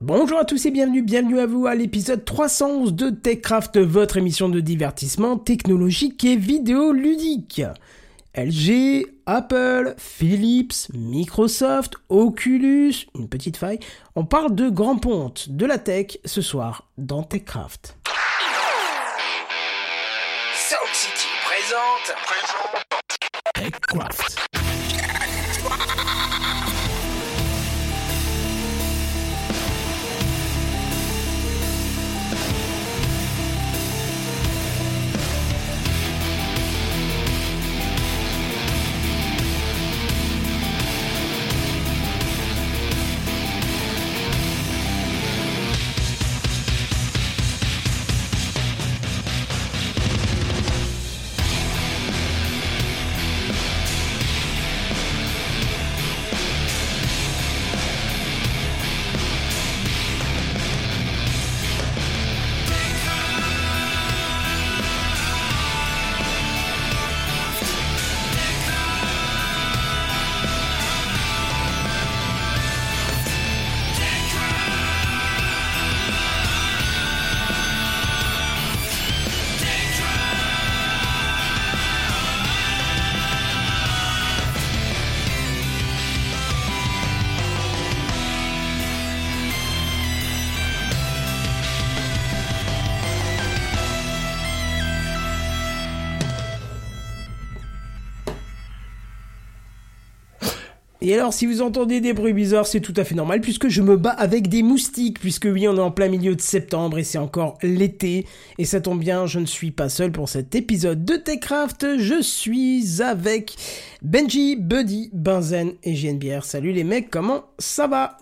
Bonjour à tous et bienvenue à vous à l'épisode 311 de TechCraft, votre émission de divertissement technologique et vidéoludique. LG, Apple, Philips, Microsoft, Oculus, une petite faille, on parle de grands pontes, de la tech ce soir dans TechCraft. Sound City présente TechCraft. Et alors, si vous entendez des bruits bizarres, c'est tout à fait normal, puisque je me bats avec des moustiques, puisque oui, on est en plein milieu de septembre, et c'est encore l'été, et ça tombe bien, je ne suis pas seul pour cet épisode de TechCraft, je suis avec Benji, Buddy, Benzen et JNBR. Salut les mecs, comment ça va?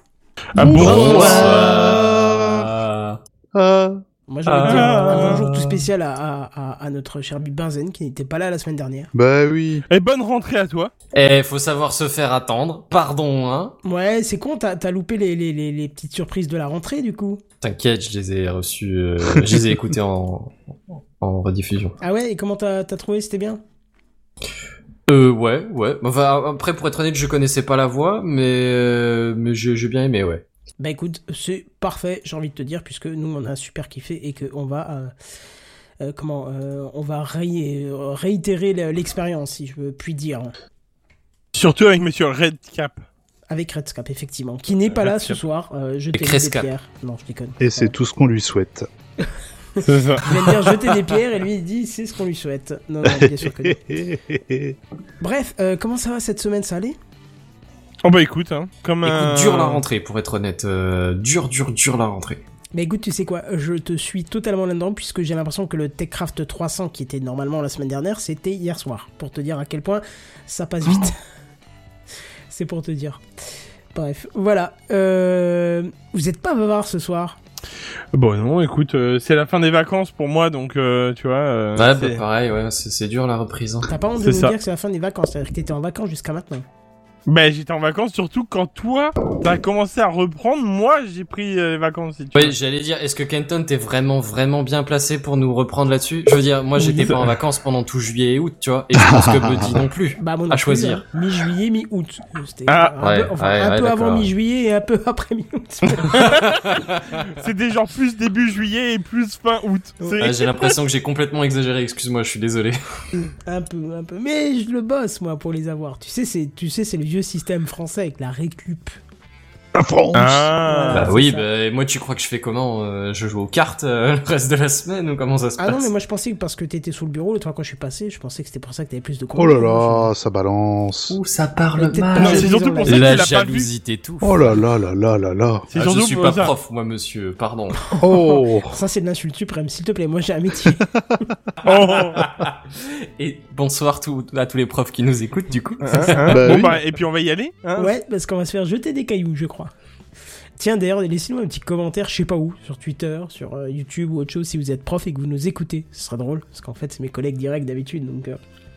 Bonsoir. Moi j'ai envie de dire un bonjour tout spécial à notre cher Benzen, qui n'était pas là la semaine dernière. Bah oui. Et bonne rentrée à toi. Faut savoir se faire attendre. Pardon, hein. Ouais, c'est con, t'as loupé les petites surprises de la rentrée, du coup. T'inquiète, je les ai reçus, je les ai écoutés en rediffusion. Ah ouais, et comment t'as trouvé, c'était bien? Ouais. Enfin, après, pour être honnête, je connaissais pas la voix, mais j'ai bien aimé, ouais. Bah écoute, c'est parfait, j'ai envie de te dire, puisque nous on a super kiffé et qu'on va on va réitérer l'expérience, si je puis dire. Surtout avec monsieur Redcap. Avec Redscap, effectivement, qui n'est pas là ce soir. Jeter des pierres. Non, je déconne. Et c'est tout ce qu'on lui souhaite. C'est ça. Il vient de dire jeter des pierres et lui il dit c'est ce qu'on lui souhaite. Non, bien sûr que non. Bref, comment ça va cette semaine, ça allait? Oh bah écoute, hein, Dur la rentrée, pour être honnête. Dur la rentrée. Mais écoute, tu sais quoi, je te suis totalement là-dedans, puisque j'ai l'impression que le TechCraft 300, qui était normalement la semaine dernière, c'était hier soir. Pour te dire à quel point ça passe vite. C'est pour te dire. Bref, voilà. Vous êtes pas bavard ce soir? Bon non, écoute, c'est la fin des vacances pour moi, donc tu vois... Ouais, bah pareil, ouais, c'est dur la reprise. Hein. T'as pas honte de nous dire que c'est la fin des vacances, c'est-à-dire que t'étais en vacances jusqu'à maintenant. Bah j'étais en vacances, surtout quand toi, t'as commencé à reprendre, moi j'ai pris les vacances. Si tu veux. J'allais dire, est-ce que Kenton t'es vraiment bien placé pour nous reprendre là-dessus? Je veux dire, moi j'étais pas en vacances pendant tout juillet et août, tu vois, et je pense que Buddy non plus, bah, à choisir. Plus, mi-juillet, mi-août. C'était un peu avant mi-juillet et un peu après mi-août. C'était genre plus début juillet et plus fin août. J'ai l'impression que j'ai complètement exagéré, excuse-moi, je suis désolé. Un peu. Mais je le bosse, moi, pour les avoir. Tu sais, c'est le vieux système français avec la récup. La France. Voilà, bah oui, bah moi tu crois que je fais comment je joue aux cartes le reste de la semaine ou comment ça se passe? Ah non, mais moi je pensais que parce que t'étais sous le bureau l'autre fois quand je suis passé, je pensais que c'était pour ça que t'avais plus de comptes. Oh là là, ça balance. Ouh, ça parle mal. Non, c'est surtout pour ça que la tu l'as jalousie t'étouffe. Oh là là. C'est je suis pas ça. prof, moi monsieur, pardon. Oh. Ça c'est de l'insulte suprême, s'il te plaît, moi j'ai un métier. Et bonsoir à tous les profs qui nous écoutent du coup. Bon bah, et puis on va y aller, hein. Ouais, parce qu'on va se faire jeter des cailloux, je crois. Tiens, d'ailleurs, laissez-nous un petit commentaire, je sais pas où, sur Twitter, sur YouTube ou autre chose, si vous êtes prof et que vous nous écoutez. Ce sera drôle, parce qu'en fait, c'est mes collègues directs d'habitude, donc...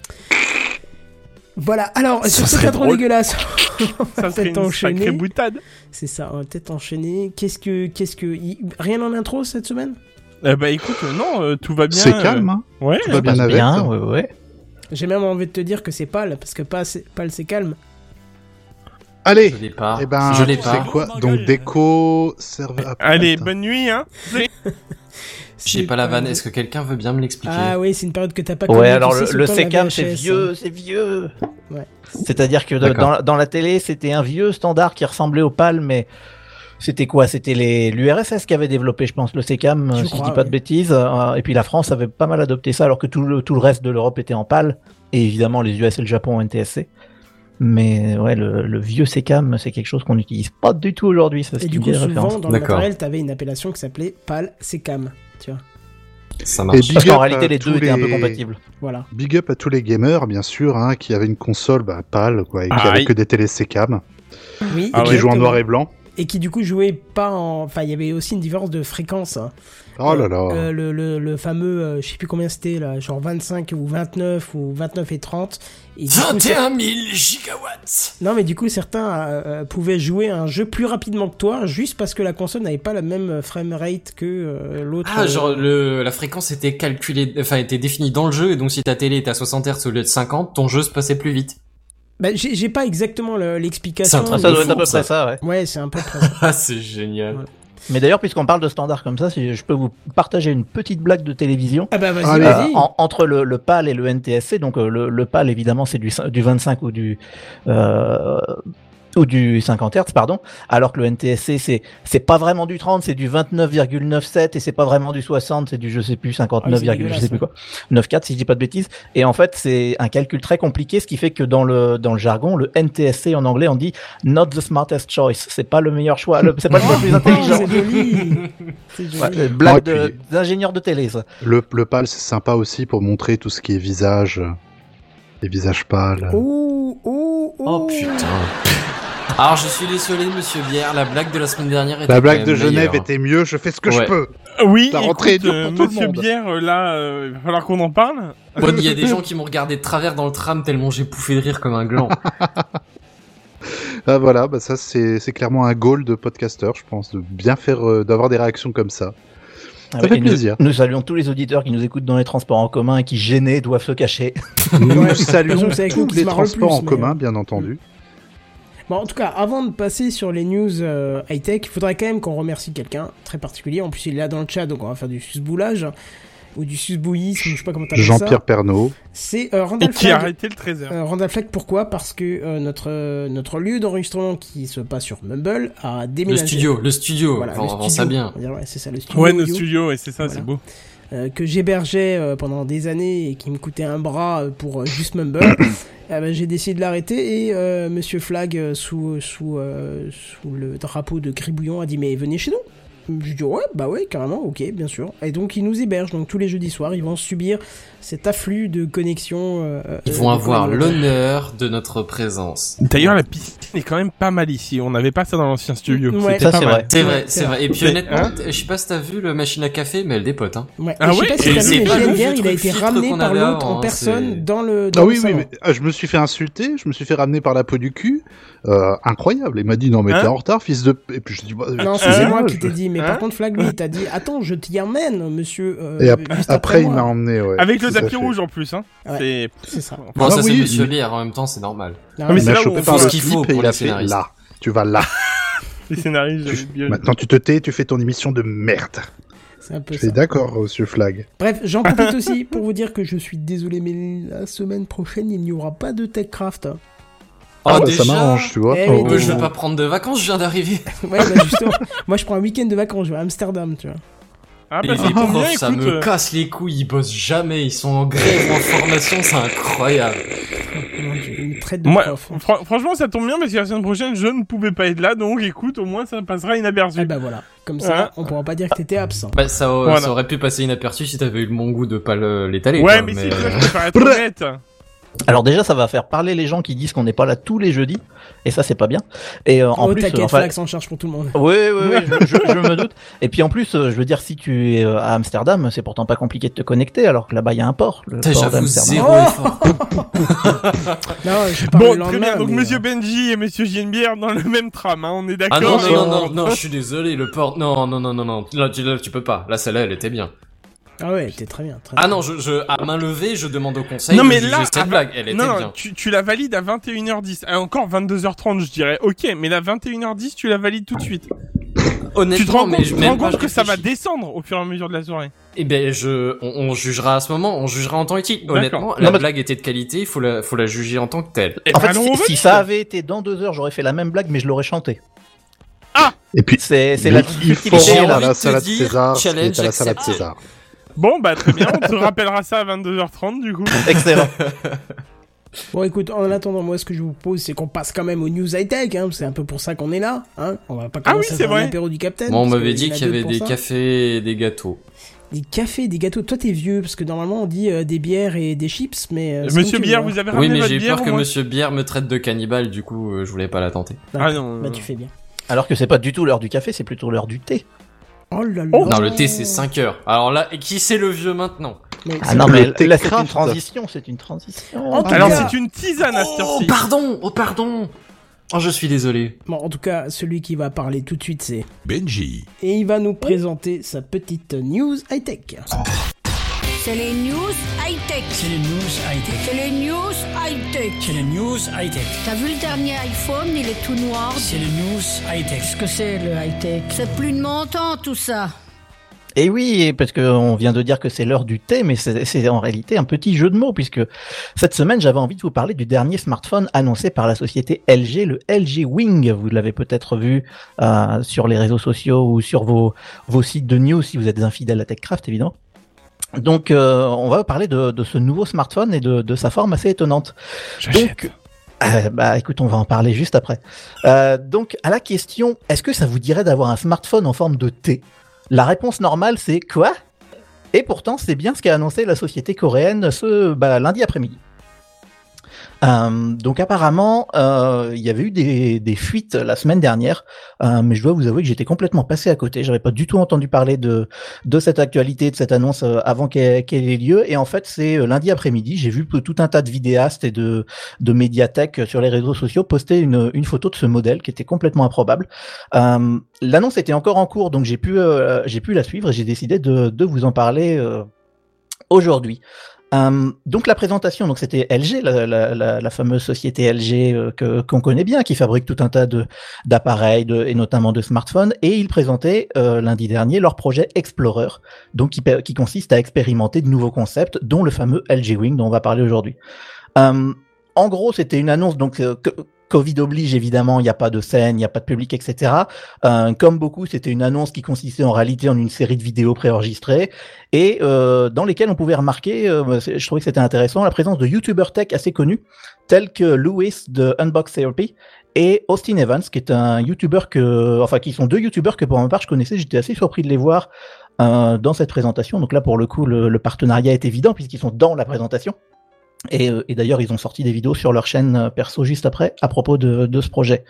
Voilà, alors, sur cette intro dégueulasse, on va peut-être enchaîner. Sacrée boutade. C'est ça, on va peut-être enchaîner. Qu'est-ce que... Rien en intro cette semaine? Bah écoute, non, tout va bien. C'est calme, hein. Ouais. Tout va bien avec. Ouais. J'ai même envie de te dire que c'est pâle, parce que pâle c'est calme. Allez. Je l'ai pas. Eh ben, Je l'ai tu pas. sais quoi? Donc déco, serveur. Allez, bonne nuit, hein. J'ai pas la vanne. Est-ce que quelqu'un veut bien me l'expliquer? Ah oui, c'est une période que t'as pas connue. Ouais, alors tu sais, le c'est le temps de la SECAM, c'est VHS, vieux, hein. c'est vieux. Ouais. C'est-à-dire que D'accord. dans la télé, c'était un vieux standard qui ressemblait au PAL, mais c'était quoi? C'était l'URSS qui avait développé, je pense, le SECAM, Je si je crois, dis pas de ouais. bêtises. Et puis la France avait pas mal adopté ça, alors que tout le reste de l'Europe était en PAL. Et évidemment, les US et le Japon en NTSC. Mais ouais, le vieux SECAM, c'est quelque chose qu'on n'utilise pas du tout aujourd'hui. Ça, Et c'est du une coup, vieille référence. souvent, dans le D'accord. matériel, t'avais une appellation qui s'appelait PAL SECAM. Tu vois, Ça Et marche. Parce big qu'en up réalité, à les deux tous étaient un peu les- compatibles. voilà. Big up à tous les gamers, bien sûr, hein, qui avaient une console PAL, quoi, et qui Aïe. avaient que des télé SECAM, Oui, Ah et qui ouais. jouaient en exactement. noir et blanc. Et qui du coup jouait pas en... Enfin, il y avait aussi une différence de fréquence. Hein. Oh là là. Le fameux, je sais plus combien c'était, là, genre 25 ou 29 ou 29 et 30. Et du coup, 21 000 gigawatts. non, mais du coup, certains pouvaient jouer un jeu plus rapidement que toi, juste parce que la console n'avait pas la même framerate que l'autre. Ah, genre la fréquence était calculée, enfin était définie dans le jeu, et donc si ta télé était à 60 Hz au lieu de 50, ton jeu se passait plus vite. Bah, j'ai pas exactement l'explication. C'est un truc Ça de doit être à fou, peu ça. près ça, ouais. Ouais, c'est un peu près ça. Ah, c'est génial. Ouais. Mais d'ailleurs, puisqu'on parle de standards comme ça, si je peux vous partager une petite blague de télévision. Ah bah vas-y, Allez. vas-y. Entre le PAL et le NTSC, donc le PAL évidemment c'est du 25 ou du 50 Hz, pardon, alors que le NTSC c'est pas vraiment du 30, c'est du 29,97 et c'est pas vraiment du 60, c'est du je sais plus 59, Ah, c'est je sais plus quoi, 94 si je dis pas de bêtises. Et en fait c'est un calcul très compliqué, ce qui fait que dans le jargon, le NTSC en anglais on dit not the smartest choice, c'est pas le meilleur choix, c'est pas le choix le plus intelligent. C'est joli. C'est joli. Ouais, blague Ouais, puis- d'ingénieur de télé ça. Le PAL, c'est sympa aussi pour montrer tout ce qui est visage, les visages pâles. Oh, oh, oh. Oh putain. Alors je suis désolé monsieur Bière, la blague de la semaine dernière était La quand blague même de Genève meilleure. était mieux, je fais ce que Ouais. je peux. Oui, La rentrée est écoute, dure pour tout le Monsieur monde. Bière, là, il va falloir qu'on en parle. Bon, il y a des gens qui m'ont regardé de travers dans le tram tellement j'ai pouffé de rire comme un gland. Ah voilà, bah ça c'est clairement un goal de podcaster, je pense, de bien faire, d'avoir des réactions comme ça. Ah Ça ouais, fait et plaisir. Nous saluons tous les auditeurs qui nous écoutent dans les transports en commun et qui gênés doivent se cacher. Nous Ouais, saluons de toute façon, c'est avec nous tous qui les se marrent le transports plus, en mais, commun, bien entendu. Bon, en tout cas, avant de passer sur les news high-tech, il faudrait quand même qu'on remercie quelqu'un très particulier. En plus, il est là dans le chat, donc on va faire du susboulage ou du susbouillisme, je sais pas comment t'appelles ça. Jean-Pierre Pernaut. C'est Et Randall qui a Flagg. arrêté le 13h. Randall Flagg, pourquoi? Parce que notre lieu d'enregistrement qui se passe sur Mumble a déménagé. Le studio, Voilà, on le vend studio. ça bien. On va dire, ouais, c'est ça, le studio. Ouais, nos You, studios, et c'est ça, Voilà. c'est beau. que j'hébergeais pendant des années et qui me coûtait un bras pour juste Mumble. J'ai décidé de l'arrêter et Monsieur Flagg, sous le drapeau de Gribouillon, a dit mais venez chez nous. Je dis ouais, bah ouais, carrément, ok, bien sûr. Et donc ils nous hébergent, donc tous les jeudis soirs, ils vont subir cet afflux de connexions. Ils vont de avoir communautaires. l'honneur de notre présence. D'ailleurs, la piscine est quand même pas mal ici. On n'avait pas ça dans l'ancien studio. Ouais. C'était Ça, pas c'est mal. vrai. C'est Ouais, vrai, c'est c'est vrai. Et puis C'est- honnêtement, hein je sais pas si t'as vu le machine à café, mais elle dépote, hein. Ouais. Ah Et je sais ouais, pas si et t'as c'est vu, mais pas le JNBR, vieux il a truc été filtre ramené qu'on par avait l'autre avant, en personne c'est- dans le Ah oui, salon. oui, mais je me suis fait insulter, je me suis fait ramener par la peau du cul. Incroyable. Il m'a dit non mais Hein t'es en retard, fils de. Et puis je dis bah, Non, Hein c'est moi qui je- t'ai dit, mais Hein par contre Flag lui il t'a dit attends je t'y emmène monsieur. Et juste après il moi. m'a emmené, ouais. Avec le tout à tapis fait. rouge en plus, hein. Ouais. C'est... C'est ça. Bon, Ah ça c'est oui, Monsieur mais- Bière, en même temps, c'est normal. Non, mais Il c'est m'a là où chopé on par fait le ce qu'il slip faut et pour il les a fait scénaristes. là. Tu vas là. Les scénaristes, j'avais bien. Maintenant tu te tais, tu fais ton émission de merde. c'est un peu Je ça. suis d'accord, monsieur Flag. Bref, j'en profite aussi pour vous dire que je suis désolé, mais la semaine prochaine il n'y aura pas de TechCraft. Ah, bah, déjà ça m'arrange, tu vois. Eh oui, Je vais pas prendre de vacances, je viens d'arriver. Ouais, bah justement, moi je prends un week-end de vacances, je vais à Amsterdam, tu vois. Ah, Et bah, les ça tombe bien, profs, ça écoute. me casse les couilles, ils bossent jamais, ils sont en grève ou en formation, c'est incroyable. Non, j'ai une traite de Moi, prof. franchement, ça tombe bien parce que la semaine prochaine, je ne pouvais pas être là, donc écoute, au moins ça passera inaperçu. Eh bah voilà, comme ça, Hein on pourra pas dire que t'étais absent. Bah, ça Voilà. aurait pu passer inaperçu si t'avais eu le bon goût de pas l'étaler. Ouais, quoi, mais c'est ça, je préfère être honnête. Alors déjà, ça va faire parler les gens qui disent qu'on n'est pas là tous les jeudis, et ça c'est pas bien. Et en Oh plus, t'inquiète, enfin, Flag s'en charge pour tout le monde. oui, je me doute. Et puis en plus, je veux dire, si tu es à Amsterdam, c'est pourtant pas compliqué de te connecter, alors que là-bas il y a un port, le Putain, port j'avoue, d'Amsterdam. zéro Oh effort. Non, je parle Bon, le très lendemain, bien, donc mais, Monsieur Benji et Monsieur Gienbière dans le même tram, hein, on est Ah d'accord. non, non, non, non, non, je suis désolé, le port. Non, non, non, non, non. Là, tu peux pas. Là, celle-là, elle était bien. Ah ouais, t'es très bien. Ah non, à main levée, je demande au conseil Non, de mais juger là, cette blague, elle était non, bien. tu la valides à 21h10. Encore 22h30, je dirais. Ok, mais la 21h10, tu la valides tout de suite. Honnêtement, Tu te rends mais compte, que ça va descendre au fur et à mesure de la soirée. Eh ben, on jugera à ce moment, on jugera en temps utile. Honnêtement, la blague était de qualité, il faut la juger en tant que telle. En fait, si ça avait été dans 2 heures, j'aurais fait la même blague, mais je l'aurais chanté. Ah! Et puis, c'est la subtilité à la salade dire, César, challenge c'est à la salade accepté. César. Bon, bah, très bien, on te rappellera ça à 22h30, du coup. Excellent. Bon, écoute, en attendant, moi, ce que je vous propose, c'est qu'on passe quand même aux news high-tech, hein. C'est un peu pour ça qu'on est là, hein. On va pas commencer à faire l'apéro du Capitaine. Bon, on parce m'avait que dit y en a qu'il y avait d'autres des pour ça. cafés et des gâteaux. Des cafés, des gâteaux. Toi, t'es vieux, parce que normalement, on dit des bières et des chips, mais... c'est Monsieur comme tu Bière, veux, hein. vous avez Oui, ramené mais votre j'ai bière peur au que moins Monsieur Bière me traite de cannibale, du coup, je voulais pas la tenter. Ah non. Bah, tu fais bien. Alors que c'est pas du tout l'heure du café, c'est plutôt l'heure du thé. Oh là là. Non, le thé, c'est 5 heures. Alors là, qui c'est le vieux maintenant? Mais Ah c'est- non, mais thé là, c'est une craft. transition, c'est une transition. En tout Alors, cas- c'est une tisane à cette Oh, heure-ci. pardon! Oh, je suis désolé. Bon, en tout cas, celui qui va parler tout de suite, c'est... Benji. Et il va nous présenter sa petite news high-tech. C'est les news high-tech. C'est les news high-tech. C'est les news high-tech. C'est les news high-tech. T'as vu le dernier iPhone, il est tout noir. C'est les news high-tech. Qu'est-ce que c'est le high-tech? C'est plus de mon temps tout ça. Et oui, parce qu'on vient de dire que c'est l'heure du thé, mais c'est en réalité un petit jeu de mots, puisque cette semaine, j'avais envie de vous parler du dernier smartphone annoncé par la société LG, le LG Wing. Vous l'avez peut-être vu sur les réseaux sociaux ou sur vos sites de news, si vous êtes infidèles à TechCraft, évidemment. Donc, on va parler de ce nouveau smartphone et de sa forme assez étonnante. Donc, bah écoute, on va en parler juste après. Donc, à la question, est-ce que ça vous dirait d'avoir un smartphone en forme de thé ? La réponse normale, c'est quoi ? Et pourtant, c'est bien ce qu'a annoncé la société coréenne lundi après-midi. Donc apparemment, il y avait eu des fuites la semaine dernière, mais je dois vous avouer que j'étais complètement passé à côté. J'avais pas du tout entendu parler de cette actualité, de cette annonce avant qu'elle ait lieu. Et en fait, c'est lundi après-midi, j'ai vu tout un tas de vidéastes et de médiathèques sur les réseaux sociaux poster une photo de ce modèle qui était complètement improbable. L'annonce était encore en cours, donc j'ai pu la suivre et j'ai décidé de vous en parler aujourd'hui. Donc la présentation, donc c'était LG, la fameuse société LG qu'on connaît bien, qui fabrique tout un tas d'appareils et notamment de smartphones, et ils présentaient lundi dernier leur projet Explorer, donc qui consiste à expérimenter de nouveaux concepts, dont le fameux LG Wing dont on va parler aujourd'hui. En gros, c'était une annonce donc Covid oblige, évidemment, il n'y a pas de scène, il n'y a pas de public, etc. Comme beaucoup, c'était une annonce qui consistait en réalité en une série de vidéos préenregistrées et dans lesquelles on pouvait remarquer, je trouvais que c'était intéressant, la présence de YouTubers tech assez connus, tels que Louis de Unbox Therapy et Austin Evans, qui est un YouTuber qui sont 2 YouTubers que pour ma part je connaissais. J'étais assez surpris de les voir dans cette présentation. Donc là, pour le coup, le partenariat est évident puisqu'ils sont dans la présentation. Et d'ailleurs, ils ont sorti des vidéos sur leur chaîne perso juste après à propos de ce projet.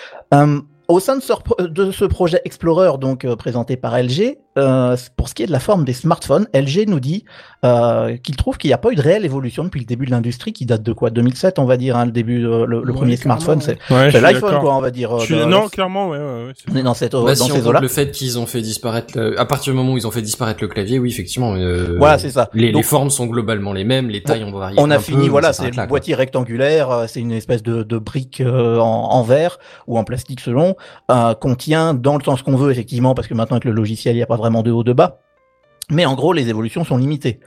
Au sein de ce projet Explorer, donc présenté par LG, pour ce qui est de la forme des smartphones, LG nous dit qu'il trouve qu'il n'y a pas eu de réelle évolution depuis le début de l'industrie, qui date de quoi, 2007, on va dire, hein, le début, le premier smartphone, c'est l'iPhone, quoi, on va dire. Non, clairement, ouais. On est dans si ces on compte eaux-là. le fait qu'ils ont fait disparaître, à partir du moment où ils ont fait disparaître le clavier, oui, effectivement. Voilà, c'est ça. Les formes sont globalement les mêmes, les tailles ont varié. On a un fini, peu, voilà, ça c'est s'arrête là, le quoi. boîtier rectangulaire, c'est une espèce de brique en verre ou en plastique selon, contient dans le sens qu'on veut, effectivement, parce que maintenant avec le logiciel, il n'y a pas vraiment de haut de bas. Mais en gros, les évolutions sont limitées.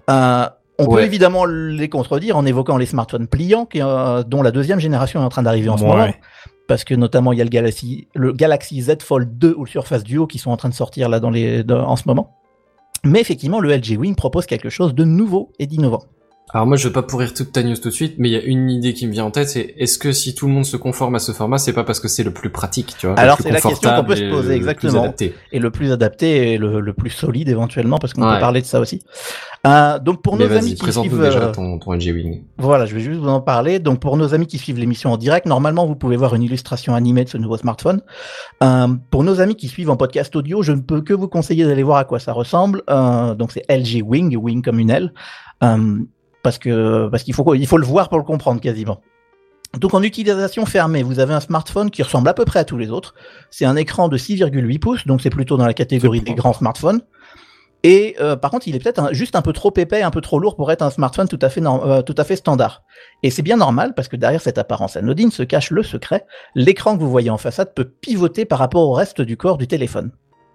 On peut évidemment les contredire en évoquant les smartphones pliants, dont la 2e génération est en train d'arriver en ce moment. Parce que notamment, il y a le Galaxy Z Fold 2 ou le Surface Duo qui sont en train de sortir là en ce moment. Mais effectivement, le LG Wing propose quelque chose de nouveau et d'innovant. Alors moi je vais pas pourrir toute ta news tout de suite, mais il y a une idée qui me vient en tête, c'est est-ce que si tout le monde se conforme à ce format, c'est pas parce que c'est le plus pratique, tu vois? Alors le plus c'est la question qu'on peut se poser, exactement. Le plus adapté. Et le plus adapté et le plus solide éventuellement, parce qu'on peut parler de ça aussi. Donc pour mais nos amis qui suivent déjà ton LG Wing. Voilà, je vais juste vous en parler. Donc pour nos amis qui suivent l'émission en direct, normalement vous pouvez voir une illustration animée de ce nouveau smartphone. Pour nos amis qui suivent en podcast audio, je ne peux que vous conseiller d'aller voir à quoi ça ressemble. Donc c'est LG Wing, Wing comme une aile. Parce qu'il faut le voir pour le comprendre quasiment. Donc en utilisation fermée, vous avez un smartphone qui ressemble à peu près à tous les autres. C'est un écran de 6,8 pouces, donc c'est plutôt dans la catégorie des grands smartphones. Et par contre, il est peut-être juste un peu trop épais, un peu trop lourd pour être un smartphone tout à fait standard. Et c'est bien normal parce que derrière cette apparence anodine se cache le secret. L'écran que vous voyez en façade peut pivoter par rapport au reste du corps du téléphone.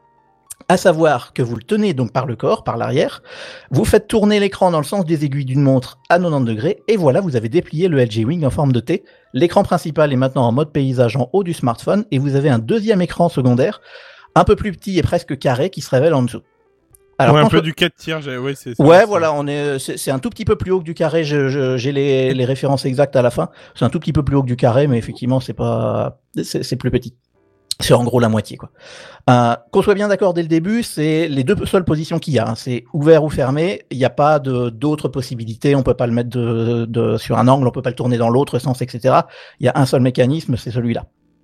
À savoir que vous le tenez donc par le corps, par l'arrière, vous faites tourner l'écran dans le sens des aiguilles d'une montre à 90 degrés, et voilà, vous avez déplié le LG Wing en forme de T. L'écran principal est maintenant en mode paysage en haut du smartphone, et vous avez un deuxième écran secondaire, un peu plus petit et presque carré, qui se révèle en dessous. Alors, un peu du 4 tiers, c'est ça. Ouais, voilà, c'est un tout petit peu plus haut que du carré, j'ai les références exactes à la fin. C'est un tout petit peu plus haut que du carré, mais effectivement, c'est plus petit. C'est en gros la moitié, quoi. Qu'on soit bien d'accord dès le début, c'est les deux seules positions qu'il y a. Hein. C'est ouvert ou fermé. Il n'y a pas d'autres possibilités. On peut pas le mettre sur un angle. On peut pas le tourner dans l'autre sens, etc. Il y a un seul mécanisme, c'est celui-là.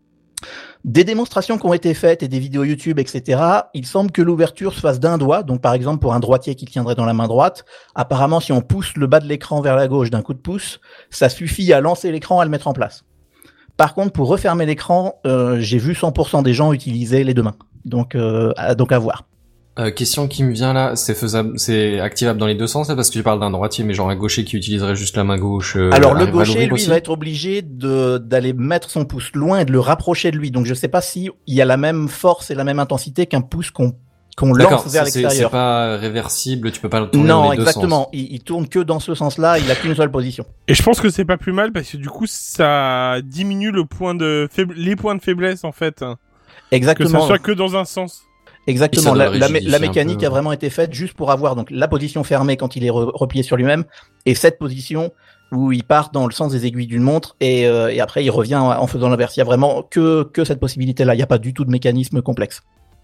Des démonstrations qui ont été faites et des vidéos YouTube, etc. Il semble que l'ouverture se fasse d'un doigt. Donc, par exemple, pour un droitier qui tiendrait dans la main droite, apparemment, si on pousse le bas de l'écran vers la gauche d'un coup de pouce, ça suffit à lancer l'écran, à le mettre en place. Par contre, pour refermer l'écran, j'ai vu 100% des gens utiliser les deux mains. Donc à voir. Question qui me vient là, c'est faisable, c'est activable dans les deux sens là, parce que tu parles d'un droitier, mais genre un gaucher qui utiliserait juste la main gauche. Alors le gaucher, lui, va être obligé d'aller mettre son pouce loin et de le rapprocher de lui. Donc je sais pas si il y a la même force et la même intensité qu'un pouce qu'on lance vers l'extérieur. C'est pas réversible, tu peux pas le tourner dans les deux sens. Non, exactement. Il tourne que dans ce sens-là, il a qu'une seule position. Et je pense que c'est pas plus mal parce que du coup, ça diminue les points de faiblesse en fait. Exactement. Que ça soit que dans un sens. Exactement. La mécanique a vraiment été faite juste pour avoir donc la position fermée quand il est replié sur lui-même et cette position où il part dans le sens des aiguilles d'une montre et après il revient en faisant l'inverse. Il y a vraiment que cette possibilité-là. Il n'y a pas du tout de mécanisme complexe.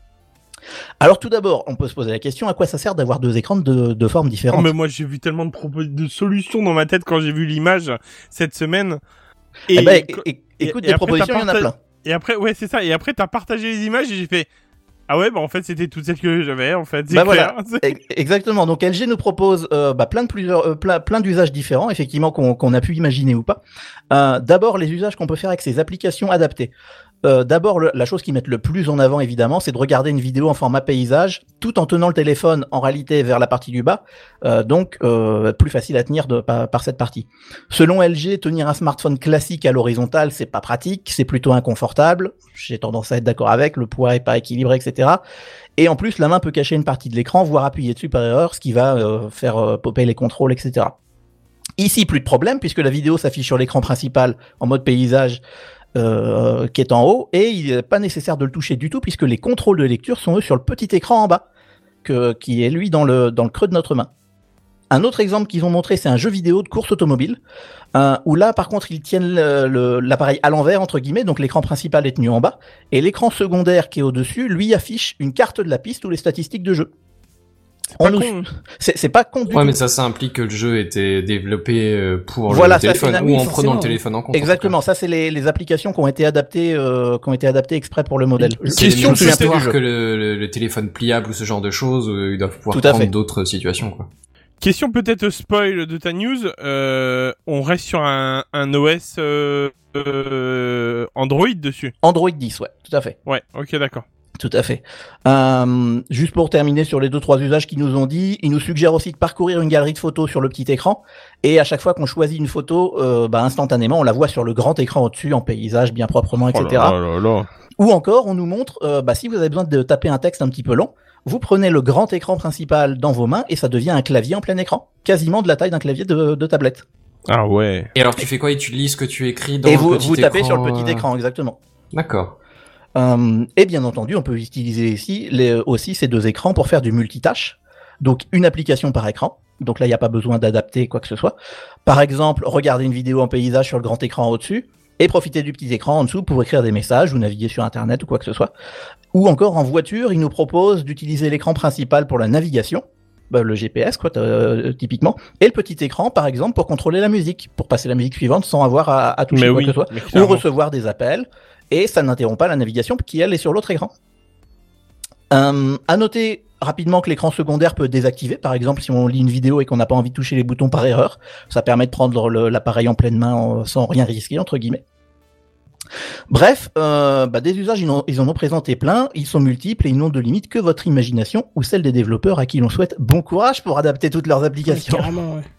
Alors tout d'abord, on peut se poser la question, à quoi ça sert d'avoir deux écrans de formes différentes? Oh, mais moi j'ai vu tellement de solutions dans ma tête quand j'ai vu l'image cette semaine. Écoute, des propositions, il y en a plein. Et après, ouais, c'est ça. Et après, t'as partagé les images et j'ai fait... Ah ouais, bah en fait, c'était toutes celles que j'avais, en fait. Voilà. Exactement. Donc LG nous propose plein d'usages différents, effectivement, qu'on a pu imaginer ou pas. D'abord, les usages qu'on peut faire avec ces applications adaptées. D'abord, la chose qu'ils mettent le plus en avant, évidemment, c'est de regarder une vidéo en format paysage, tout en tenant le téléphone en réalité vers la partie du bas, donc plus facile à tenir par cette partie. Selon LG, tenir un smartphone classique à l'horizontale, c'est pas pratique, c'est plutôt inconfortable. J'ai tendance à être d'accord avec, le poids est pas équilibré, etc. Et en plus, la main peut cacher une partie de l'écran, voire appuyer dessus par erreur, ce qui va faire popper les contrôles, etc. Ici, plus de problème, puisque la vidéo s'affiche sur l'écran principal en mode paysage, qui est en haut, et il n'est pas nécessaire de le toucher du tout puisque les contrôles de lecture sont eux sur le petit écran en bas, qui est lui dans le creux de notre main. Un autre exemple qu'ils ont montré, c'est un jeu vidéo de course automobile, où là par contre ils tiennent l'appareil à l'envers entre guillemets, donc l'écran principal est tenu en bas, et l'écran secondaire qui est au-dessus, lui affiche une carte de la piste ou les statistiques de jeu. C'est pas con du tout. Ouais, mais ça implique que le jeu était développé pour le téléphone ou en prenant le téléphone en compte. Exactement, ça c'est les applications qui ont été adaptées exprès pour le modèle. Question, tu sais que le téléphone pliable ou ce genre de choses, ils doivent pouvoir prendre d'autres situations, quoi. Question peut-être spoil de ta news, on reste sur un OS Android dessus. Android 10, ouais, tout à fait. Ouais, ok, d'accord. Tout à fait. Juste pour terminer sur les 2-3 usages qu'ils nous ont dit, ils nous suggèrent aussi de parcourir une galerie de photos sur le petit écran, et à chaque fois qu'on choisit une photo, instantanément on la voit sur le grand écran au-dessus, en paysage, bien proprement, etc. Ou encore, on nous montre, si vous avez besoin de taper un texte un petit peu long, vous prenez le grand écran principal dans vos mains et ça devient un clavier en plein écran, quasiment de la taille d'un clavier de tablette. Ah ouais. Et alors tu fais quoi? Tu lis ce que tu écris dans le petit écran? Et vous tapez sur le petit écran, exactement. D'accord. Et bien entendu, on peut utiliser ici aussi ces deux écrans pour faire du multitâche. Donc une application par écran. Donc là, il n'y a pas besoin d'adapter quoi que ce soit. Par exemple, regarder une vidéo en paysage sur le grand écran au-dessus et profiter du petit écran en dessous pour écrire des messages ou naviguer sur Internet ou quoi que ce soit. Ou encore en voiture, il nous propose d'utiliser l'écran principal pour la navigation, le GPS typiquement, et le petit écran par exemple pour contrôler la musique, pour passer la musique suivante sans avoir à toucher quoi que ce soit, ou recevoir des appels. Et ça n'interrompt pas la navigation qui, elle, est sur l'autre écran. À noter rapidement que l'écran secondaire peut désactiver. Par exemple, si on lit une vidéo et qu'on n'a pas envie de toucher les boutons par erreur, ça permet de prendre l'appareil en pleine main sans rien risquer, entre guillemets. Bref, des usages, ils en ont présenté plein, ils sont multiples et ils n'ont de limite que votre imagination ou celle des développeurs à qui l'on souhaite bon courage pour adapter toutes leurs applications. Carrément, ouais.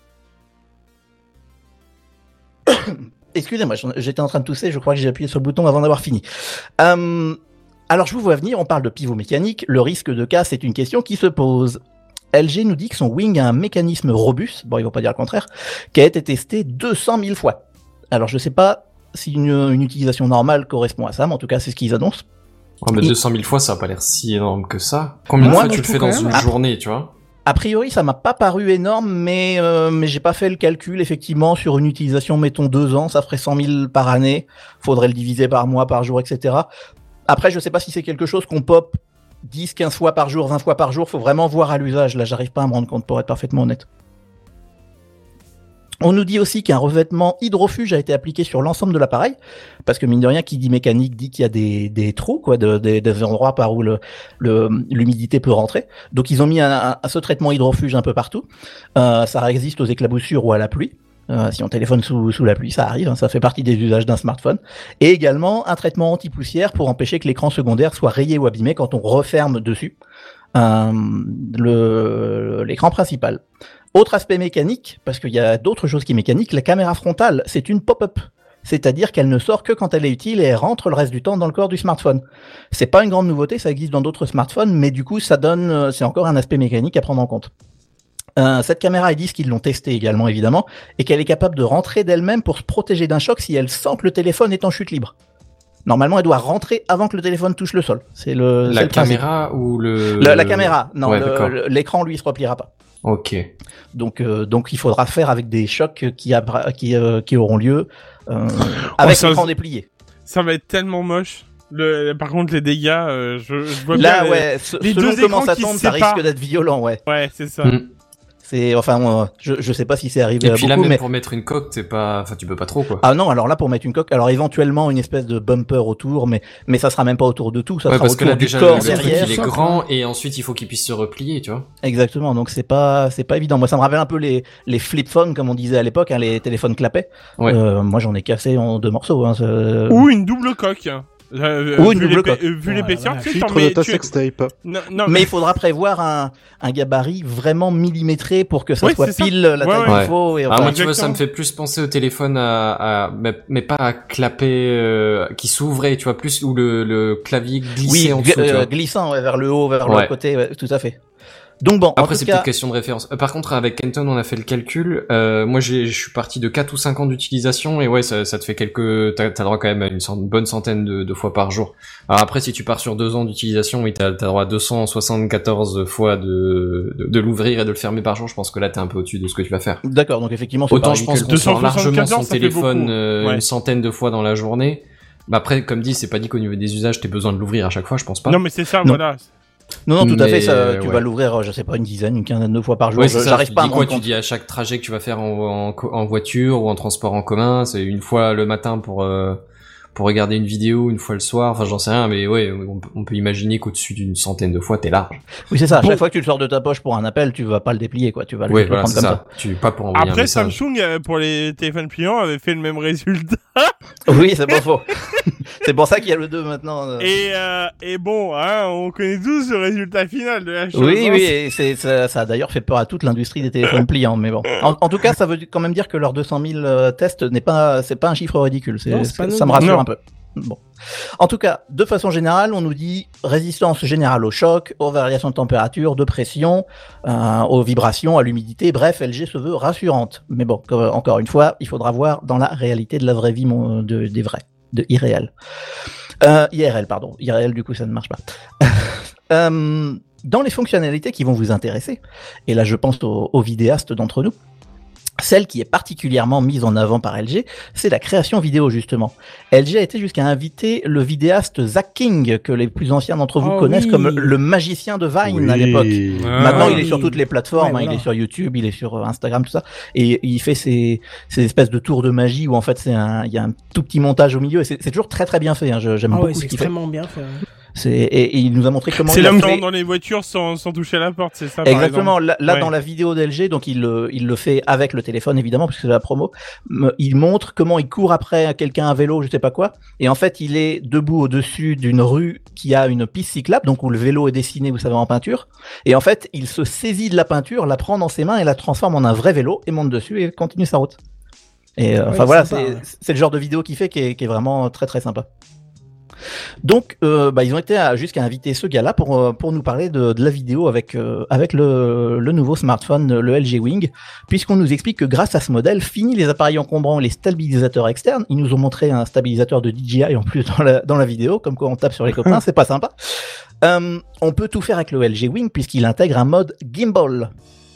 Excusez-moi, j'étais en train de tousser, je crois que j'ai appuyé sur le bouton avant d'avoir fini. Alors je vous vois venir, on parle de pivot mécanique, le risque de casse est une question qui se pose. LG nous dit que son Wing a un mécanisme robuste, bon ils vont pas dire le contraire, qui a été testé 200 000 fois. Alors je sais pas si une utilisation normale correspond à ça, mais en tout cas c'est ce qu'ils annoncent. Oh, mais 200 000 fois ça a pas l'air si énorme que ça. Combien de fois tu le fais dans une journée, tu vois? A priori, ça m'a pas paru énorme, mais j'ai pas fait le calcul. Effectivement, sur une utilisation, mettons 2 ans, ça ferait 100 000 par année. Faudrait le diviser par mois, par jour, etc. Après, je sais pas si c'est quelque chose qu'on pop 10, 15 fois par jour, 20 fois par jour. Faut vraiment voir à l'usage. Là, j'arrive pas à me rendre compte pour être parfaitement honnête. On nous dit aussi qu'un revêtement hydrofuge a été appliqué sur l'ensemble de l'appareil, parce que mine de rien, qui dit mécanique dit qu'il y a des trous, quoi, des endroits par où l'humidité peut rentrer. Donc ils ont mis ce traitement hydrofuge un peu partout. Ça résiste aux éclaboussures ou à la pluie. Si on téléphone sous la pluie, ça arrive, hein, ça fait partie des usages d'un smartphone. Et également un traitement anti-poussière pour empêcher que l'écran secondaire soit rayé ou abîmé quand on referme dessus l'écran principal. Autre aspect mécanique, parce qu'il y a d'autres choses qui sont mécaniques, la caméra frontale, c'est une pop-up. C'est-à-dire qu'elle ne sort que quand elle est utile et elle rentre le reste du temps dans le corps du smartphone. C'est pas une grande nouveauté, ça existe dans d'autres smartphones, mais du coup, ça donne, c'est encore un aspect mécanique à prendre en compte. Cette caméra, ils disent qu'ils l'ont testée également, évidemment, et qu'elle est capable de rentrer d'elle-même pour se protéger d'un choc si elle sent que le téléphone est en chute libre. Normalement, elle doit rentrer avant que le téléphone touche le sol. C'est la caméra ou la caméra. Non, ouais, l'écran, lui, il se repliera pas. Ok. Donc il faudra faire avec des chocs qui auront lieu avec l'écran déplié. Ça va être tellement moche. Par contre, les dégâts, je vois là, bien. Ouais, les selon deux comment écrans ça tombe, ça risque d'être violent, ouais. Ouais, c'est ça. C'est, enfin, je sais pas si c'est arrivé à beaucoup, là, même mais pour mettre une coque, tu peux pas trop, quoi. Ah non, alors là, pour mettre une coque, alors éventuellement une espèce de bumper autour, mais ça sera même pas autour de tout, ça sera parce autour que là, du déjà, corps le derrière. truc, il est grand, et ensuite, il faut qu'il puisse se replier, tu vois. Exactement, donc c'est pas évident. Moi, ça me rappelle un peu les flip phones, comme on disait à l'époque, hein, les téléphones clapets. Ouais. Moi, j'en ai cassé en 2 morceaux, hein. Ou une double coque. Ou une double coque. Vu l'épaisseur, tu sais, Filtre de ta sextape. Mais il faudra prévoir un gabarit vraiment millimétré pour que ça soit pile la taille qu'il faut. Et moi, tu vois, ça me fait plus penser au téléphone mais pas à clapet qui s'ouvrait, tu vois, plus où le clavier glissait en dessous. Glissant, ouais, vers le haut, vers le côté, ouais, tout à fait. Donc bon, après c'est peut-être question de référence. Par contre, avec Kenton, on a fait le calcul. Moi, je suis parti de 4 ou 5 ans d'utilisation et ouais, ça te fait t'as droit quand même à une bonne centaine de fois par jour. Alors après, si tu pars sur 2 ans d'utilisation, oui, t'as droit à 274 fois de l'ouvrir et de le fermer par jour. Je pense que là, t'es un peu au-dessus de ce que tu vas faire. D'accord, donc effectivement, c'est autant je pense qu'on sort largement son téléphone une centaine de fois dans la journée. Bah après, comme dit, c'est pas dit qu'au niveau des usages, t'aies besoin de l'ouvrir à chaque fois. Je pense pas. Non, mais c'est ça, voilà. Non, tout à fait, ça, tu vas l'ouvrir, je sais pas, une dizaine, une quinzaine de fois par jour. Ouais, j'arrive pas à me rendre compte. Tu dis à chaque trajet que tu vas faire en voiture ou en transport en commun, c'est une fois le matin pour regarder une vidéo, une fois le soir, enfin j'en sais rien, mais ouais, on peut imaginer qu'au-dessus d'une centaine de fois, t'es large. Oui, c'est ça, à chaque fois que tu le sors de ta poche pour un appel, tu vas pas le déplier, quoi, tu vas le prendre comme ça. Pas pour envoyer après, un message. Samsung, pour les téléphones pliants, avait fait le même résultat. Oui, c'est pas faux. C'est pour ça qu'il y a le 2 maintenant. Et bon, hein, on connaît tous le résultat final de la chose. Oui, et ça a d'ailleurs fait peur à toute l'industrie des téléphones pliants, mais bon. En tout cas, ça veut quand même dire que leurs 200 000 tests c'est pas un chiffre ridicule. Ça me rassure un peu. Bon. En tout cas, de façon générale, on nous dit résistance générale au choc, aux variations de température, de pression, aux vibrations, à l'humidité. Bref, LG se veut rassurante. Mais bon, encore une fois, il faudra voir dans la réalité de la vraie vie des vrais, de IRL. IRL, pardon. IRL, du coup, ça ne marche pas. Dans les fonctionnalités qui vont vous intéresser, et là je pense aux vidéastes d'entre nous, celle qui est particulièrement mise en avant par LG, c'est la création vidéo justement. LG a été jusqu'à inviter le vidéaste Zach King, que les plus anciens d'entre vous connaissent comme le magicien de Vine à l'époque. Maintenant il est sur toutes les plateformes, il est sur YouTube, il est sur Instagram, tout ça, et il fait ces espèces de tours de magie où en fait il y a un tout petit montage au milieu, et c'est toujours très très bien fait, hein. J'aime beaucoup ce qu'il fait. C'est extrêmement bien fait. Et il nous a montré comment C'est il a l'homme fait... dans les voitures sans toucher à la porte, c'est ça? par Exactement. exemple Là Ouais. dans la vidéo d'LG, donc il le fait avec le téléphone évidemment parce que c'est la promo. Il montre comment il court après quelqu'un à vélo, je sais pas quoi. Et en fait, il est debout au-dessus d'une rue qui a une piste cyclable, donc où le vélo est dessiné, vous savez, en peinture. Et en fait, il se saisit de la peinture, la prend dans ses mains et la transforme en un vrai vélo et monte dessus et continue sa route. Et enfin voilà, sympa, c'est le genre de vidéo qu'il fait qui est vraiment très très sympa. Donc, ils ont été jusqu'à inviter ce gars-là pour nous parler de la vidéo avec le nouveau smartphone, le LG Wing, puisqu'on nous explique que grâce à ce modèle, fini les appareils encombrants et les stabilisateurs externes. Ils nous ont montré un stabilisateur de DJI en plus dans la vidéo, comme quoi on tape sur les copains, c'est pas sympa. On peut tout faire avec le LG Wing puisqu'il intègre un mode gimbal.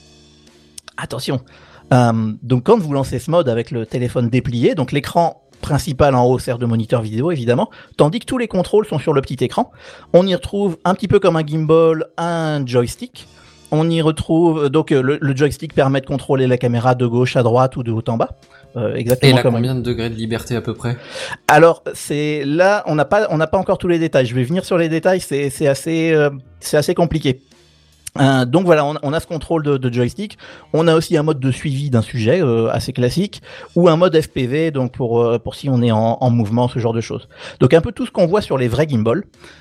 Attention. Donc quand vous lancez ce mode avec le téléphone déplié, donc l'écran principal en haut sert de moniteur vidéo évidemment, tandis que tous les contrôles sont sur le petit écran. On y retrouve un petit peu comme un gimbal, un joystick. On y retrouve donc le joystick permet de contrôler la caméra de gauche à droite ou de haut en bas. Exactement. Et il a comme combien de degrés de liberté à peu près? Alors c'est là on n'a pas encore tous les détails. Je vais venir sur les détails. C'est assez compliqué. Donc voilà, on a ce contrôle de joystick. On a aussi un mode de suivi d'un sujet assez classique, ou un mode FPV, donc pour si on est en mouvement, ce genre de choses. Donc un peu tout ce qu'on voit sur les vrais gimbals.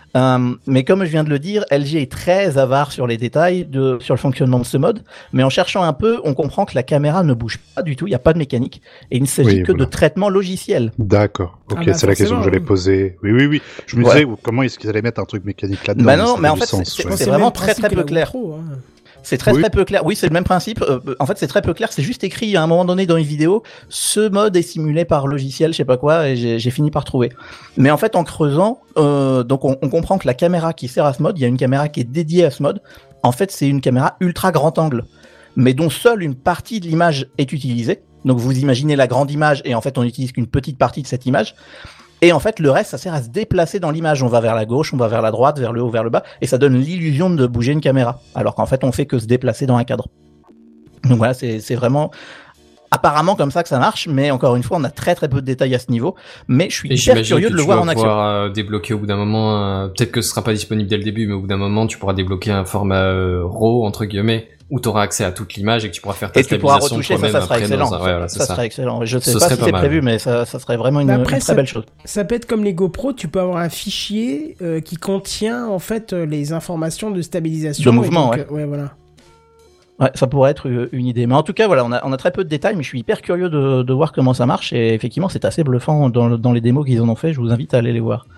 Mais comme je viens de le dire, LG est très avare sur les détails sur le fonctionnement de ce mode. Mais en cherchant un peu, on comprend que la caméra ne bouge pas du tout, il n'y a pas de mécanique, et il ne s'agit que de traitement logiciel. D'accord, ok, c'est la question que je l'ai posée. Oui. Je me disais, comment est-ce qu'ils allaient mettre un truc mécanique là-dedans? Bah non, mais en fait, c'est vraiment très peu clair. C'est très peu clair. Oui, c'est le même principe. En fait, c'est très peu clair. C'est juste écrit à un moment donné dans une vidéo. Ce mode est simulé par logiciel, je sais pas quoi, et j'ai fini par trouver. Mais en fait, en creusant, donc on comprend que la caméra qui sert à ce mode, il y a une caméra qui est dédiée à ce mode. En fait, c'est une caméra ultra grand angle, mais dont seule une partie de l'image est utilisée. Donc vous imaginez la grande image, et en fait, on n'utilise qu'une petite partie de cette image. Et en fait, le reste, ça sert à se déplacer dans l'image. On va vers la gauche, on va vers la droite, vers le haut, vers le bas, et ça donne l'illusion de bouger une caméra. Alors qu'en fait, on fait que se déplacer dans un cadre. Donc voilà, c'est vraiment apparemment comme ça que ça marche, mais encore une fois, on a très peu de détails à ce niveau. Mais je suis hyper curieux de le voir en action. Tu vas pouvoir débloquer au bout d'un moment, peut-être que ce sera pas disponible dès le début, mais au bout d'un moment, tu pourras débloquer un format RAW, entre guillemets, où tu auras accès à toute l'image et que tu pourras faire ta stabilisation retoucher, ça sera excellent. Ça serait excellent. Je sais pas si c'est prévu, mais ça serait vraiment une très belle chose. Ça peut être comme les GoPro, tu peux avoir un fichier qui contient en fait les informations de stabilisation. De mouvement, donc, ouais, voilà. Ouais, ça pourrait être une idée. Mais en tout cas, voilà, on a très peu de détails, mais je suis hyper curieux de voir comment ça marche. Et effectivement, c'est assez bluffant dans les démos qu'ils en ont fait. Je vous invite à aller les voir.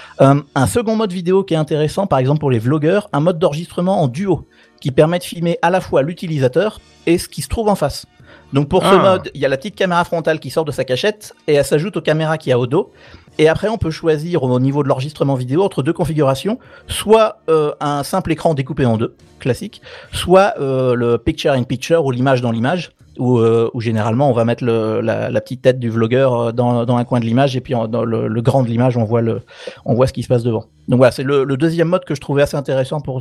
Un second mode vidéo qui est intéressant, par exemple pour les vlogueurs, un mode d'enregistrement en duo qui permet de filmer à la fois l'utilisateur et ce qui se trouve en face. Donc pour ce mode, il y a la petite caméra frontale qui sort de sa cachette et elle s'ajoute aux caméras qu'il y a au dos. Et après, on peut choisir au niveau de l'enregistrement vidéo entre deux configurations, soit un simple écran découpé en deux, classique, soit le picture-in-picture ou l'image dans l'image, où généralement on va mettre la petite tête du vlogueur dans un coin de l'image et puis dans le grand de l'image on voit ce qui se passe devant. Donc voilà, c'est le deuxième mode que je trouvais assez intéressant pour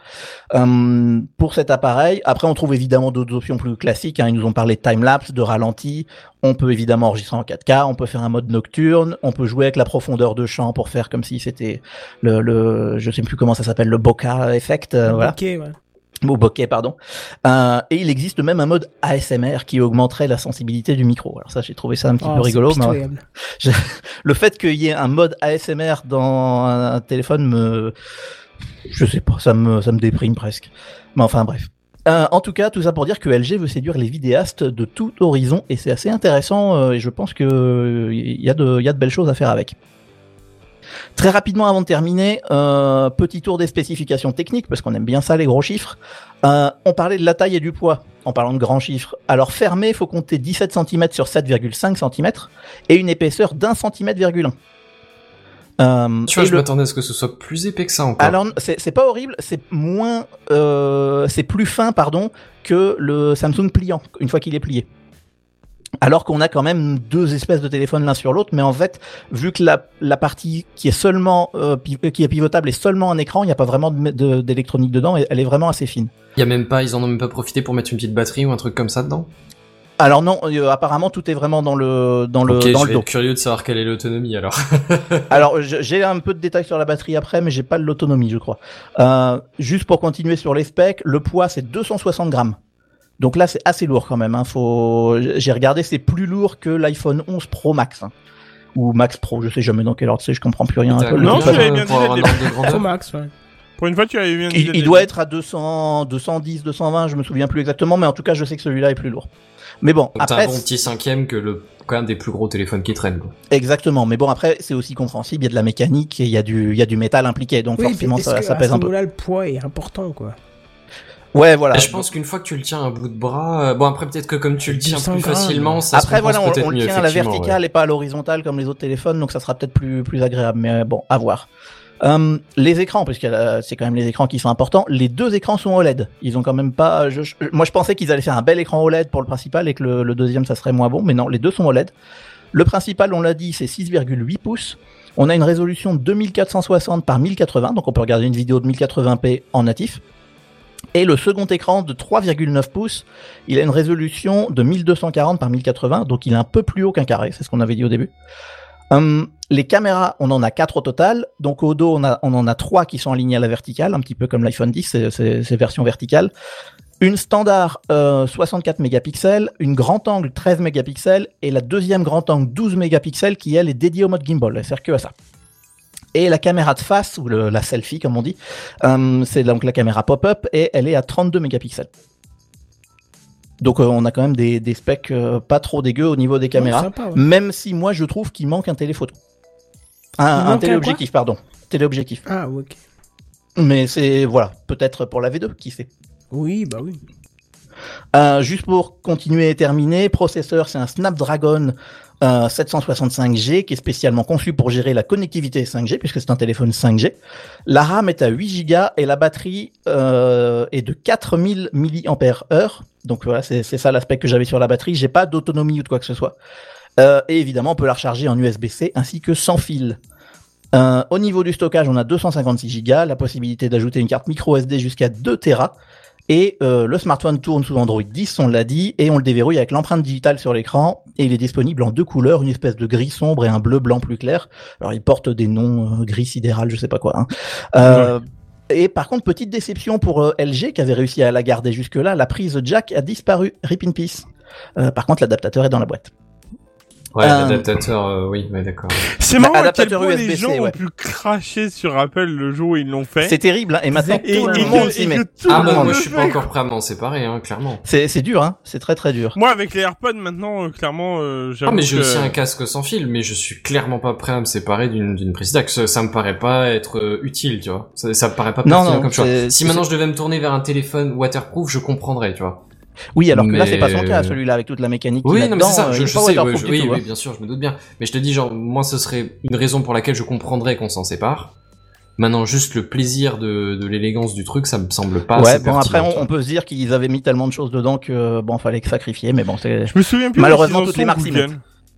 cet appareil. Après on trouve évidemment d'autres options plus classiques, hein. Ils nous ont parlé de time-lapse, de ralenti. On peut évidemment enregistrer en 4K, on peut faire un mode nocturne, on peut jouer avec la profondeur de champ pour faire comme si c'était je sais plus comment ça s'appelle, le bokeh effect, voilà. Okay, ouais. Au bokeh, pardon. Et il existe même un mode ASMR qui augmenterait la sensibilité du micro. Alors ça, j'ai trouvé ça un petit peu rigolo. Mais le fait qu'il y ait un mode ASMR dans un téléphone je sais pas, ça me déprime presque. Mais enfin, bref. En tout cas, tout ça pour dire que LG veut séduire les vidéastes de tout horizon et c'est assez intéressant et je pense que il y a de belles choses à faire avec. Très rapidement avant de terminer, petit tour des spécifications techniques, parce qu'on aime bien ça les gros chiffres. On parlait de la taille et du poids, en parlant de grands chiffres. Alors fermé, il faut compter 17 cm sur 7,5 cm, et une épaisseur d'1,1 cm. Tu vois, je m'attendais à ce que ce soit plus épais que ça encore. Alors, c'est pas horrible, c'est plus fin, que le Samsung pliant, une fois qu'il est plié. Alors qu'on a quand même deux espèces de téléphones l'un sur l'autre, mais en fait, vu que la partie qui est seulement qui est pivotable est seulement un écran, il n'y a pas vraiment d'électronique dedans, et elle est vraiment assez fine. Ils en ont même pas profité pour mettre une petite batterie ou un truc comme ça dedans? Alors non, apparemment tout est vraiment dans le Ok, dans je le vais dos. être curieux de savoir quelle est l'autonomie alors. Alors j'ai un peu de détails sur la batterie après, mais j'ai pas l'autonomie, je crois. Juste pour continuer sur les specs, le poids c'est 260 grammes. Donc là c'est assez lourd quand même. J'ai regardé, c'est plus lourd que l'iPhone 11 Pro Max. Ou Max Pro, je sais jamais dans quel ordre c'est, je comprends plus rien. T'as Apple. Non, combien, tu l'avais bien dit pour avoir dès un le ordre de Pro grandeur Max, ouais. Pour une fois, tu avais bien dit. Il doit être à 200, 210, 220, je me souviens plus exactement, mais en tout cas je sais que celui-là est plus lourd. Mais bon, Donc t'as après un bon petit cinquième que quand même des plus gros téléphones qui traînent, quoi. exactement. Mais bon, après c'est aussi compréhensible, il y a de la mécanique, et il y a du métal impliqué, donc Oui, forcément mais est-ce que ça à pèse ce un peu. niveau-là, le poids est important, quoi. Ouais, voilà. Je pense qu'une fois que tu le tiens à bout de bras, bon après peut-être que comme tu le tiens 200 plus grammes. facilement, ça Après se voilà, compense on peut-être le mieux, tient à la effectivement, verticale et pas à l'horizontale comme les autres téléphones, donc ça sera peut-être plus agréable. Mais bon, à voir. Les écrans, parce que c'est quand même les écrans qui sont importants. Les deux écrans sont OLED. Ils ont quand même pas. Moi, je pensais qu'ils allaient faire un bel écran OLED pour le principal et que le deuxième ça serait moins bon, mais non, les deux sont OLED. Le principal, on l'a dit, c'est 6,8 pouces. On a une résolution de 2460 par 1080, donc on peut regarder une vidéo de 1080p en natif. Et le second écran de 3,9 pouces, il a une résolution de 1240 par 1080, donc il est un peu plus haut qu'un carré, c'est ce qu'on avait dit au début. Les caméras, on en a 4 au total, donc au dos on en a 3 qui sont alignées à la verticale, un petit peu comme l'iPhone 10, c'est version verticale. Une standard 64 mégapixels, une grand angle 13 mégapixels, et la deuxième grand angle 12 mégapixels qui elle est dédiée au mode gimbal, elle sert que à ça. Et la caméra de face, ou la selfie comme on dit, c'est donc la caméra pop-up, et elle est à 32 mégapixels. Donc on a quand même des specs pas trop dégueux au niveau des caméras, sympa, ouais. même si moi je trouve qu'il manque un téléphoto. Un téléobjectif, pardon. Téléobjectif. Ah, ok. Mais c'est, voilà, peut-être pour la V2, qui sait. Oui, bah oui. Juste pour continuer et terminer, processeur, c'est un Snapdragon 765G qui est spécialement conçu pour gérer la connectivité 5G puisque c'est un téléphone 5G. La RAM est à 8 Go et la batterie est de 4000 mAh. Donc voilà, c'est ça l'aspect que j'avais sur la batterie. J'ai pas d'autonomie ou de quoi que ce soit. Et évidemment, on peut la recharger en USB-C ainsi que sans fil. Au niveau du stockage, on a 256 Go, la possibilité d'ajouter une carte micro SD jusqu'à 2 Tera. Et le smartphone tourne sous Android 10, on l'a dit, et on le déverrouille avec l'empreinte digitale sur l'écran. Et il est disponible en 2 couleurs, une espèce de gris sombre et un bleu blanc plus clair. Alors il porte des noms gris sidéral, je sais pas quoi. Et par contre, petite déception pour LG qui avait réussi à la garder jusque-là, la prise jack a disparu, rip in peace. Par contre, l'adaptateur est dans la boîte. Ouais, l'adaptateur, oui, ouais, d'accord. C'est marrant à quel adaptateur point les USB-C, gens ont ouais. pu cracher sur Apple le jour où ils l'ont fait. C'est terrible, hein, et maintenant Et tout le que- monde et s'y met. que tout Ah le bah monde moi le je suis pas fait. encore prêt à m'en séparer, hein, clairement. C'est dur, hein, c'est très très dur. Moi, avec les AirPods, maintenant, clairement, j'avoue Ah mais j'ai que... aussi un casque sans fil, mais je suis clairement pas prêt à me séparer d'une prise jack. Ça me paraît pas être utile, tu vois. Ça me paraît pas Non, pertinent non, comme choix. c'est- Si maintenant je devais me tourner vers un téléphone waterproof, je comprendrais, tu vois. Oui, alors que là, Mais- c'est pas son cas, celui-là, avec toute la mécanique Oui, qu'il a non mais c'est dedans, ça, il est je pas sais, waterproof ouais, du oui, tout, oui, hein. bien sûr, je me doute bien. Mais je te dis, genre, moi ce serait une raison pour laquelle je comprendrais qu'on s'en sépare. Maintenant, juste le plaisir de l'élégance du truc, ça me semble pas Ouais, assez bon, après, pertinent, on peut se dire qu'ils avaient mis tellement de choses dedans que, bon, fallait sacrifier, mais bon, c'est... Je me souviens plus Malheureusement, où est-ce toutes qu'ils les en sont, marques s'y Google.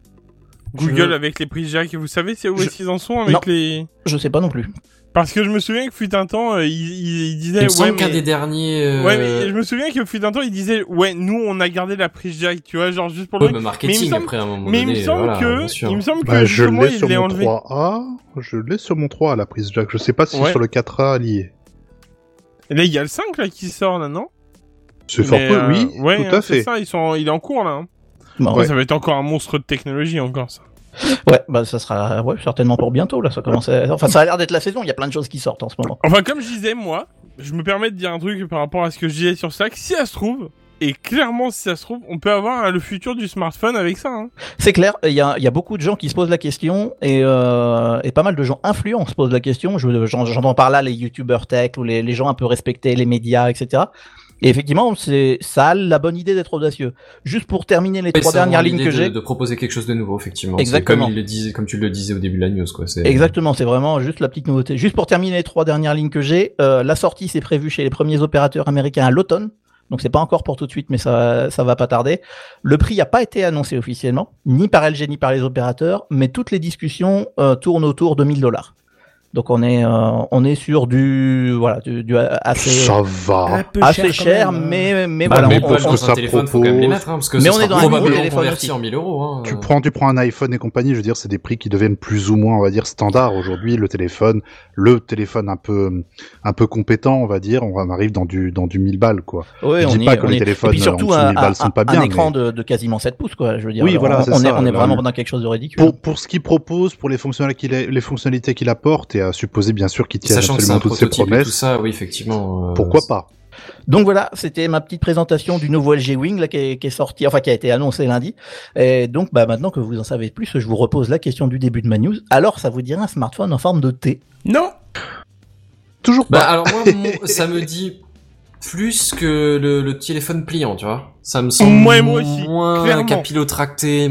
Google Je- avec les prises jack, vous savez c'est où est-ce qu'ils en sont avec Non. les... Je sais pas non plus. Parce que je me souviens que fut un temps, il disait... Il me semble ouais, qu'un mais... des derniers... Ouais, mais je me souviens que fut un temps, il disait, ouais, nous, on a gardé la prise jack, tu vois, genre juste pour le... Ouais, mais marketing semble- après à un moment Mais il donné, me semble voilà, que, bien sûr. il me semble que Bah, je justement, l'ai il sur l'a mon enlevé. 3A. Je l'ai sur mon 3A, la prise jack. Je sais pas si Ouais. sur le 4A lié. Et là, il y a le 5, là, qui sort, là, non? C'est fort Mais, peu, oui, ouais, tout à c'est fait. ça, il est en cours, là. Hein. Bon, Ouais, ça va être encore un monstre de technologie, encore, ça. ouais, bah, ça sera, ouais, certainement pour bientôt, là, ça commence enfin, ça a l'air d'être la saison, il y a plein de choses qui sortent en ce moment. Enfin, comme je disais, moi, je me permets de dire un truc par rapport à ce que je disais sur Slack. Si ça se trouve, et clairement, si ça se trouve, on peut avoir le futur du smartphone avec ça, hein. C'est clair, il y a beaucoup de gens qui se posent la question et pas mal de gens influents se posent la question. J'entends par là les youtubeurs tech ou les gens un peu respectés, les médias, etc. Et effectivement, ça a la bonne idée d'être audacieux. Juste pour terminer les Ouais, 3 c'est vraiment dernières lignes l'idée que j'ai. de proposer quelque chose de nouveau, effectivement. Exactement. C'est comme tu le disais au début de la news, quoi. C'est... Exactement, c'est vraiment juste la petite nouveauté. Juste pour terminer les 3 dernières lignes que j'ai, la sortie c'est prévu chez les premiers opérateurs américains à l'automne. Donc c'est pas encore pour tout de suite, mais ça va pas tarder. Le prix n'a pas été annoncé officiellement, ni par LG ni par les opérateurs, mais toutes les discussions tournent autour de $1000. Donc on est sur du assez Ça va. Un peu assez quand cher, même, mais Bah, voilà. mais on parce dans que un ça téléphone, faut quand même les propose. mettre, hein, parce que Mais ça on est sera dans un gros probablement téléphone converti aussi. en 1000 euros. Hein. Tu prends un iPhone et compagnie, je veux dire, c'est des prix qui deviennent plus ou moins, on va dire, standard. Aujourd'hui, le téléphone un peu compétent, on va dire, on arrive dans du 1000 balles, quoi. Ouais, Je on dis y pas est, que on les y est. téléphones Et puis surtout en dessous de 1000 balles sont pas bien, un écran mais- de quasiment 7 pouces, quoi. Je veux dire, Oui, voilà, c'est on ça, est là, vraiment là. dans quelque chose de ridicule. Pour ce qu'il propose, pour les fonctionnalités qu'il apporte, et à supposer bien sûr qu'il tienne Sachant que c'est absolument un toutes ses prototype et tout promesses, ça, oui, effectivement. pourquoi pas? Donc voilà, c'était ma petite présentation du nouveau LG Wing là, qui est sorti, enfin qui a été annoncé lundi. Et donc maintenant que vous en savez plus, je vous repose la question du début de ma news. Alors, ça vous dirait un smartphone en forme de T? Non. Toujours Bah pas. alors moi, ça me dit plus que le téléphone pliant, tu vois. Ça me semble Ouais, moi aussi, moins clairement. capillotracté,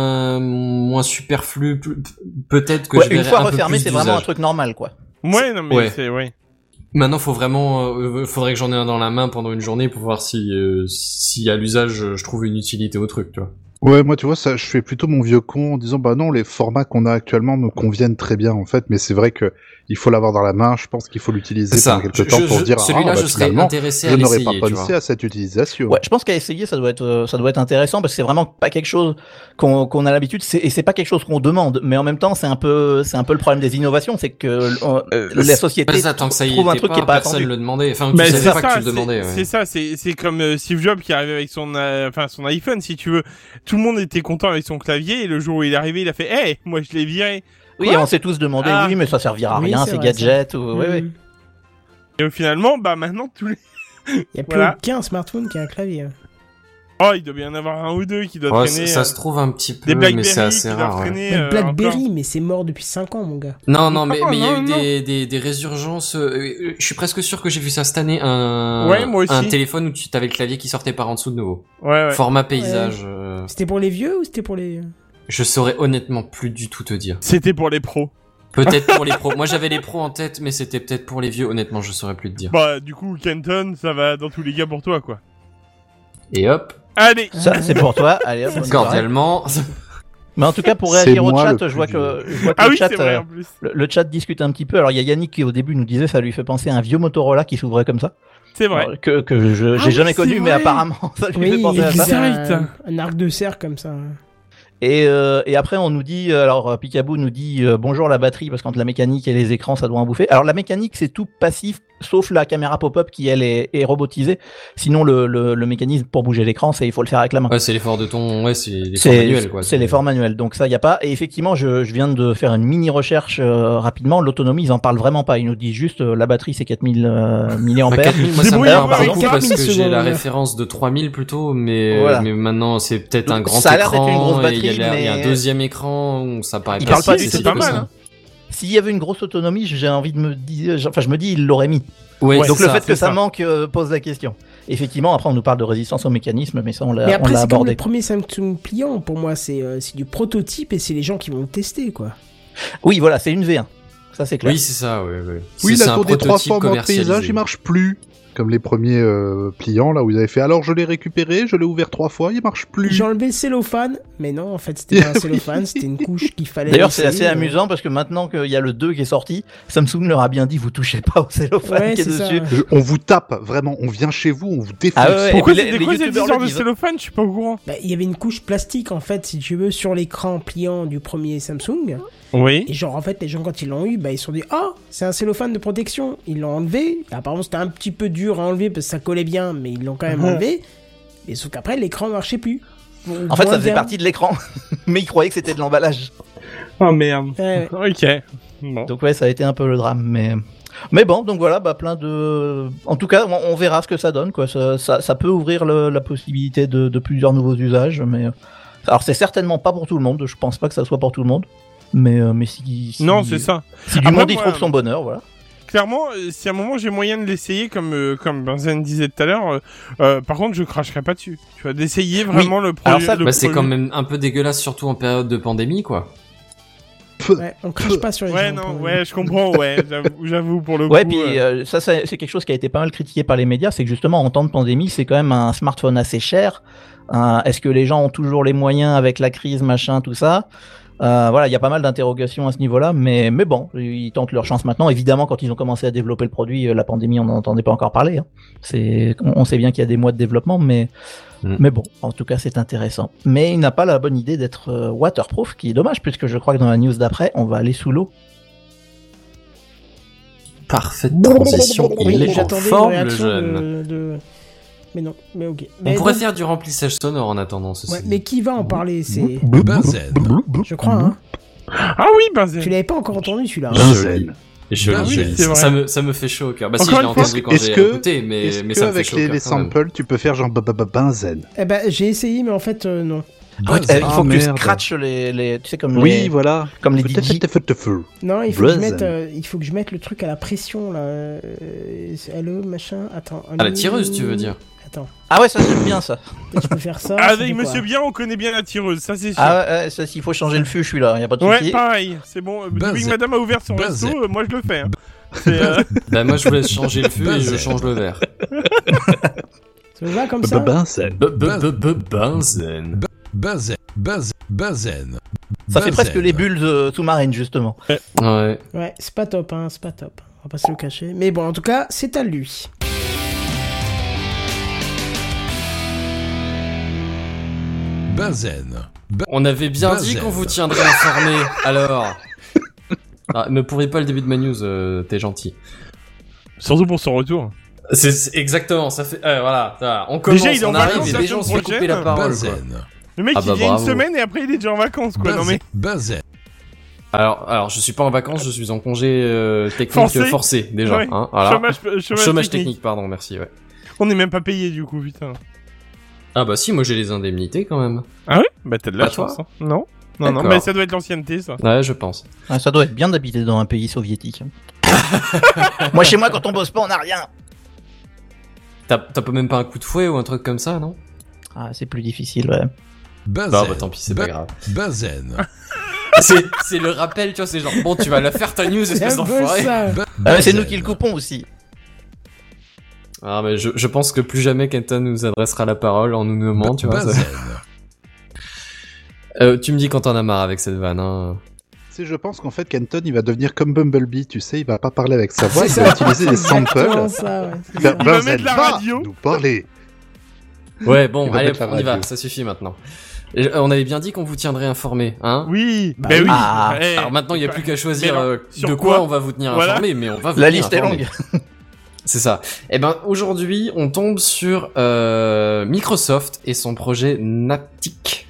moins superflu. Peut-être que Ouais, je une verrais fois un peu refermé, plus c'est vraiment un d'usage. truc normal, quoi. Ouais, non, mais Ouais. c'est, ouais. Maintenant, faut vraiment, faudrait que j'en ai un dans la main pendant une journée pour voir si à l'usage je trouve une utilité au truc, tu vois. Ouais, moi, tu vois, ça, je fais plutôt mon vieux con en disant, bah non, les formats qu'on a actuellement me conviennent très bien, en fait, mais c'est vrai que il faut l'avoir dans la main, je pense qu'il faut l'utiliser C'est ça. pendant quelques temps pour se dire, celui-là, bah, je serais finalement, intéressé je à n'aurais l'essayer, pas tu vois. pensé à cette utilisation. Ouais, je pense qu'à essayer, ça doit être intéressant parce que c'est vraiment pas quelque chose qu'on a l'habitude, et c'est pas quelque chose qu'on demande, mais en même temps, c'est un peu le problème des innovations, c'est que la société Pas ça, tant que ça y trouve un était truc qui est pas personne attendu. le demandait. Enfin, Bah, tu c'est savais pas ça, que tu le demandais. c'est ça, c'est comme Steve Jobs qui arrivait avec son iPhone, si tu veux. Tout le monde était content avec son clavier, et le jour où il est arrivé, il a fait, hey, moi je l'ai viré. Oui, Quoi on s'est tous demandé, Ah. oui, mais ça servira à Oui, rien, c'est c'est vrai, gadget, ou, ouais. Et finalement, bah maintenant, tous les... Il y a plus Voilà. aucun smartphone qui a un clavier. Oh, il doit bien y en avoir un ou deux qui doivent Ouais, traîner. ça se trouve un petit peu, des mais Blackberry c'est assez qui doivent rare. Ouais. traîner. Mais Blackberry, encore. mais c'est mort depuis 5 ans, mon gars. Non, Non, mais il y a non, eu des résurgences. Je suis presque sûr que j'ai vu ça cette année, Ouais, moi aussi. un téléphone où tu avais le clavier qui sortait par en dessous de nouveau. Ouais. Format paysage. C'était pour les vieux ou c'était pour les... Je saurais honnêtement plus du tout te dire. C'était pour les pros. Peut-être pour les pros. Moi j'avais les pros en tête, mais c'était peut-être pour les vieux. Honnêtement, je saurais plus te dire. Bah, du coup, Kenton, ça va dans tous les cas pour toi, quoi. Et hop, Allez. Ça, c'est pour toi, allez hop, bonne soirée. cordialement. Mais en tout cas, pour C'est réagir au moi chat, le je plus vois que Ah le oui, chat, c'est vrai, en plus. le chat discute un petit peu. Alors, il y a Yannick qui, au début, nous disait, ça lui fait penser à un vieux Motorola qui s'ouvrait comme ça. C'est vrai. Alors, que j'ai oui, jamais c'est connu, mais vrai. apparemment, ça lui Oui, fait penser à il ça. faisait Exact. un arc de cerf comme ça. Et après, on nous dit, alors Picaboo nous dit bonjour la batterie, parce qu'entre la mécanique et les écrans, ça doit en bouffer. Alors, la mécanique, c'est tout passif, sauf la caméra pop-up qui, elle, est robotisée. Sinon, le mécanisme pour bouger l'écran, il faut le faire avec la main. Ouais, c'est l'effort de ton, ouais, c'est l'effort manuel, quoi. C'est l'effort manuel, donc ça y a pas. Et effectivement, je viens de faire une mini recherche rapidement. L'autonomie, ils en parlent vraiment pas. Ils nous disent juste la batterie c'est 4000 Bah, milliampères. 4000, moi ça me Débrouillez-vous parle avec beaucoup 4000 parce que j'ai la secondes. référence de 3000 plutôt, mais Voilà. mais maintenant c'est peut-être un grand Ça a l'air d'être écran. une grosse et il y a batterie, il y a un mais- deuxième écran, où ça paraît Ils pas parlent pas si du c'est tout pas de mal, ça. hein. S'il y avait une grosse autonomie, j'ai envie de me dire, enfin je me dis, il l'aurait mis. Ouais, Donc c'est le ça, fait que c'est ça ça. manque pose la question. Effectivement, après on nous parle de résistance au mécanisme, mais ça on Mais l'a après, c'est comme abordé. le premier Samsung pliant. Pour moi, c'est du prototype et c'est les gens qui vont le tester, quoi. Oui, voilà, c'est une V1. Ça c'est clair. Oui, c'est ça, ouais. Oui, C'est la un tour des trois prototype formes en commercialisé. paysage, il marche plus. Comme les premiers pliants, là, où ils avaient fait, alors je l'ai récupéré, je l'ai ouvert 3 fois, il marche plus. J'ai enlevé le cellophane, mais non, en fait, c'était pas un cellophane, c'était une couche qu'il fallait. D'ailleurs, c'est laisser, assez amusant parce que maintenant qu'il y a le 2 qui est sorti, Samsung leur a bien dit vous touchez pas au cellophane Ouais, qui est c'est ça. dessus. On vous tape, vraiment, on vient chez vous, on vous défonce. Ah ouais, Pourquoi et puis c'était quoi cette youtubeurs histoire le de disent. cellophane? Je suis pas au courant. Bah, il y avait une couche plastique, en fait, si tu veux, sur l'écran pliant du premier Samsung. Oui. Et genre, en fait, les gens, quand ils l'ont eu, bah, ils se sont dit, ah, c'est un cellophane de protection. Ils l'ont enlevé. Apparemment, c'était un petit peu dur à enlever parce que ça collait bien, mais ils l'ont quand même enlevé. Mais sauf qu'après, l'écran marchait plus. En fait, Moins ça faisait bien. partie de l'écran, mais ils croyaient que c'était de l'emballage. Oh merde. Ouais, ouais. Ok. Bon. Donc ouais, ça a été un peu le drame, mais bon, donc voilà, bah plein de. En tout cas, on verra ce que ça donne, quoi. Ça peut ouvrir la possibilité de plusieurs nouveaux usages, mais alors c'est certainement pas pour tout le monde. Je pense pas que ça soit pour tout le monde, mais si Non, c'est ça. Si du Après, monde y moi, trouve son bonheur, voilà. Clairement, si à un moment j'ai moyen de l'essayer, comme Benzen disait tout à l'heure, par contre, je cracherai pas dessus. Tu vois, d'essayer vraiment le Alors projet. ça, le Bah, c'est produit. quand même un peu dégueulasse, surtout en période de pandémie, quoi. Ouais, on crache pas sur les Ouais, gens. non, pour- ouais, je comprends, ouais, j'avoue pour le Ouais, coup. puis ça c'est quelque chose qui a été pas mal critiqué par les médias, c'est que justement en temps de pandémie, c'est quand même un smartphone assez cher. Est-ce que les gens ont toujours les moyens avec la crise, machin, tout ça? Voilà, il y a pas mal d'interrogations à ce niveau-là, mais bon, ils tentent leur chance maintenant. Évidemment, quand ils ont commencé à développer le produit, la pandémie, on n'en entendait pas encore parler. Hein. On sait bien qu'il y a des mois de développement, mais bon, en tout cas, c'est intéressant. Mais il n'a pas la bonne idée d'être waterproof, qui est dommage, puisque je crois que dans la news d'après, on va aller sous l'eau. Parfaite transition, il est en j'attendais une forme, le réaction jeune. Mais non, mais ok. On Mais pourrait donc- faire du remplissage sonore en attendant ceci. Ouais, mais qui va en parler? C'est, Benzen. je crois, hein. Ah oui, Benzen. Tu l'avais pas encore entendu celui-là. Benzen. Joli, Ah oui, joli. c'est vrai. Ça me fait chaud au cœur. Bah si, Encore je l'ai une fois, entendu quand est-ce j'ai que- écouté, mais Est-ce ça me fait qu'avec chaud au cœur les quand même. samples, tu peux faire genre Benzen? Eh ben, j'ai essayé, mais en fait, non. Il faut que tu merde. scratches les tu sais, comme Oui, les, voilà. comme les DJ. Non, il faut que je Benzen. mette, il faut que je mette le truc à la pression, là. Hello, machin. Attends. À la tireuse, tu veux dire? Attends. Ah ouais, ça j'aime bien ça. Peut-être je peux faire ça. ça Avec fait quoi Monsieur Bien, on connaît bien la tireuse, ça c'est sûr. Ah ouais, ça, s'il faut changer le fût, je suis là, y a pas de Ouais, souci. pareil, c'est bon. Depuis Benzen. que madame a ouvert son Benzen. resto, moi je le fais. Hein. C'est, Bah moi je vous laisse changer le fût et je Benzen. change le verre. Ça va comme ça? Benzen. Benzen. Benzen. Benzen. Ça fait presque les bulles sous-marines justement. Ouais. Ouais, c'est pas top, hein, c'est pas top. On va pas se le cacher. Mais bon, en tout cas, c'est à lui. Benzen. On avait bien Benzen. dit qu'on vous tiendrait informé, alors. Ah, me pourris pas le début de ma news, t'es gentil. surtout pour son retour. C'est exactement, ça fait... voilà, on commence, Déjà, il est en on arrive vacances et la déjà on se fait semaine couper la prochaine. parole, quoi. Benzen. Le mec Ah bah il vient bravo. une semaine et après il est déjà en vacances quoi. Non mais. Benzen. Alors, je suis pas en vacances, je suis en congé technique Forcé. forcé, déjà. Ouais. Hein, voilà. Chômage technique, pardon, merci, ouais. On n'est même pas payé du coup, putain. Ah bah si, moi j'ai les indemnités quand même. Ah oui? Bah t'as de la Pas toi chance. Hein. Non. Non, D'accord. mais ça doit être l'ancienneté ça. Ouais, je pense. Ah, ça doit être bien d'habiter dans un pays soviétique. Moi, chez moi, quand on bosse pas, on a rien. T'as pas même pas un coup de fouet ou un truc comme ça, non? Ah, c'est plus difficile, ouais. Benzen. Bah tant pis, c'est pas grave. Benzen. C'est le rappel, tu vois, c'est genre, bon, tu vas la faire ta news, C'est espèce un peu d'enfoiré. ça. Ah, c'est nous qui le coupons aussi. Ah, mais je pense que plus jamais Kenton nous adressera la parole en nous nommant, tu vois. Benzen. Tu me dis quand t'en as marre avec cette vanne, hein. Tu sais, je pense qu'en fait, Kenton, il va devenir comme Bumblebee, tu sais, il va pas parler avec sa voix, il C'est va ça. utiliser des Exactement samples. ça, ouais. Il va Benzen mettre la va radio. nous parler. Ouais, bon, Il va allez, mettre la on y va, radio. ça suffit maintenant. Et, on avait bien dit qu'on vous tiendrait informé, hein. Oui. Bah Bah oui. oui. Ah. Eh, Alors maintenant, il n'y a plus qu'à choisir Mais alors, sur de quoi quoi on va vous tenir Voilà. informé, mais on va vous La tenir liste est informé. longue. C'est ça. Eh ben, aujourd'hui, on tombe sur Microsoft et son projet Naptic.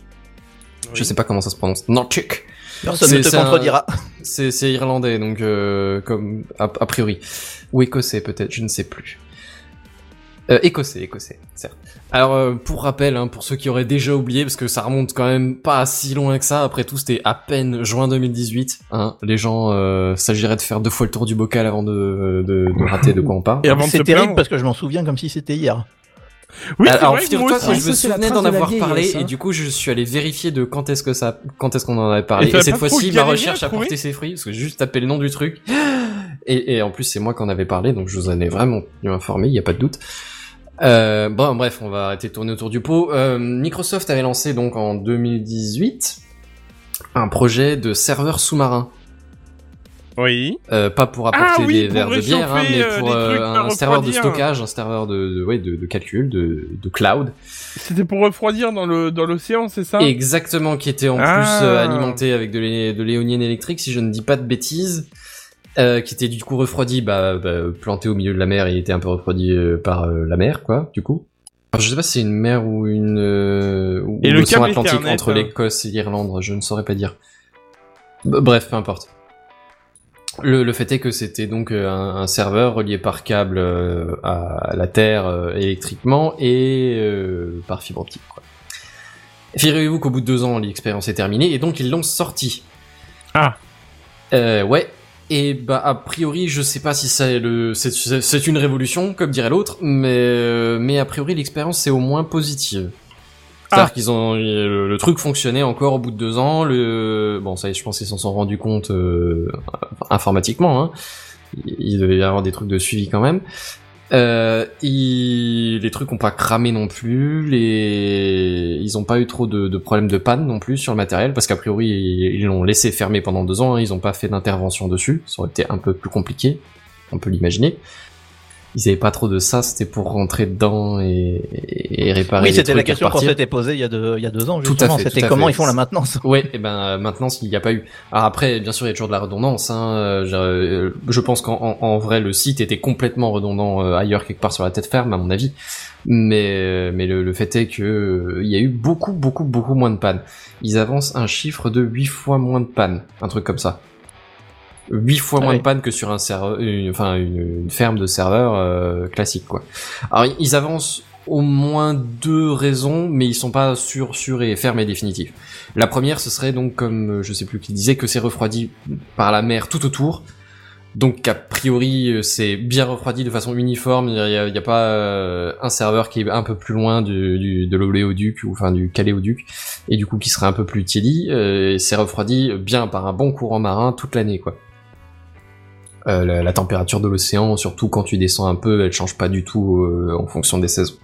Je sais pas comment ça se prononce. Naptic. Personne ne te C'est un- contredira. C'est irlandais, donc comme a priori. Ou écossais peut-être, je ne sais plus. Écossais, certes. Alors, pour rappel, hein, pour ceux qui auraient déjà oublié, parce que ça remonte quand même pas si loin que ça, après tout, c'était à peine juin 2018. Hein, les gens, s'agirait de faire 2 fois le tour du bocal avant de rater de quoi on parle. Et avant de C'est se terrible plaindre. parce que je m'en souviens comme si c'était hier. Oui, c'est Alors, vrai que moi figure-toi aussi. que je Ça, me c'est la souvenais trace d'en de la avoir vieillesse, parlé, hein. et du coup, je suis allé vérifier de quand est-ce qu'on en avait parlé. Et t'as Et cette pas trop fois-ci, ma galéré à recherche a trouver porté ses fruits, parce que j'ai juste tapé le nom du truc. Et en plus, c'est moi qui en avais parlé, donc je vous en ai vraiment tenu informé, il y a pas de doute. Bon, bref, on va arrêter de tourner autour du pot. Microsoft avait lancé donc en 2018 un projet de serveur sous-marin. Oui. Pas pour apporter oui, des pour verres de bière, hein, réchauffer, mais pour des trucs à un serveur de refroidir. stockage, un serveur de calcul, de cloud. C'était pour refroidir dans l'océan, c'est ça? Exactement, qui était en Ah. plus alimenté avec de l'éolienne électrique, si je ne dis pas de bêtises. Qui était du coup refroidi, planté au milieu de la mer, et il était un peu refroidi par la mer, quoi, du coup. Alors, je sais pas si c'est une mer ou une ou Et le l'océan câble Atlantique Ethernet, entre hein. l'Écosse et l'Irlande, je ne saurais pas dire. Bref, peu importe. Le fait est que c'était donc un serveur relié par câble à la Terre électriquement et par fibre optique, quoi. Figurez-vous qu'au bout de 2 ans, l'expérience est terminée, et donc ils l'ont sorti. Ah. Ouais. Et a priori, je sais pas si c'est une révolution, comme dirait l'autre, mais a priori, l'expérience c'est au moins positive. C'est-à-dire qu'ils ont le truc fonctionnait encore au bout de 2 ans. Bon, ça, je pense qu'ils s'en sont rendus compte informatiquement. Hein. Il devait y avoir des trucs de suivi quand même. Les trucs ont pas cramé non plus, ils ont pas eu trop de problèmes de panne non plus sur le matériel, parce qu'a priori ils l'ont laissé fermer pendant 2 ans, hein, ils ont pas fait d'intervention dessus, ça aurait été un peu plus compliqué, on peut l'imaginer. Ils avaient pas trop de ça, c'était pour rentrer dedans et réparer les trucs. Oui, c'était la question qu'on repartir. s'était posée il y a 2 ans, Tout justement. à fait, C'était tout à comment fait. ils font la maintenance. Ouais, et ben maintenance, il n'y a pas eu. Alors après, bien sûr, il y a toujours de la redondance. Hein. Je pense qu'en vrai, le site était complètement redondant ailleurs quelque part sur la tête ferme, à mon avis. Mais le fait est que il y a eu beaucoup moins de pannes. Ils avancent un chiffre de 8 fois moins de pannes, un truc comme ça. 8 fois moins de panne que sur un serveur, une ferme de serveurs classique, quoi. Alors ils avancent au moins 2 raisons, mais ils sont pas sûrs et fermes et définitifs. La première, ce serait donc, comme je sais plus qui disait, que c'est refroidi par la mer tout autour. Donc a priori c'est bien refroidi de façon uniforme, il y a pas un serveur qui est un peu plus loin de l'oléoduc ou enfin du caléoduc et du coup qui serait un peu plus tiédi, c'est refroidi bien par un bon courant marin toute l'année, quoi. La température de l'océan, surtout quand tu descends un peu, elle change pas du tout en fonction des saisons.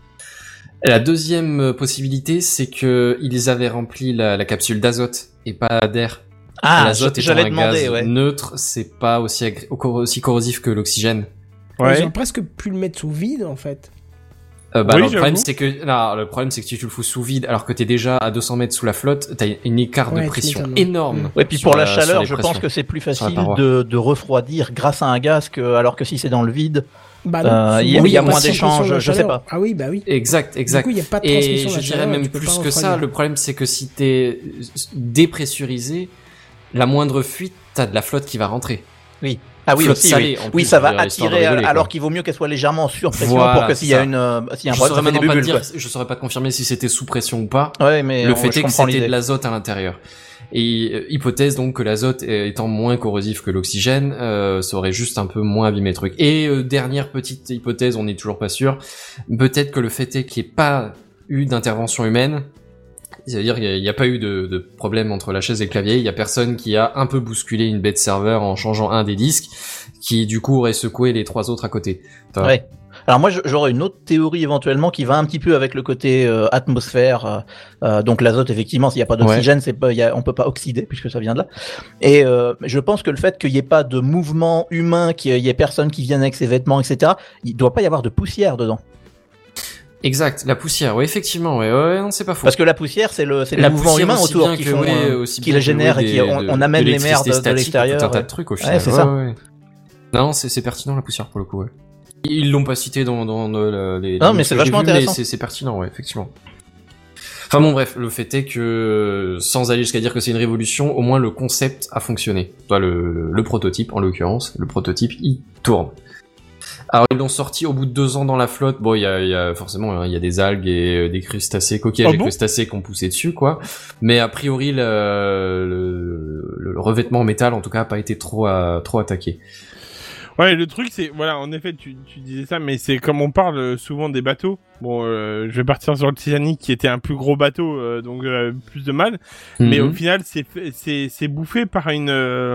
La deuxième possibilité, c'est que ils avaient rempli la capsule d'azote et pas d'air. L'azote étant j'allais un demander, gaz neutre, c'est pas aussi corrosif que l'oxygène. Ils ont presque pu le mettre sous vide, en fait. Le problème c'est que si tu le fous sous vide alors que t'es déjà à 200 mètres sous la flotte, t'as une écart de pression énorme. Ouais, puis pour la chaleur, je pense que c'est plus facile de refroidir grâce à un gaz alors que si c'est dans le vide. Il y a moins d'échanges, je sais pas. Ah oui, bah oui. Exact. Du coup, il y a pas de transmission et de je dirais même plus que ça, le problème c'est que si t'es dépressurisé, la moindre fuite, t'as de la flotte qui va rentrer. Oui. Ah oui, flotte aussi, salée, oui, ça va attirer, alors qu'il vaut mieux qu'elle soit légèrement sur pression pour que s'il y a un problème, ça fait des bulles, quoi. Je saurais pas te confirmer si c'était sous pression ou pas. Ouais, mais le fait est que c'était de l'azote à l'intérieur. Et hypothèse donc que l'azote étant moins corrosif que l'oxygène, ça aurait juste un peu moins abîmé le truc. Et dernière petite hypothèse, on n'est toujours pas sûr, peut-être que le fait est qu'il n'y ait pas eu d'intervention humaine, c'est-à-dire qu'il n'y a pas eu de problème entre la chaise et le clavier, il y a personne qui a un peu bousculé une baie de serveur en changeant un des disques, qui du coup aurait secoué les 3 autres à côté. Ouais. Alors moi j'aurais une autre théorie éventuellement qui va un petit peu avec le côté atmosphère, donc l'azote effectivement s'il n'y a pas d'oxygène on peut pas oxyder puisque ça vient de là, et je pense que le fait qu'il n'y ait pas de mouvement humain, qu'il y ait personne qui vienne avec ses vêtements, etc., il doit pas y avoir de poussière dedans. Exact, la poussière, ouais, effectivement, ouais, non, c'est pas faux. Parce que la poussière, c'est le mouvement humain autour qui la génère et on amène les merdes de l'extérieur. Tout un tas de trucs au final. Ouais, c'est ça. Ouais. Non, c'est pertinent la poussière pour le coup, ouais. Ils l'ont pas cité dans les. Non, mais c'est vachement intéressant. Mais c'est pertinent, ouais, effectivement. Enfin bon, bref, le fait est que, sans aller jusqu'à dire que c'est une révolution, au moins le concept a fonctionné. Toi, le prototype, en l'occurrence, le prototype, il tourne. Alors ils l'ont sorti au bout de 2 ans dans la flotte. Bon, il y a forcément il y a des algues et des crustacés, coquillages et crustacés qui ont poussé dessus, quoi. Mais a priori le revêtement en métal, en tout cas, a pas été trop attaqué. Ouais, le truc c'est, voilà, en effet, tu disais ça, mais c'est comme on parle souvent des bateaux. Bon, je vais partir sur le Titanic qui était un plus gros bateau, donc plus de mal. Mais au final, c'est bouffé par un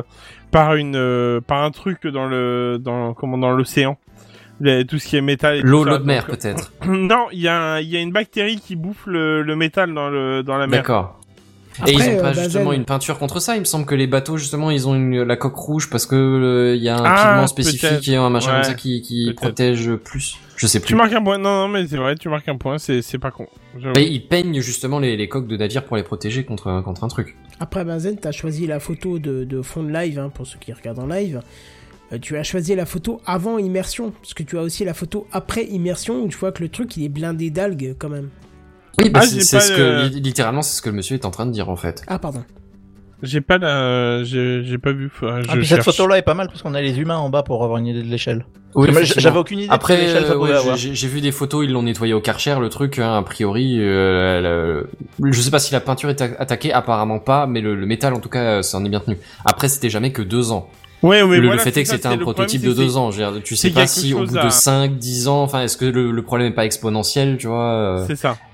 truc dans l'océan. Tout ce qui est métal et l'eau tout ça. de mer peut-être. Non, il y a une bactérie qui bouffe le métal dans la mer. D'accord. Après, et ils ont pas justement une peinture contre ça. Il me semble que les bateaux justement ils ont la coque rouge parce que il y a un pigment spécifique et un machin comme ça qui protège plus. Je sais plus. Tu marques un point. Non mais c'est vrai, tu marques un point. C'est pas con. Et ils peignent justement les coques de navire pour les protéger contre un truc. Après Benzen, t'as choisi la photo de fond de live, hein, pour ceux qui regardent en live. Tu as choisi la photo avant immersion, parce que tu as aussi la photo après immersion où tu vois que le truc il est blindé d'algues quand même. Oui, bah littéralement c'est ce que le monsieur est en train de dire en fait. Ah pardon. J'ai pas vu. Puis cette photo-là est pas mal parce qu'on a les humains en bas pour avoir une idée de l'échelle. Oui, j'avais aucune idée. Après, de l'échelle ça pouvait avoir. J'ai vu des photos, ils l'ont nettoyé au Karcher, le truc, hein, a priori, je sais pas si la peinture est attaquée, apparemment pas, mais le métal en tout cas, ça en est bien tenu. Après, c'était jamais que 2 ans. Ouais, le fait est que c'était un prototype de 2 ans. Tu sais pas si au bout de 5, 10 ans, enfin, est-ce que le problème est pas exponentiel, tu vois C'est ça.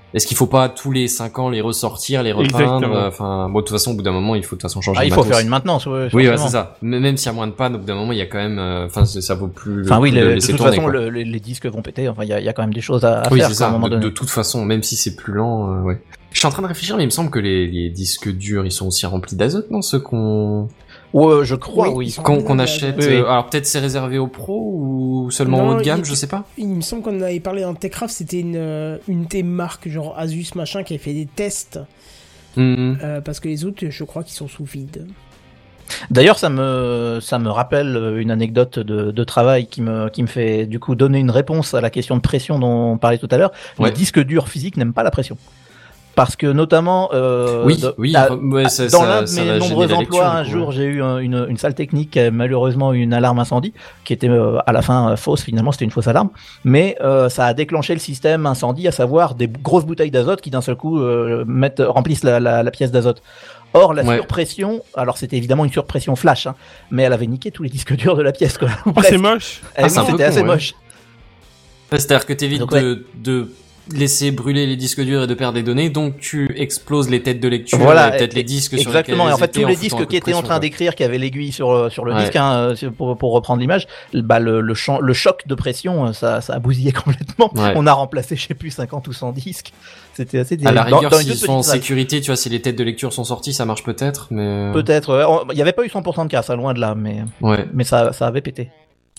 Est-ce qu'il faut pas tous les 5 ans les ressortir, les repeindre? Exactement. Enfin, bon, de toute façon, au bout d'un moment, il faut de toute façon changer. Il de faut matos. faire une maintenance. Oui, ouais, forcément. c'est ça. Mais même s'il y a moins de panne, au bout d'un moment, il y a quand même, enfin, ça vaut plus. Enfin oui, le coup de laisser toute tourner, façon, quoi. les disques vont péter. Enfin, il y a quand même des choses à Oui, faire c'est quoi, à ça. un moment De donné. toute façon, même si c'est plus lent, ouais. Je suis en train de réfléchir, mais il me semble que les disques durs, ils sont aussi remplis d'azote, non? Ceux Ouais, je crois, oui. ils sont qu'on remplis achète. d'azote. Oui, oui. Alors peut-être c'est réservé aux pros ou seulement Non, haut de gamme, il- je sais pas. Il me semble qu'on en avait parlé dans Techcraft, c'était une des marques genre Asus machin qui avait fait des tests parce que les autres, je crois qu'ils sont sous vide. D'ailleurs, ça me rappelle une anecdote de travail qui me fait du coup donner une réponse à la question de pression dont on parlait tout à l'heure. Ouais. Les disques durs physiques n'aiment pas la pression. Parce que notamment Oui, dans ça l'un de ça mes va gêner nombreux la emplois, lecture, un du coup, jour, ouais. j'ai eu une salle technique, malheureusement une alarme incendie, qui était à la fin fausse, finalement c'était une fausse alarme, mais ça a déclenché le système incendie, à savoir des grosses bouteilles d'azote qui d'un seul coup remplissent la pièce d'azote. Or, la Ouais. surpression, alors c'était évidemment une surpression flash, hein, mais elle avait niqué tous les disques durs de la pièce, quoi. Oh, Presque. c'est moche. Eh oui, c'est un peu c'était con, assez ouais. moche. Ouais, c'est-à-dire que t'évites Donc, ouais. de laisser brûler les disques durs et de perdre des données, donc tu exploses les têtes de lecture Voilà, et peut-être les disques sur exactement. Et lesquels en fait, étaient tous les foutant un disques coup qui de étaient en pression, train quoi. d'écrire, qui avaient l'aiguille sur le Ouais. disque, hein, pour reprendre l'image, bah, le choc de pression, ça a bousillé complètement. Ouais. On a remplacé, je sais plus, 50 ou 100 disques. C'était assez À terrible. la rigueur, Dans une s'ils toute sont en petite salle. sécurité, tu vois, si les têtes de lecture sont sorties, ça marche peut-être, mais... Peut-être. Ouais. Il n'y avait pas eu 100% de casse, hein, loin de là, Ouais. mais ça avait pété.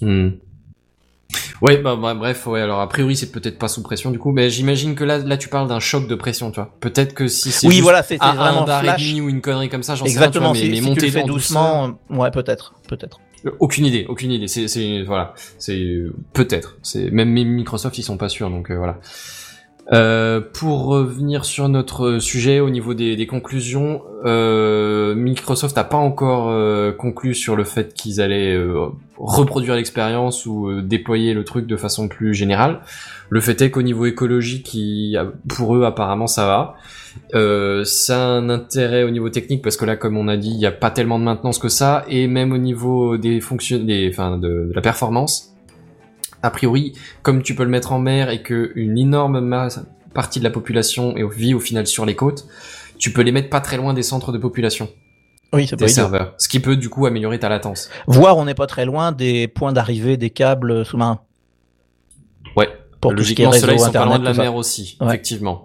Ouais, bah bref, ouais, alors a priori c'est peut-être pas sous pression du coup, mais j'imagine que là tu parles d'un choc de pression, tu vois. Peut-être que si c'est Oui, juste voilà, c'était un vraiment bar et flash. demi ou une connerie comme ça, j'en sais Exactement. rien, tu vois, Si mais tu le monter fais en doucement, ouais, peut-être. Aucune idée. Voilà, c'est peut-être. C'est même Microsoft ils sont pas sûrs, donc voilà. Pour revenir sur notre sujet au niveau des conclusions, Microsoft n'a pas encore conclu sur le fait qu'ils allaient reproduire l'expérience ou déployer le truc de façon plus générale. Le fait est qu'au niveau écologique, pour eux apparemment ça va. Ça a un intérêt au niveau technique parce que là, comme on a dit, il n'y a pas tellement de maintenance que ça, et même au niveau des fonctions, de la performance. A priori, comme tu peux le mettre en mer et que une énorme partie de la population vit au final sur les côtes, tu peux les mettre pas très loin des centres de population, Oui, c'est pas des idiot. serveurs. Ce qui peut du coup améliorer ta latence. Voire, on n'est pas très loin des points d'arrivée des câbles sous-marins. Ouais. Pour tout ce qui est Logiquement, réseau, ceux-là, ils sont pas internet, loin de la tout ça. mer aussi, Ouais. effectivement.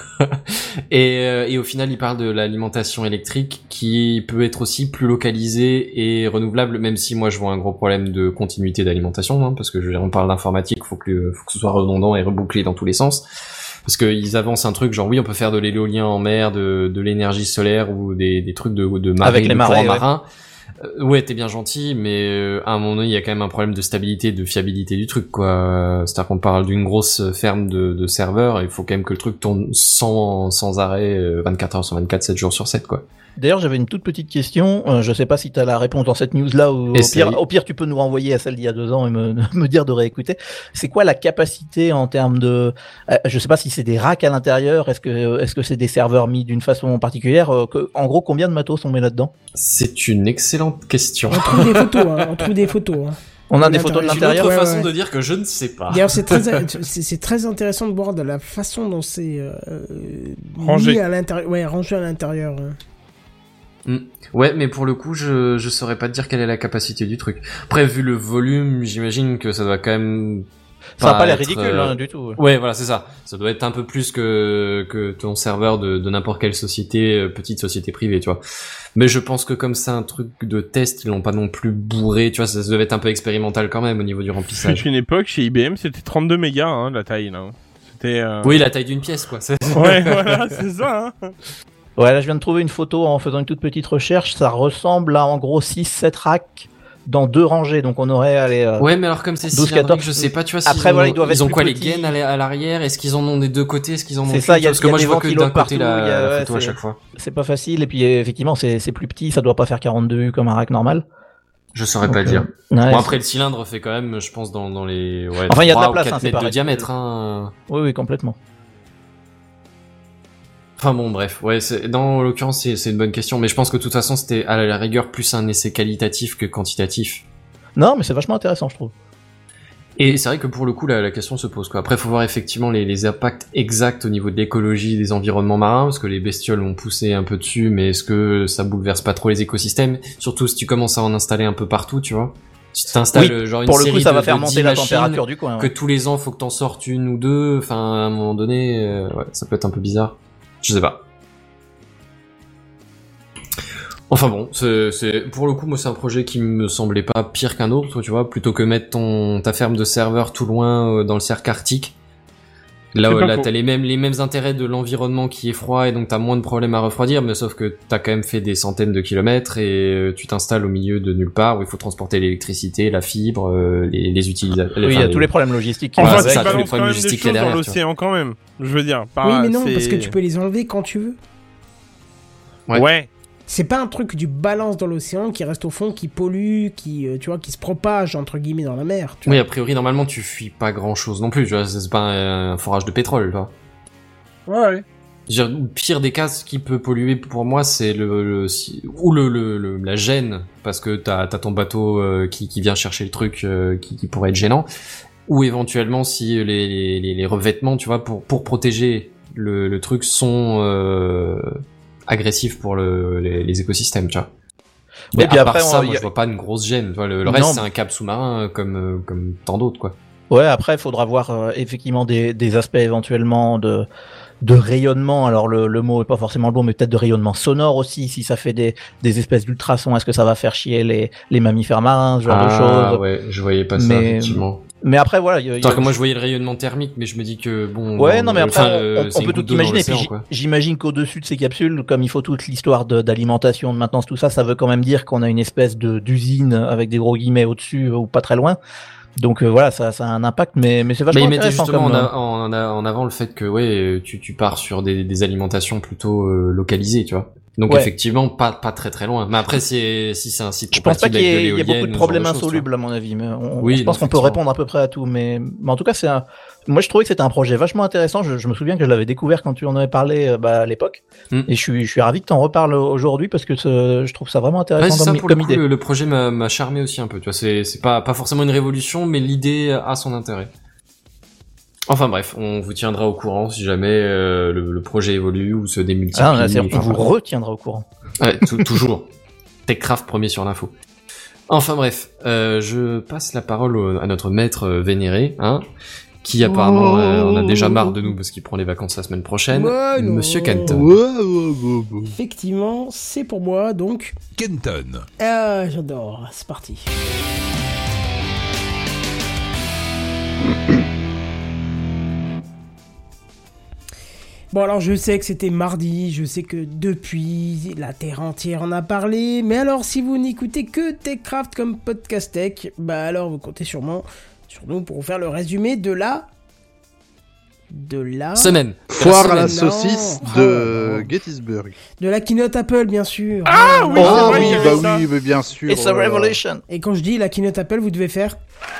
Et au final, il parle de l'alimentation électrique qui peut être aussi plus localisée et renouvelable, même si moi je vois un gros problème de continuité d'alimentation, hein, parce que on parle d'informatique, faut que ce soit redondant et rebouclé dans tous les sens. Parce qu'ils avancent un truc genre oui, on peut faire de l'éolien en mer, de l'énergie solaire ou des trucs de marée, Avec les de marées, courants ouais. marins. Ouais, t'es bien gentil, mais à un moment donné, il y a quand même un problème de stabilité, de fiabilité du truc, quoi. C'est-à-dire qu'on parle d'une grosse ferme de serveurs, il faut quand même que le truc tourne sans arrêt, 24 heures sur 24, 7 jours sur 7, quoi. D'ailleurs, j'avais une toute petite question. Je sais pas si tu as la réponse dans cette news-là ou au pire, tu peux nous renvoyer à celle d'il y a 2 ans et me dire de réécouter. C'est quoi la capacité en termes de... je sais pas si c'est des racks à l'intérieur, est-ce que c'est des serveurs mis d'une façon particulière en gros, combien de matos on met là-dedans? C'est une excellente question. On trouve des photos. Hein. On a des photos de l'intérieur. C'est une autre Ouais, façon ouais. de dire que je ne sais pas. D'ailleurs, c'est très intéressant de voir de la façon dont c'est Rangé. mis à l'intérieur. Ouais, rangé à l'intérieur. Hein. Ouais, mais pour le coup, je saurais pas te dire quelle est la capacité du truc. Après, vu le volume, j'imagine que ça doit quand même... Ça n'a pas l'air être, ridicule du tout. Ouais, voilà, c'est ça. Ça doit être un peu plus que ton serveur de n'importe quelle société, petite société privée, tu vois. Mais je pense que comme c'est un truc de test, ils l'ont pas non plus bourré, tu vois, ça devait être un peu expérimental quand même au niveau du remplissage. Fut une époque, chez IBM, c'était 32 mégas, hein, la taille, là. C'était... Oui, la taille d'une pièce, quoi. Ouais, voilà, c'est ça, hein. Ouais, là, je viens de trouver une photo en faisant une toute petite recherche. Ça ressemble à, en gros, 6-7 racks dans 2 rangées. Donc, on aurait, ouais, mais alors, comme c'est 12, cylindrique, 14. je sais pas, tu vois, Après, voilà, ils doivent être ont plus quoi, les petits. gaines à l'arrière? Est-ce qu'ils en ont des deux côtés? Est-ce qu'ils en ont C'est ça, il y a parce que moi, des je vois que ventilos d'un côté partout, la ouais, photo à chaque fois. c'est pas facile. Et puis, effectivement, c'est plus petit. Ça doit pas faire 42 U comme un rack normal. Je saurais Donc, pas dire. Ouais, Bon, après, le cylindre fait quand même, je pense, dans les, ouais, Enfin, il y a de la 3 ou place, 4 hein, c'est mètres de pareil. diamètre, hein. Oui, complètement. Enfin bon, bref, ouais, dans l'occurrence, c'est une bonne question, mais je pense que de toute façon, c'était à la rigueur plus un essai qualitatif que quantitatif. Non, mais c'est vachement intéressant, je trouve. Et c'est vrai que pour le coup, la question se pose, quoi. Après, faut voir effectivement les impacts exacts au niveau de l'écologie, des environnements marins, parce que les bestioles vont pousser un peu dessus, mais est-ce que ça bouleverse pas trop les écosystèmes? Surtout si tu commences à en installer un peu partout, tu vois. Si tu t'installes genre une pour le série coup, ça va de faire 10 monter la machines, température du coin. que Ouais. tous les ans, faut que t'en sortes une ou deux, enfin, à un moment donné, ouais, ça peut être un peu bizarre. Je sais pas. Enfin bon, c'est pour le coup, moi c'est un projet qui me semblait pas pire qu'un autre, tu vois, plutôt que mettre ta ferme de serveurs tout loin dans le cercle arctique. Là t'as les mêmes intérêts de l'environnement qui est froid et donc t'as moins de problèmes à refroidir, mais sauf que t'as quand même fait des centaines de kilomètres et tu t'installes au milieu de nulle part où il faut transporter l'électricité, la fibre, les utilisateurs. Oui, il y a tous les problèmes logistiques. qui Ouais, Enfin, vont c'est tu ça, avec. tous les balances quand problèmes même des logistiques choses qu'il y a dans derrière, tu l'océan quand même. Je veux dire. Oui, mais non, parce que tu peux les enlever quand tu veux. Ouais. C'est pas un truc que tu balances dans l'océan qui reste au fond, qui pollue, qui se propage entre guillemets dans la mer. Tu vois. Oui, a priori, normalement, tu fuis pas grand chose non plus, tu vois, c'est pas un forage de pétrole, tu vois. Ouais. Je veux dire, au pire des cas, ce qui peut polluer pour moi, c'est la gêne, parce que t'as ton bateau qui vient chercher le truc qui pourrait être gênant, ou éventuellement si les revêtements, tu vois, pour protéger le truc sont agressifs pour les écosystèmes, tu vois. Mais Et puis à après, part ça, il moi y a- je vois pas une grosse gêne, tu vois. Le Non. reste c'est un câble sous-marin comme tant d'autres, quoi. Ouais, après, il faudra voir effectivement des aspects éventuellement de rayonnement. Alors le mot est pas forcément le bon, mais peut-être de rayonnement sonore aussi. Si ça fait des espèces d'ultrasons, est-ce que ça va faire chier les mammifères marins, ce genre de choses. Ouais, je voyais pas ça, Mais- effectivement. Mais après, voilà. il y a- C'est-à-dire que moi je voyais le rayonnement thermique, mais je me dis que bon. Ouais, non, mais après, c'est on une peut goutte tout d'eau dans imaginer. Et puis, l'océan, quoi. j'imagine qu'au-dessus de ces capsules, comme il faut toute l'histoire d'alimentation, de maintenance, tout ça, ça veut quand même dire qu'on a une espèce d'usine avec des gros guillemets au-dessus ou pas très loin. Donc voilà, ça a un impact, mais c'est Mais vachement ils mettaient intéressant. justement Comme, en avant le fait que ouais, tu pars sur des alimentations plutôt localisées, tu vois. Donc Ouais. effectivement, pas très très loin. Mais après, si c'est un site je pense pas compatible qu'il y avec de ait il y a l'éolienne, beaucoup de ce problèmes genre choses, insolubles à mon avis, mais Oui, je pense non, qu'on peut effectivement. répondre à peu près à tout. Mais en tout cas, moi je trouvais que c'était un projet vachement intéressant. Je me souviens que je l'avais découvert quand tu en avais parlé à l'époque, et je suis ravi que tu en reparles aujourd'hui parce que je trouve ça vraiment Ouais, intéressant c'est ça, pour le comme coup, idée. le projet m'a charmé aussi un peu, tu vois. C'est pas forcément une révolution, mais l'idée a son intérêt. Enfin bref, on vous tiendra au courant si jamais le projet évolue ou se démultiplie. Ah, on enfin, vous retiendra au courant. Ouais, toujours. Techcraft premier sur l'info. Enfin bref, je passe la parole à notre maître vénéré, hein, qui apparemment en a déjà marre de nous parce qu'il prend les vacances la semaine prochaine. Ouais, non. Monsieur Kenton. Effectivement, c'est pour moi donc. Kenton. Ah, j'adore. C'est parti. Bon, alors je sais que c'était mardi, je sais que depuis, la terre entière en a parlé, mais alors si vous n'écoutez que TechCraft comme podcast tech, bah alors vous comptez sûrement sur nous pour vous faire le résumé de la Semaine. Foire à la Non. saucisse Oh de là là. Gettysburg. de la keynote Apple, bien sûr. Ah oui, c'est Oh vrai oui, qu'il y bah avait ça. oui, mais bien sûr. It's a revelation. Et quand je dis la keynote Apple, vous devez faire...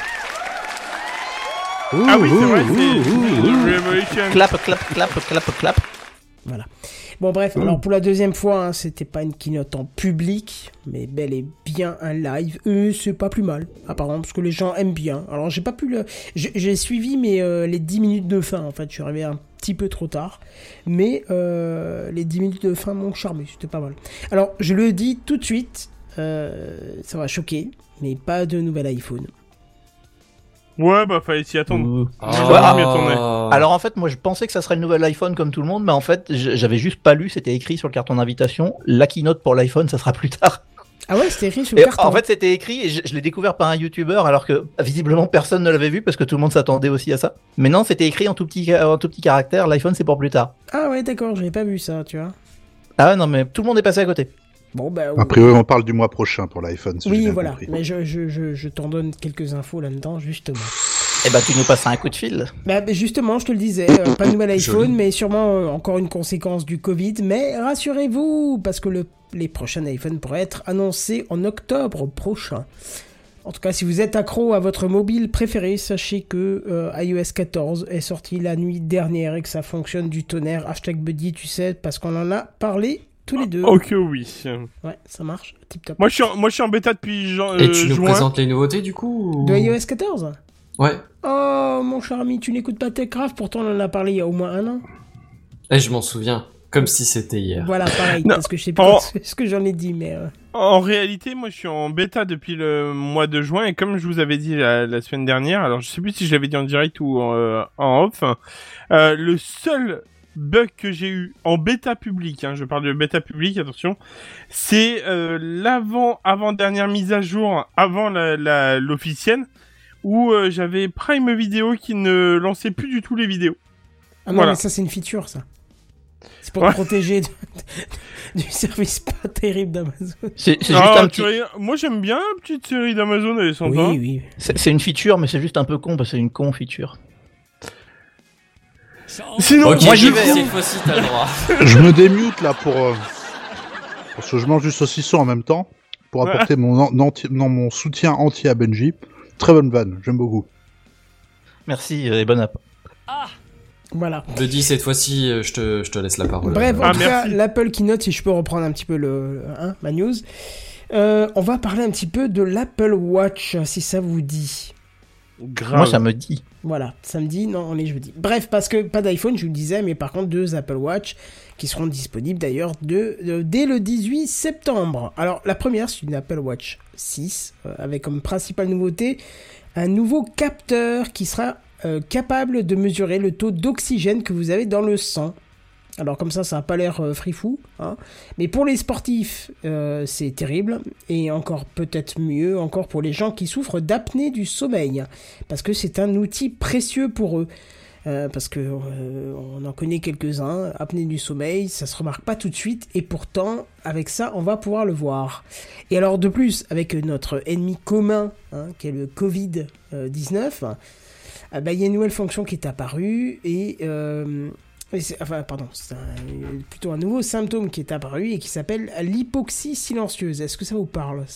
Ah oui, c'est vrai, c'est Revolution. Clap, clap, clap, clap, clap. Voilà. Bon bref, alors pour la deuxième fois, hein, c'était pas une keynote en public, mais bel et bien un live. C'est pas plus mal, apparemment, parce que les gens aiment bien. Alors j'ai pas pu le... J'ai suivi les 10 minutes de fin, en fait, je suis arrivé un petit peu trop tard. Mais les 10 minutes de fin m'ont charmé, c'était pas mal. Alors, je le dis tout de suite, ça va choquer, mais pas de nouvel iPhone. Ouais, bah fallait s'y attendre. Ah. m'y attendais. Alors en fait, moi je pensais que ça serait le nouvel iPhone comme tout le monde, mais en fait, j'avais juste pas lu, c'était écrit sur le carton d'invitation, la keynote pour l'iPhone, ça sera plus tard. Ah ouais, c'était écrit sur le Et carton. en fait, c'était écrit et je l'ai découvert par un YouTuber alors que visiblement personne ne l'avait vu parce que tout le monde s'attendait aussi à ça. Mais non, c'était écrit en tout petit caractère, l'iPhone c'est pour plus tard. Ah ouais, d'accord, j'avais pas vu ça, tu vois. Ah non, mais tout le monde est passé à côté. Bon, bah... A priori, on parle du mois prochain pour l'iPhone. Si j'ai oui, bien voilà, compris. mais je t'en donne quelques infos là-dedans, justement. Eh ben, tu nous passes un coup de fil. Bah, justement, je te le disais, pas de nouvel iPhone, Joli. mais sûrement encore une conséquence du Covid. Mais rassurez-vous, parce que les prochains iPhones pourraient être annoncés en octobre prochain. En tout cas, si vous êtes accro à votre mobile préféré, sachez que iOS 14 est sorti la nuit dernière et que ça fonctionne du tonnerre. #Buddy, tu sais, parce qu'on en a parlé tous les deux. Ok, oui. Ouais, ça marche, tip top. Moi, je suis en bêta depuis Et tu nous juin. présentes les nouveautés du coup ou... De iOS 14 ? Ouais. Oh, mon cher ami, tu n'écoutes pas TechCraft, pourtant on en a parlé il y a au moins un an. Et je m'en souviens, comme si c'était hier. Voilà, pareil, Non. parce que je sais pas ce que j'en ai dit, mais... En réalité, moi, je suis en bêta depuis le mois de juin, et comme je vous avais dit la semaine dernière, alors je sais plus si je l'avais dit en direct ou en off, le seul bug que j'ai eu en bêta publique, je parle de bêta publique, attention, c'est avant-dernière mise à jour avant l'officielle, où j'avais Prime Video qui ne lançait plus du tout les vidéos. Ah non, Voilà. mais ça, c'est une feature, ça. C'est pour Ouais. te protéger du service pas terrible d'Amazon. C'est juste Ah, un petit... Moi, j'aime bien la petite série d'Amazon, elle est sympa. Oui, oui. C'est une feature, mais c'est juste un peu con, parce que c'est une con feature. Sinon, Ok, moi, j'y vais, Cette hein. fois-ci, t'as le droit. Je me démute là parce que je mange du saucisson en même temps pour apporter mon soutien entier à Benji. Très bonne vanne, j'aime beaucoup. Merci et bonne app. Voilà. Buddy, cette fois-ci, je te laisse la parole. Bref, en Ah, tout cas, merci. l'Apple Keynote, si je peux reprendre un petit peu ma news, on va parler un petit peu de l'Apple Watch, si ça vous dit. grave. Moi, ça me dit. Voilà, samedi, non, on est jeudi. Bref, parce que pas d'iPhone, je vous le disais, mais par contre 2 Apple Watch qui seront disponibles d'ailleurs dès le 18 septembre. Alors, la première, c'est une Apple Watch 6, avec comme principale nouveauté un nouveau capteur qui sera capable de mesurer le taux d'oxygène que vous avez dans le sang. Alors comme ça n'a pas l'air free-fou, hein. Mais pour les sportifs, c'est terrible, et encore peut-être mieux encore pour les gens qui souffrent d'apnée du sommeil, parce que c'est un outil précieux pour eux. Parce que on en connaît quelques-uns, apnée du sommeil, ça se remarque pas tout de suite, et pourtant, avec ça, on va pouvoir le voir. Et alors de plus, avec notre ennemi commun, qui est le Covid-19, il y a une nouvelle fonction qui est apparue, et c'est plutôt un nouveau symptôme qui est apparu et qui s'appelle l'hypoxie silencieuse. Est-ce que ça vous parle, ça ?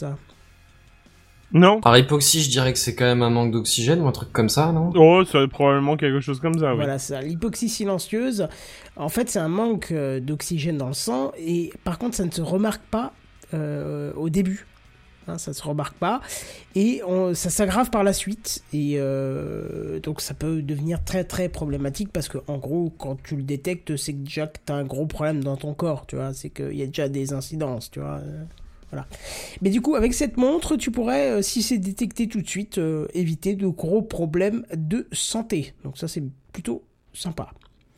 Non. Par hypoxie, je dirais que c'est quand même un manque d'oxygène ou un truc comme ça, non? Oh, c'est probablement quelque chose comme ça, oui. Voilà, ça. L'hypoxie silencieuse, en fait, c'est un manque d'oxygène dans le sang, et par contre, ça ne se remarque pas au début. Ça se remarque pas, et ça s'aggrave par la suite, et donc ça peut devenir très très problématique, parce que en gros, quand tu le détectes, c'est que déjà que t'as un gros problème dans ton corps, tu vois, c'est qu'il y a déjà des incidences, tu vois, voilà. Mais du coup, avec cette montre, tu pourrais, si c'est détecté tout de suite, éviter de gros problèmes de santé, donc ça c'est plutôt sympa.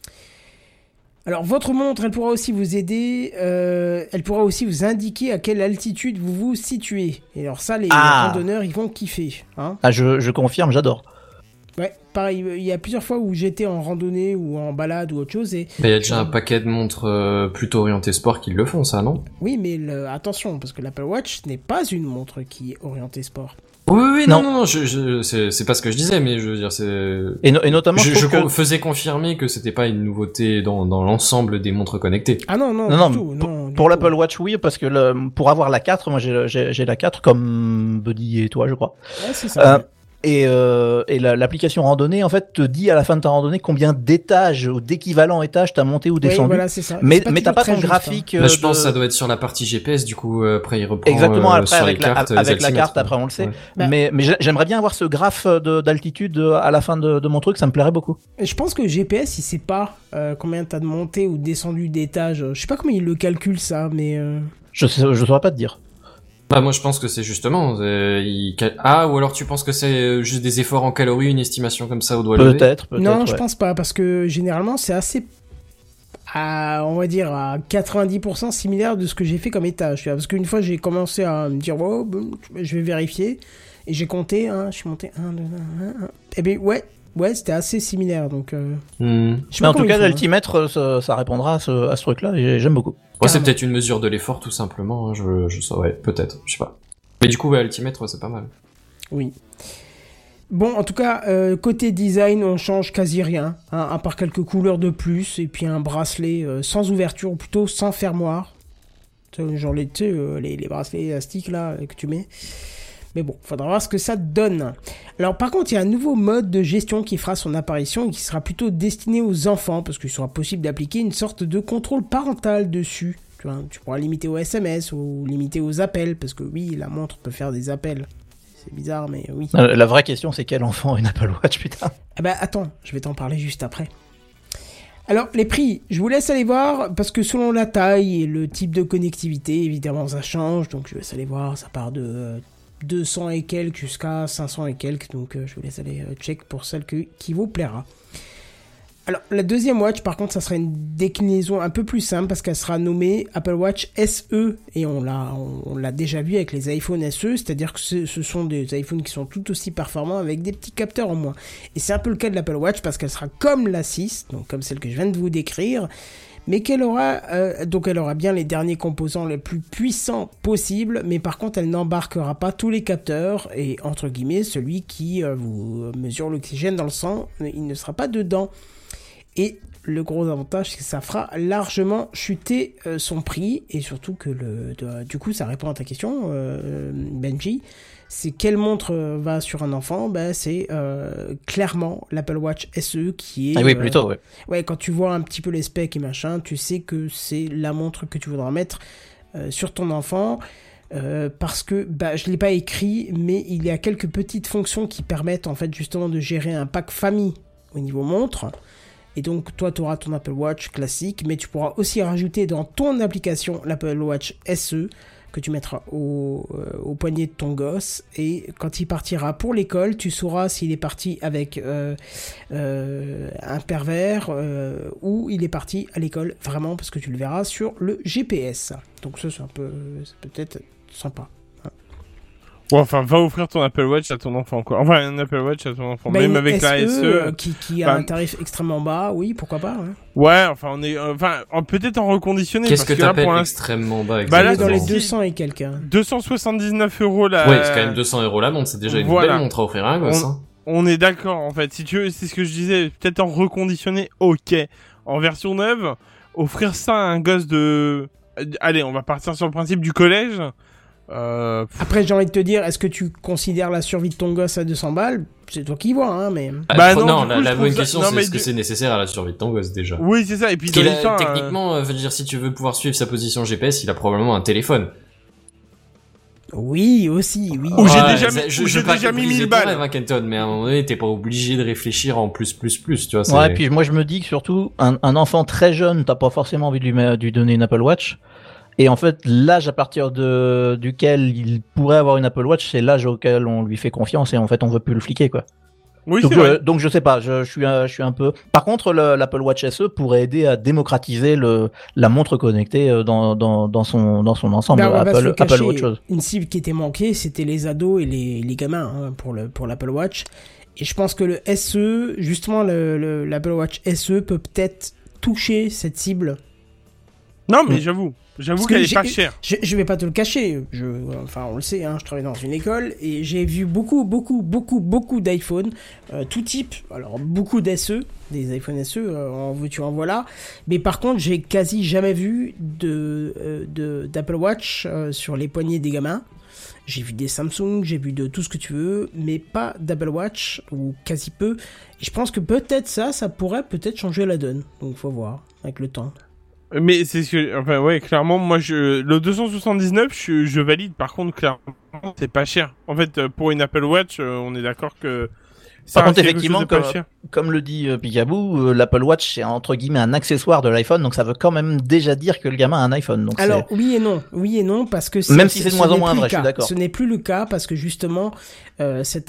Alors, votre montre, elle pourra aussi vous aider, elle pourra aussi vous indiquer à quelle altitude vous vous situez. Et alors ça, les randonneurs, ils vont kiffer. Hein. Ah, je confirme, j'adore. Ouais, pareil, il y a plusieurs fois où j'étais en randonnée ou en balade ou autre chose. Et Mais il y a déjà un paquet de montres plutôt orientées sport qui le font, ça, non? oui, mais attention, parce que l'Apple Watch n'est pas une montre qui est orientée sport. Oui, non, c'est pas ce que je disais, mais je veux dire, c'est... Et notamment, Je trouve que... faisais confirmer que c'était pas une nouveauté dans l'ensemble des montres connectées. Ah non, Non, du tout, non, du pour tout. l'Apple Watch, oui, parce que pour avoir la 4, moi j'ai la 4 comme Buddy et toi, je crois. Ouais, c'est ça. Et l'application randonnée, en fait, te dit à la fin de ta randonnée combien d'étages ou d'équivalents étages t'as monté ou Oui, descendu. voilà, c'est ça. Mais C'est t'as pas toujours ton très juste, graphique. Là, je pense que ça doit être sur la partie GPS, du coup, après il reprend Exactement, après sur avec les cartes, les avec la altimètres. carte, après on le sait. Ouais. Bah. Mais j'aimerais bien avoir ce graphe d'altitude à la fin de mon truc, ça me plairait beaucoup. Et je pense que GPS, il sait pas combien t'as de monté ou descendu d'étage. Je sais pas comment il le calcule, ça, mais... Je saurais pas te dire. Bah moi je pense que c'est justement ou alors tu penses que c'est juste des efforts en calories, une estimation comme ça au doigt levé? Peut-être. Non, je ouais. pense pas, parce que généralement, c'est assez... on va dire à 90% similaire de ce que j'ai fait comme étage. Tu vois, parce qu'une fois, j'ai commencé à me dire, oh, bon, je vais vérifier. Et j'ai compté, je suis monté 1, 2, 1, 1. Et bien, ouais, c'était assez similaire. Donc, je sais Mais pas en tout comment cas, ils font, l'altimètre, ça répondra à ce truc-là, et j'aime beaucoup. Ouais, c'est Carrément. peut-être une mesure de l'effort tout simplement, hein, je sais, ouais, peut-être, je sais pas. Mais du coup, ouais, altimètre, ouais, c'est pas mal. Oui. Bon, en tout cas, côté design, on change quasi rien, hein, à part quelques couleurs de plus, et puis un bracelet sans ouverture, ou plutôt sans fermoir. Genre les bracelets élastiques là que tu mets. Mais bon, faudra voir ce que ça donne. Alors par contre, il y a un nouveau mode de gestion qui fera son apparition et qui sera plutôt destiné aux enfants, parce qu'il sera possible d'appliquer une sorte de contrôle parental dessus. Tu pourras limiter aux SMS ou limiter aux appels, parce que oui, la montre peut faire des appels. c'est bizarre, mais oui. La vraie question, c'est quel enfant a une Apple Watch, putain. Ah bah attends, je vais t'en parler juste après. Alors, les prix, je vous laisse aller voir, parce que selon la taille et le type de connectivité, évidemment, ça change. Donc, je laisse aller voir, ça part de 200 et quelques jusqu'à 500 et quelques. Donc, je vous laisse aller check pour celle qui vous plaira. Alors, la deuxième watch, par contre, ça sera une déclinaison un peu plus simple, parce qu'elle sera nommée Apple Watch SE. Et on l'a déjà vu avec les iPhone SE, c'est-à-dire que ce sont des iPhones qui sont tout aussi performants avec des petits capteurs en moins. Et c'est un peu le cas de l'Apple Watch, parce qu'elle sera comme la 6, donc comme celle que je viens de vous décrire, mais qu'elle aura bien les derniers composants les plus puissants possibles, mais par contre, elle n'embarquera pas tous les capteurs, et entre guillemets, celui qui vous mesure l'oxygène dans le sang, il ne sera pas dedans. Et le gros avantage, c'est que ça fera largement chuter son prix, et surtout que du coup, ça répond à ta question, Benji. C'est quelle montre va sur un enfant ? C'est clairement l'Apple Watch SE qui est... Ah oui, plutôt, ouais. Ouais, quand tu vois un petit peu les specs et machin, tu sais que c'est la montre que tu voudras mettre sur ton enfant. Parce que je l'ai pas écrit, mais il y a quelques petites fonctions qui permettent en fait justement de gérer un pack famille au niveau montre. Et donc, toi, tu auras ton Apple Watch classique, mais tu pourras aussi rajouter dans ton application l'Apple Watch SE que tu mettras au poignet de ton gosse. Et quand il partira pour l'école, tu sauras s'il est parti avec un pervers ou il est parti à l'école vraiment, parce que tu le verras sur le GPS. Donc ça, c'est peut-être sympa. Ouais, enfin, va offrir ton Apple Watch à ton enfant, quoi. Enfin, un Apple Watch à ton enfant, même avec SE, la SE. Qui a un tarif extrêmement bas, oui, pourquoi pas. Ouais, enfin, peut-être en reconditionné. Qu'est-ce que t'appelles pour extrêmement bas, là, dans les 200 et quelques. 279 € là. Ouais, c'est quand même 200 € la montre, c'est déjà une belle montre à offrir à un gosse. On est d'accord, en fait. Si tu veux, c'est ce que je disais, peut-être en reconditionné, ok. En version neuve, offrir ça à un gosse de... Allez, on va partir sur le principe du collège. Après, j'ai envie de te dire, est-ce que tu considères la survie de ton gosse à 200 balles ? C'est toi qui vois, hein, mais... non, la bonne question, c'est est-ce que c'est nécessaire à la survie de ton gosse, déjà ? Oui, c'est ça, et puis... Techniquement, je veux dire, si tu veux pouvoir suivre sa position GPS, il a probablement un téléphone. Oui, aussi, oui. Où j'ai déjà mis 1000 balles. Rêve, Kenton, mais à un moment donné, t'es pas obligé de réfléchir en plus, tu vois. Ouais, puis moi je me dis que surtout, un enfant très jeune, t'as pas forcément envie de lui donner une Apple Watch. Et en fait, l'âge à partir duquel il pourrait avoir une Apple Watch, c'est l'âge auquel on lui fait confiance et en fait on veut plus le fliquer, quoi. Oui, donc je sais pas, je suis un peu... Par contre, l'Apple Watch SE pourrait aider à démocratiser la montre connectée dans son ensemble. Apple Watch. Une cible qui était manquée, c'était les ados et les gamins, hein, pour l'Apple Watch. Et je pense que le SE, justement l'Apple Watch SE peut-être toucher cette cible. Non, mais j'avoue qu'elle est pas chère. Je vais pas te le cacher. On le sait, hein, je travaille dans une école et j'ai vu beaucoup d'iPhone, tout type. Alors, beaucoup d'SE, des iPhone SE, en veux-tu, en voilà. Mais par contre, j'ai quasi jamais vu d'Apple Watch sur les poignets des gamins. J'ai vu des Samsung, j'ai vu de tout ce que tu veux, mais pas d'Apple Watch, ou quasi peu. Et je pense que peut-être ça pourrait peut-être changer la donne. Donc, faut voir, avec le temps. Mais c'est ce que, enfin, ouais, clairement, moi, le 279, je valide. Par contre, clairement, c'est pas cher. En fait, pour une Apple Watch, on est d'accord que... Par contre, effectivement, comme le dit Picaboo, l'Apple Watch, c'est entre guillemets un accessoire de l'iPhone, donc ça veut quand même déjà dire que le gamin a un iPhone. Donc alors, oui et non, parce que... Même si c'est de moins en moins vrai, je suis d'accord. Ce n'est plus le cas, parce que justement, cette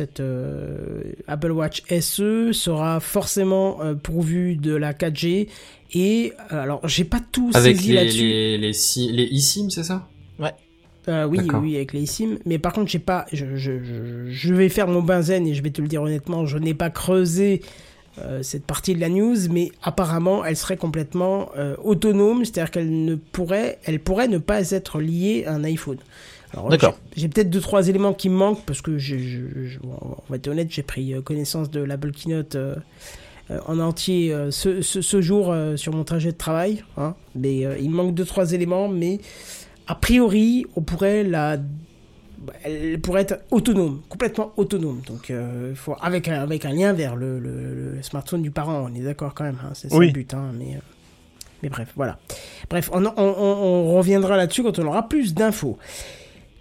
Apple Watch SE sera forcément pourvue de la 4G, et alors, j'ai pas tout saisi là-dessus. Avec les eSIM, c'est ça ? Ouais. Oui, avec les eSIM. Mais par contre, j'ai pas. Je vais faire mon benzen et je vais te le dire honnêtement, je n'ai pas creusé cette partie de la news, mais apparemment, elle serait complètement autonome, c'est-à-dire qu'elle pourrait ne pas être liée à un iPhone. Alors, d'accord. J'ai peut-être 2-3 éléments qui me manquent parce que on va être honnête, j'ai pris connaissance de l'Apple Keynote en entier ce jour sur mon trajet de travail, hein, mais il me manque 2-3 éléments, mais a priori, elle pourrait être autonome, complètement autonome. Donc, faut avec un lien vers le smartphone du parent. On est d'accord quand même. Hein, c'est ça le but. Hein, mais bref, voilà. Bref, on reviendra là-dessus quand on aura plus d'infos.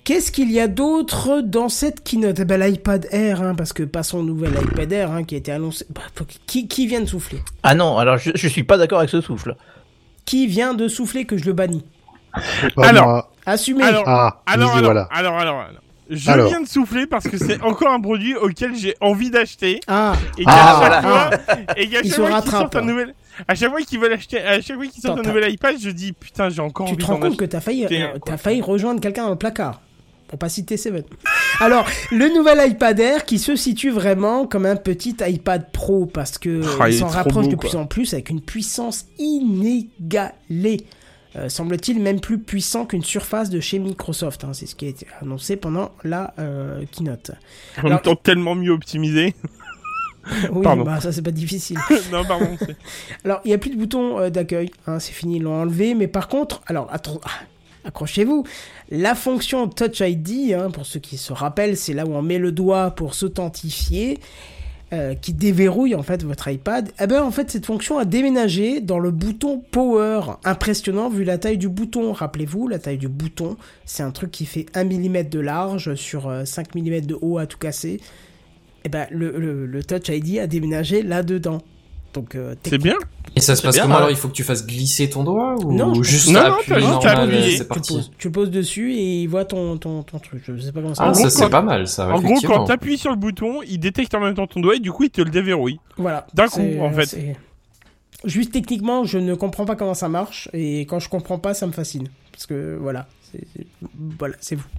Qu'est-ce qu'il y a d'autre dans cette keynote? Eh ben, l'iPad Air, hein, parce que pas son nouvel iPad Air, hein, qui a été annoncé. Bah, qui vient de souffler? Ah non, alors je suis pas d'accord avec ce souffle. Qui vient de souffler que je le bannis? Alors, assumez. Alors, voilà. Je viens de souffler parce que c'est encore un produit auquel j'ai envie d'acheter. Et qu'à chaque fois qu'ils sortent un nouvel, à chaque fois qu'ils veulent acheter, à chaque fois qu'ils sortent un nouvel iPad, je dis putain, j'ai encore envie d'en acheter. Tu te rends compte que t'as failli rejoindre quelqu'un dans le placard. Pour pas citer Seven. Alors, le nouvel iPad Air qui se situe vraiment comme un petit iPad Pro parce que il s'en rapproche de plus en plus avec une puissance inégalée. Semble-t-il même plus puissant qu'une Surface de chez Microsoft. Hein, c'est ce qui a été annoncé pendant la keynote. En même temps, tellement mieux optimisé. Oui, pardon. Bah ça c'est pas difficile. Non, pardon. Alors, il n'y a plus de bouton d'accueil. Hein, c'est fini, ils l'ont enlevé. Mais par contre, alors, accrochez-vous, la fonction Touch ID, hein, pour ceux qui se rappellent, c'est là où on met le doigt pour s'authentifier, qui déverrouille en fait votre iPad. Eh ben en fait cette fonction a déménagé dans le bouton Power. Impressionnant vu la taille du bouton. Rappelez-vous, la taille du bouton, c'est un truc qui fait 1 mm de large sur 5 mm de haut à tout casser. Eh ben le Touch ID a déménagé là-dedans. Donc c'est bien. Et ça se passe comment alors? Il faut que tu fasses glisser ton doigt ou juste appuyer normal, c'est parti. Tu le poses dessus et il voit ton truc. Je sais pas comment ça. Ah, ça c'est pas mal ça. En gros, quand t'appuies sur le bouton, il détecte en même temps ton doigt et du coup il te le déverrouille. Voilà. D'un coup, en fait. Juste techniquement, je ne comprends pas comment ça marche et quand je comprends pas, ça me fascine parce que voilà, c'est vous.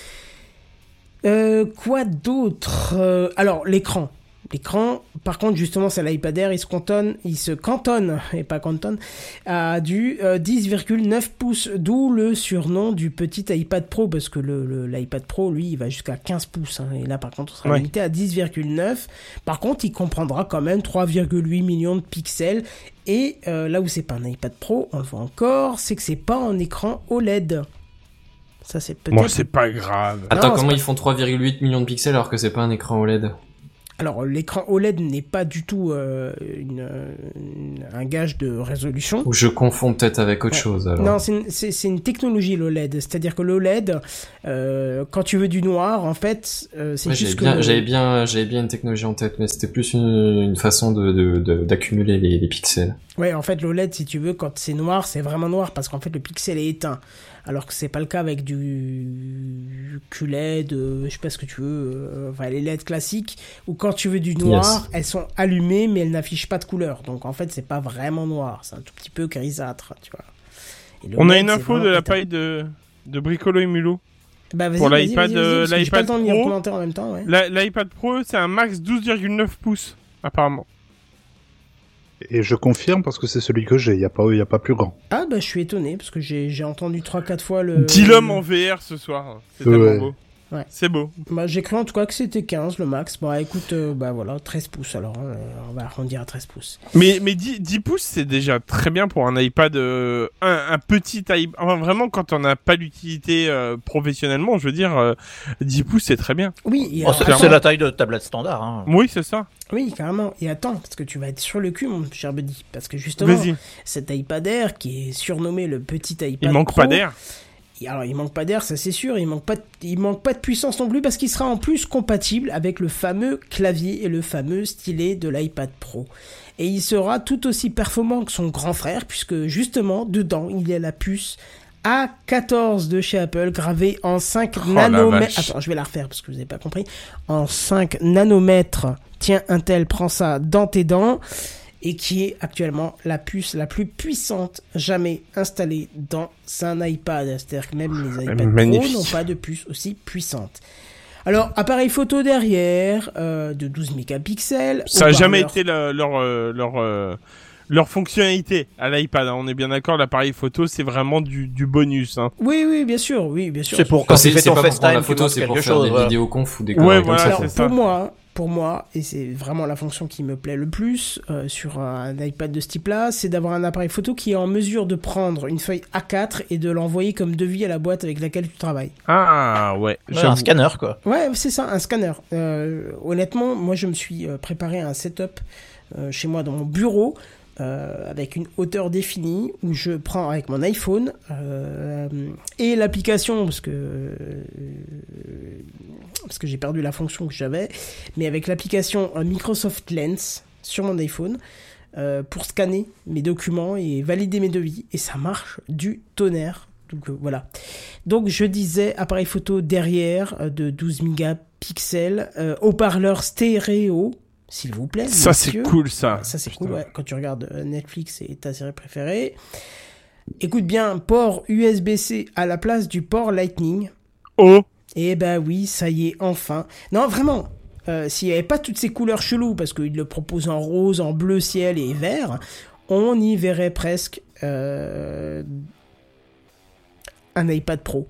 Quoi d'autre? Alors l'écran. L'écran, par contre, justement, c'est l'iPad Air, il se cantonne, et pas cantonne, à du 10,9 pouces, d'où le surnom du petit iPad Pro, parce que l'iPad Pro, lui, il va jusqu'à 15 pouces, hein, et là, par contre, on sera limité à 10,9. Par contre, il comprendra quand même 3,8 millions de pixels, et là où c'est pas un iPad Pro, on le voit encore, c'est que c'est pas en écran OLED. Ça, c'est peut-être... Moi, c'est pas grave. Attends, comment ils font 3,8 millions de pixels alors que c'est pas un écran OLED? Alors, l'écran OLED n'est pas du tout un gage de résolution. Ou je confonds peut-être avec autre chose, alors. Non, c'est une technologie, l'OLED. C'est-à-dire que l'OLED, quand tu veux du noir, en fait, c'est juste que... J'avais bien une technologie en tête, mais c'était plus une façon d'accumuler les pixels. Ouais, en fait, l'OLED, si tu veux, quand c'est noir, c'est vraiment noir, parce qu'en fait, le pixel est éteint. Alors que c'est pas le cas avec du QLED, je sais pas ce que tu veux, les LED classiques, où quand tu veux du noir, elles sont allumées, mais elles n'affichent pas de couleur. Donc en fait, c'est pas vraiment noir, c'est un tout petit peu grisâtre, tu vois. On a une info de la paille de Bricolo et Mulot. Bah, vas-y, pour l'iPad, j'ai pas le temps de lire Pro, le commentaire en même temps. Ouais. L'iPad Pro, c'est un max 12,9 pouces, apparemment. Et je confirme parce que c'est celui que j'ai, il y a pas plus grand. Ah bah je suis étonné parce que j'ai entendu 3-4 fois le... Dis-l'homme en VR ce soir, c'est tellement beau. Ouais. C'est beau. Bah, j'ai cru en tout cas que c'était 15 le max. Bah écoute, voilà, 13 pouces alors. On va arrondir à 13 pouces. Mais 10 pouces, c'est déjà très bien pour un iPad. Un petit iPad. Enfin, vraiment, quand on n'a pas l'utilité professionnellement, je veux dire, 10 pouces, c'est très bien. Oui, c'est la taille de tablette standard. Hein. Oui, c'est ça. Oui, carrément. Et attends, parce que tu vas être sur le cul, mon cher Buddy. Parce que justement, cet iPad Air qui est surnommé le petit iPad Il manque Pro, pas d'air. Alors, il manque pas d'air, ça c'est sûr. Il manque pas de puissance non plus parce qu'il sera en plus compatible avec le fameux clavier et le fameux stylet de l'iPad Pro. Et il sera tout aussi performant que son grand frère puisque justement, dedans, il y a la puce A14 de chez Apple gravée en 5 nanomètres. Attends, je vais la refaire parce que vous n'avez pas compris. En 5 nanomètres. Tiens, Intel, prends ça dans tes dents. Et qui est actuellement la puce la plus puissante jamais installée dans un iPad. C'est-à-dire que même les iPad Pro n'ont pas de puce aussi puissante. Alors, appareil photo derrière, de 12 mégapixels. Ça n'a jamais été leur fonctionnalité à l'iPad. Hein. On est bien d'accord, l'appareil photo, c'est vraiment du bonus. Hein. Oui, bien sûr. C'est pour quand tu fais ton FaceTime, la photo, c'est pour faire des vidéos conf ou des conneries comme ça. Pour moi, et c'est vraiment la fonction qui me plaît le plus sur un iPad de ce type-là, c'est d'avoir un appareil photo qui est en mesure de prendre une feuille A4 et de l'envoyer comme devis à la boîte avec laquelle tu travailles. Ah ouais, un scanner quoi. Ouais, c'est ça, un scanner. Honnêtement, moi je me suis préparé un setup chez moi dans mon bureau. avec une hauteur définie où je prends avec mon iPhone et l'application parce que j'ai perdu la fonction que j'avais, mais avec l'application Microsoft Lens sur mon iPhone pour scanner mes documents et valider mes devis, et ça marche du tonnerre. Donc voilà. Donc je disais appareil photo derrière de 12 mégapixels, haut-parleur stéréo, s'il vous plaît. Ça monsieur. c'est cool ça. Ça c'est cool, ouais. Quand tu regardes Netflix et ta série préférée. Écoute bien, port USB-C à la place du port Lightning. Oh. Eh ben oui, ça y est, enfin. Non, vraiment. S'il n'y avait pas toutes ces couleurs cheloues, parce qu'il le propose en rose, en bleu ciel et vert, on y verrait presque un iPad Pro.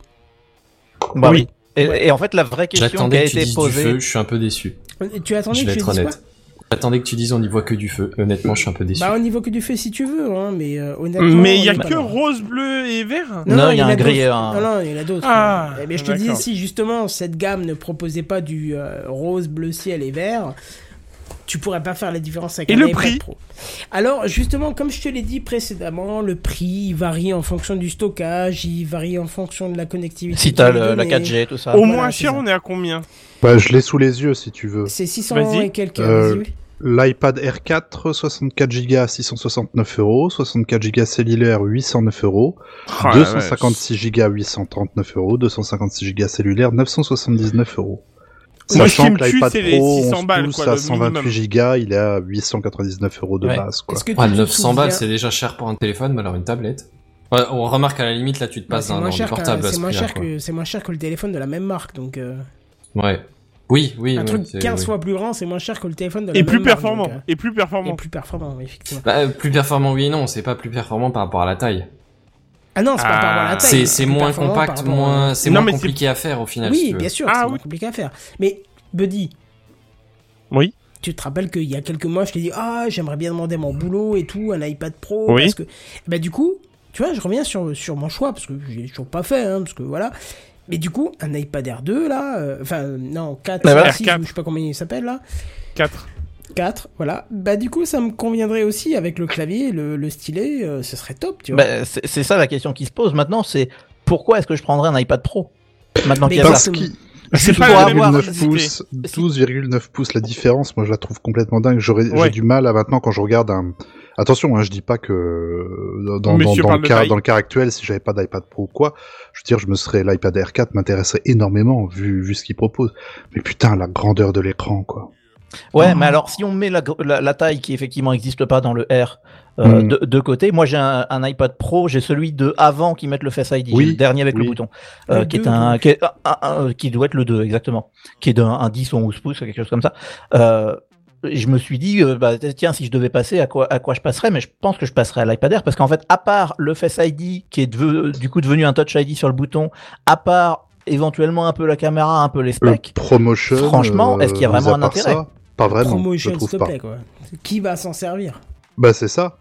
Bah Oui. Et en fait, la vraie question qui J'attendais a que tu été dises posée. du feu, je suis un peu déçu. Tu attendais Je que vais je être dise quoi? honnête. J'attendais que tu dises on y voit que du feu. Honnêtement, je suis un peu déçu. Bah, on y voit que du feu si tu veux, hein, mais honnêtement. Mais il y a on- que rose, bleu et vert. Non, il y a en un gris, d'autres. un- Non, il y en a d'autres. Ah, Mais je te dis, d'accord. si justement cette gamme ne proposait pas du rose, bleu ciel et vert, tu pourrais pas faire la différence avec Et un le iPad prix Pro. Alors justement, comme je te l'ai dit précédemment, le prix il varie en fonction du stockage, il varie en fonction de la connectivité. Si qui t'as est la donnée. 4G et tout ça. Au Voilà, moins c'est cher, ça. on est à combien? Bah, je l'ai sous les yeux si tu veux. C'est 600 Vas-y. et quelques. Euh, vas-y, oui. L'iPad Air 4, 64 Go, 669 €, 64 Go cellulaire, 809 €, Oh la 256 Go, 839 €, 256 Go cellulaire, 979 €. Moi, ce qui Sachant me que tue, l'iPad c'est les Pro, 600 11 balles, pouces quoi, à le 128 Go, il est à 899 € de Ouais. base, quoi. Est-ce que tu Ouais, te 900 balles, souviens- c'est déjà cher pour un téléphone, mais alors une tablette. Ouais, on remarque à la limite, là, tu te Bah, passes c'est d'un moins ordi cher portable à c'est ce moins prix-là, cher quoi. que c'est moins cher que le téléphone de la même marque, donc Ouais. Oui, oui. un oui, truc c'est- 15 oui. fois plus grand, c'est moins cher que le téléphone de la Et même plus marque. performant. donc, Et plus performant. et plus performant, oui, effectivement. Bah, plus performant, oui et non, c'est pas plus performant par rapport à la taille. Ah non, c'est pas par rapport à la taille. C'est plus moins performant compact, par rapport à- moins, c'est Non, moins mais c'est- compliqué à faire au final. si Oui, tu veux. bien sûr, Ah c'est oui. moins compliqué à faire. Mais Buddy, Oui. tu te rappelles qu'il y a quelques mois, je t'ai dit j'aimerais bien demander mon boulot et tout, un iPad Pro, Oui. parce que bah du coup, tu vois, je reviens sur mon choix parce que je l'ai toujours pas fait, hein, parce que voilà. Mais du coup, un iPad Air 2 là, enfin non 4, Bah, voilà. 6, R4. ou je sais pas combien il s'appelle là. 4. 4, voilà. Bah du coup, ça me conviendrait aussi avec le clavier, le stylet, ce serait top, tu vois. Bah, c'est ça la question qui se pose maintenant, c'est pourquoi est-ce que je prendrais un iPad Pro maintenant Mais qu'il y a parce ça Parce que- qu'il C'est Juste pas pour la avoir- même 12,9 pouces, 12,9 pouces, la différence, moi je la trouve complètement dingue. J'ai Ouais. du mal à maintenant quand je regarde un. Attention, hein, je dis pas que dans Monsieur parle de taille. dans le cas actuel, si j'avais pas d'iPad Pro ou quoi, je veux dire, l'iPad Air 4 m'intéresserait énormément vu ce qu'il propose. Mais putain, la grandeur de l'écran, quoi. Ouais, mais alors si on met la taille qui effectivement n'existe pas dans le R de côté, moi j'ai un iPad Pro, j'ai celui de avant qui met le Face ID, Oui, j'ai le dernier avec le oui. bouton, Le qui est 2, un, donc. qui doit être le 2 exactement, qui est d'un 10 ou 11 pouces, quelque chose comme ça. Je me suis dit, tiens, si je devais passer, à quoi je passerais, mais je pense que je passerais à l'iPad Air, parce qu'en fait, à part le Face ID, qui est du coup devenu un Touch ID sur le bouton, à part éventuellement un peu la caméra, un peu les Le specs, Promotion. franchement, est-ce qu'il y a mis vraiment à un part intérêt ça, pas vraiment, je Promotion, s'il trouve te pas. plaît, quoi. Qui va s'en servir? Bah c'est ça.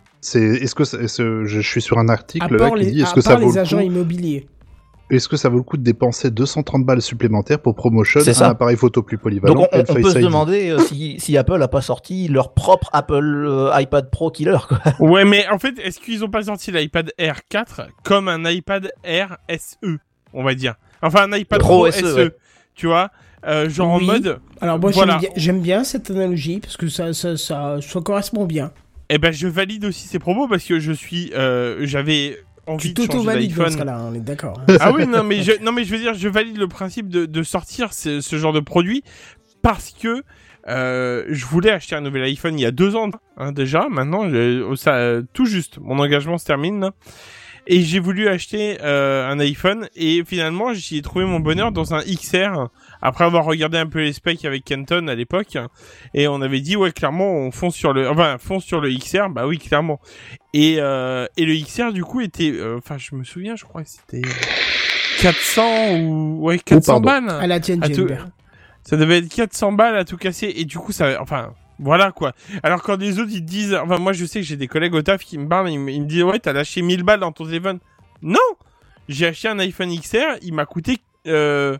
Je suis sur un article À là part qui dit les, est-ce à que ça part vaut les le agents coup immobiliers. Est-ce que ça vaut le coup de dépenser 230 balles supplémentaires pour Promotion C'est un ça. appareil photo plus polyvalent donc et le on peut Face se ID. demander si Apple a pas sorti leur propre Apple iPad Pro killer, quoi. Ouais, mais en fait, est-ce qu'ils ont pas sorti l'iPad Air 4 comme un iPad Air SE, on va dire. Enfin, un iPad Pro Pro SE, SE, ouais. tu vois, genre Oui. en mode. Alors moi Voilà. j'aime bien cette analogie parce que ça correspond bien. Eh ben, je valide aussi ces propos parce que j'avais envie Tu de changer t'auto-valides dans ce d'iPhone. cas-là, on est d'accord. hein. Ah oui, non mais je veux dire, je valide le principe de sortir ce genre de produit parce que je voulais acheter un nouvel iPhone il y a 2 ans hein, déjà. Maintenant, tout juste, mon engagement se termine là. Et j'ai voulu acheter un iPhone et finalement j'y ai trouvé mon bonheur dans un XR après avoir regardé un peu les specs avec Kenton à l'époque et on avait dit ouais clairement on fonce sur le XR, bah oui clairement. Et le XR du coup était je me souviens, je crois que c'était 400 ou 400 balles. À la tienne, À tout- Jennifer. Ça devait être 400 balles à tout casser et du coup ça voilà quoi. Alors quand les autres ils te disent, moi je sais que j'ai des collègues au taf qui me parlent, ils me disent ouais t'as lâché 1000 balles dans ton téléphone. Non, j'ai acheté un iPhone XR, il m'a coûté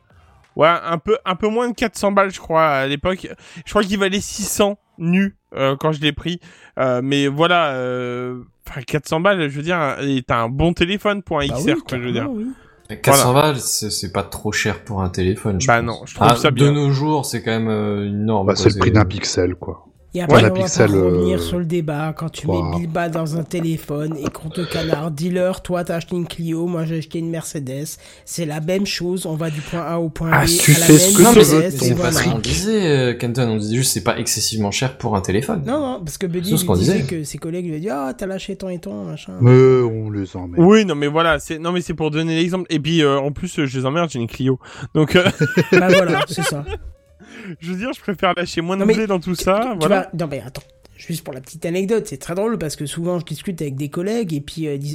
Ouais, un peu moins de 400 balles, je crois, à l'époque. Je crois qu'il valait 600 nu quand je l'ai pris. Mais voilà, 400 balles, je veux dire, t'as un bon téléphone pour un XR, oui, quoi, je veux dire. oui. 400 balles, c'est pas trop cher pour un téléphone, je pense. Non, je trouve ça bien. De nos jours, c'est quand même une norme. Bah, c'est le prix d'un pixel, quoi. Et après, la on va Pixel, pas revenir sur le débat. Quand tu wow. mets 1000 balles dans un téléphone et qu'on te canard, dealer, toi t'as acheté une Clio, moi j'ai acheté une Mercedes, c'est la même chose, on va du point A au point B à la tu même fais ce que tu veux, vitesse, ton et C'est voilà. pas ce qu'on disait, Kenton, on disait juste c'est pas excessivement cher pour un téléphone. Non, parce que Buddy C'est ce qu'on lui disait disait. que ses collègues lui disaient t'as lâché tant et tant, machin. Mais on les emmerde. Oui, non, mais voilà, c'est pour donner l'exemple. Et puis, en plus, je les emmerde, j'ai une Clio. Donc, Bah voilà, c'est ça. je veux dire, je préfère lâcher moins de Non, mais blé dans tout ça, Tu voilà. Non mais attends, juste pour la petite anecdote, c'est très drôle parce que souvent je discute avec des collègues et puis ils disent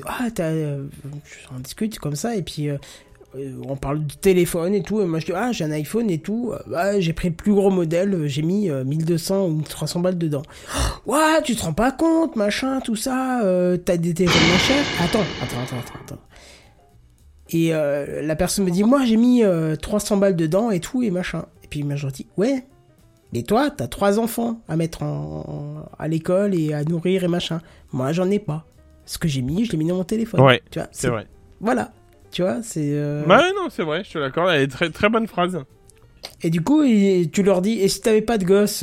on discute comme ça et puis on parle de téléphone et tout et moi je dis j'ai un iPhone et tout, j'ai pris le plus gros modèle, j'ai mis 1200 ou 1300 balles dedans. Ouais, tu te rends pas compte, machin, tout ça, t'as des téléphones moins chers. Attends. Et la personne me dit moi j'ai mis 300 balles dedans et tout et machin. Et puis moi je leur dis ouais. Mais toi, t'as 3 enfants à mettre à l'école et à nourrir et machin. Moi, j'en ai pas. Ce que j'ai mis, je l'ai mis dans mon téléphone. Ouais, tu vois, c'est vrai. Voilà. Tu vois, c'est... Bah non, c'est vrai, je suis d'accord. Elle est très, très bonne phrase. Et du coup, tu leur dis, et si t'avais pas de gosse,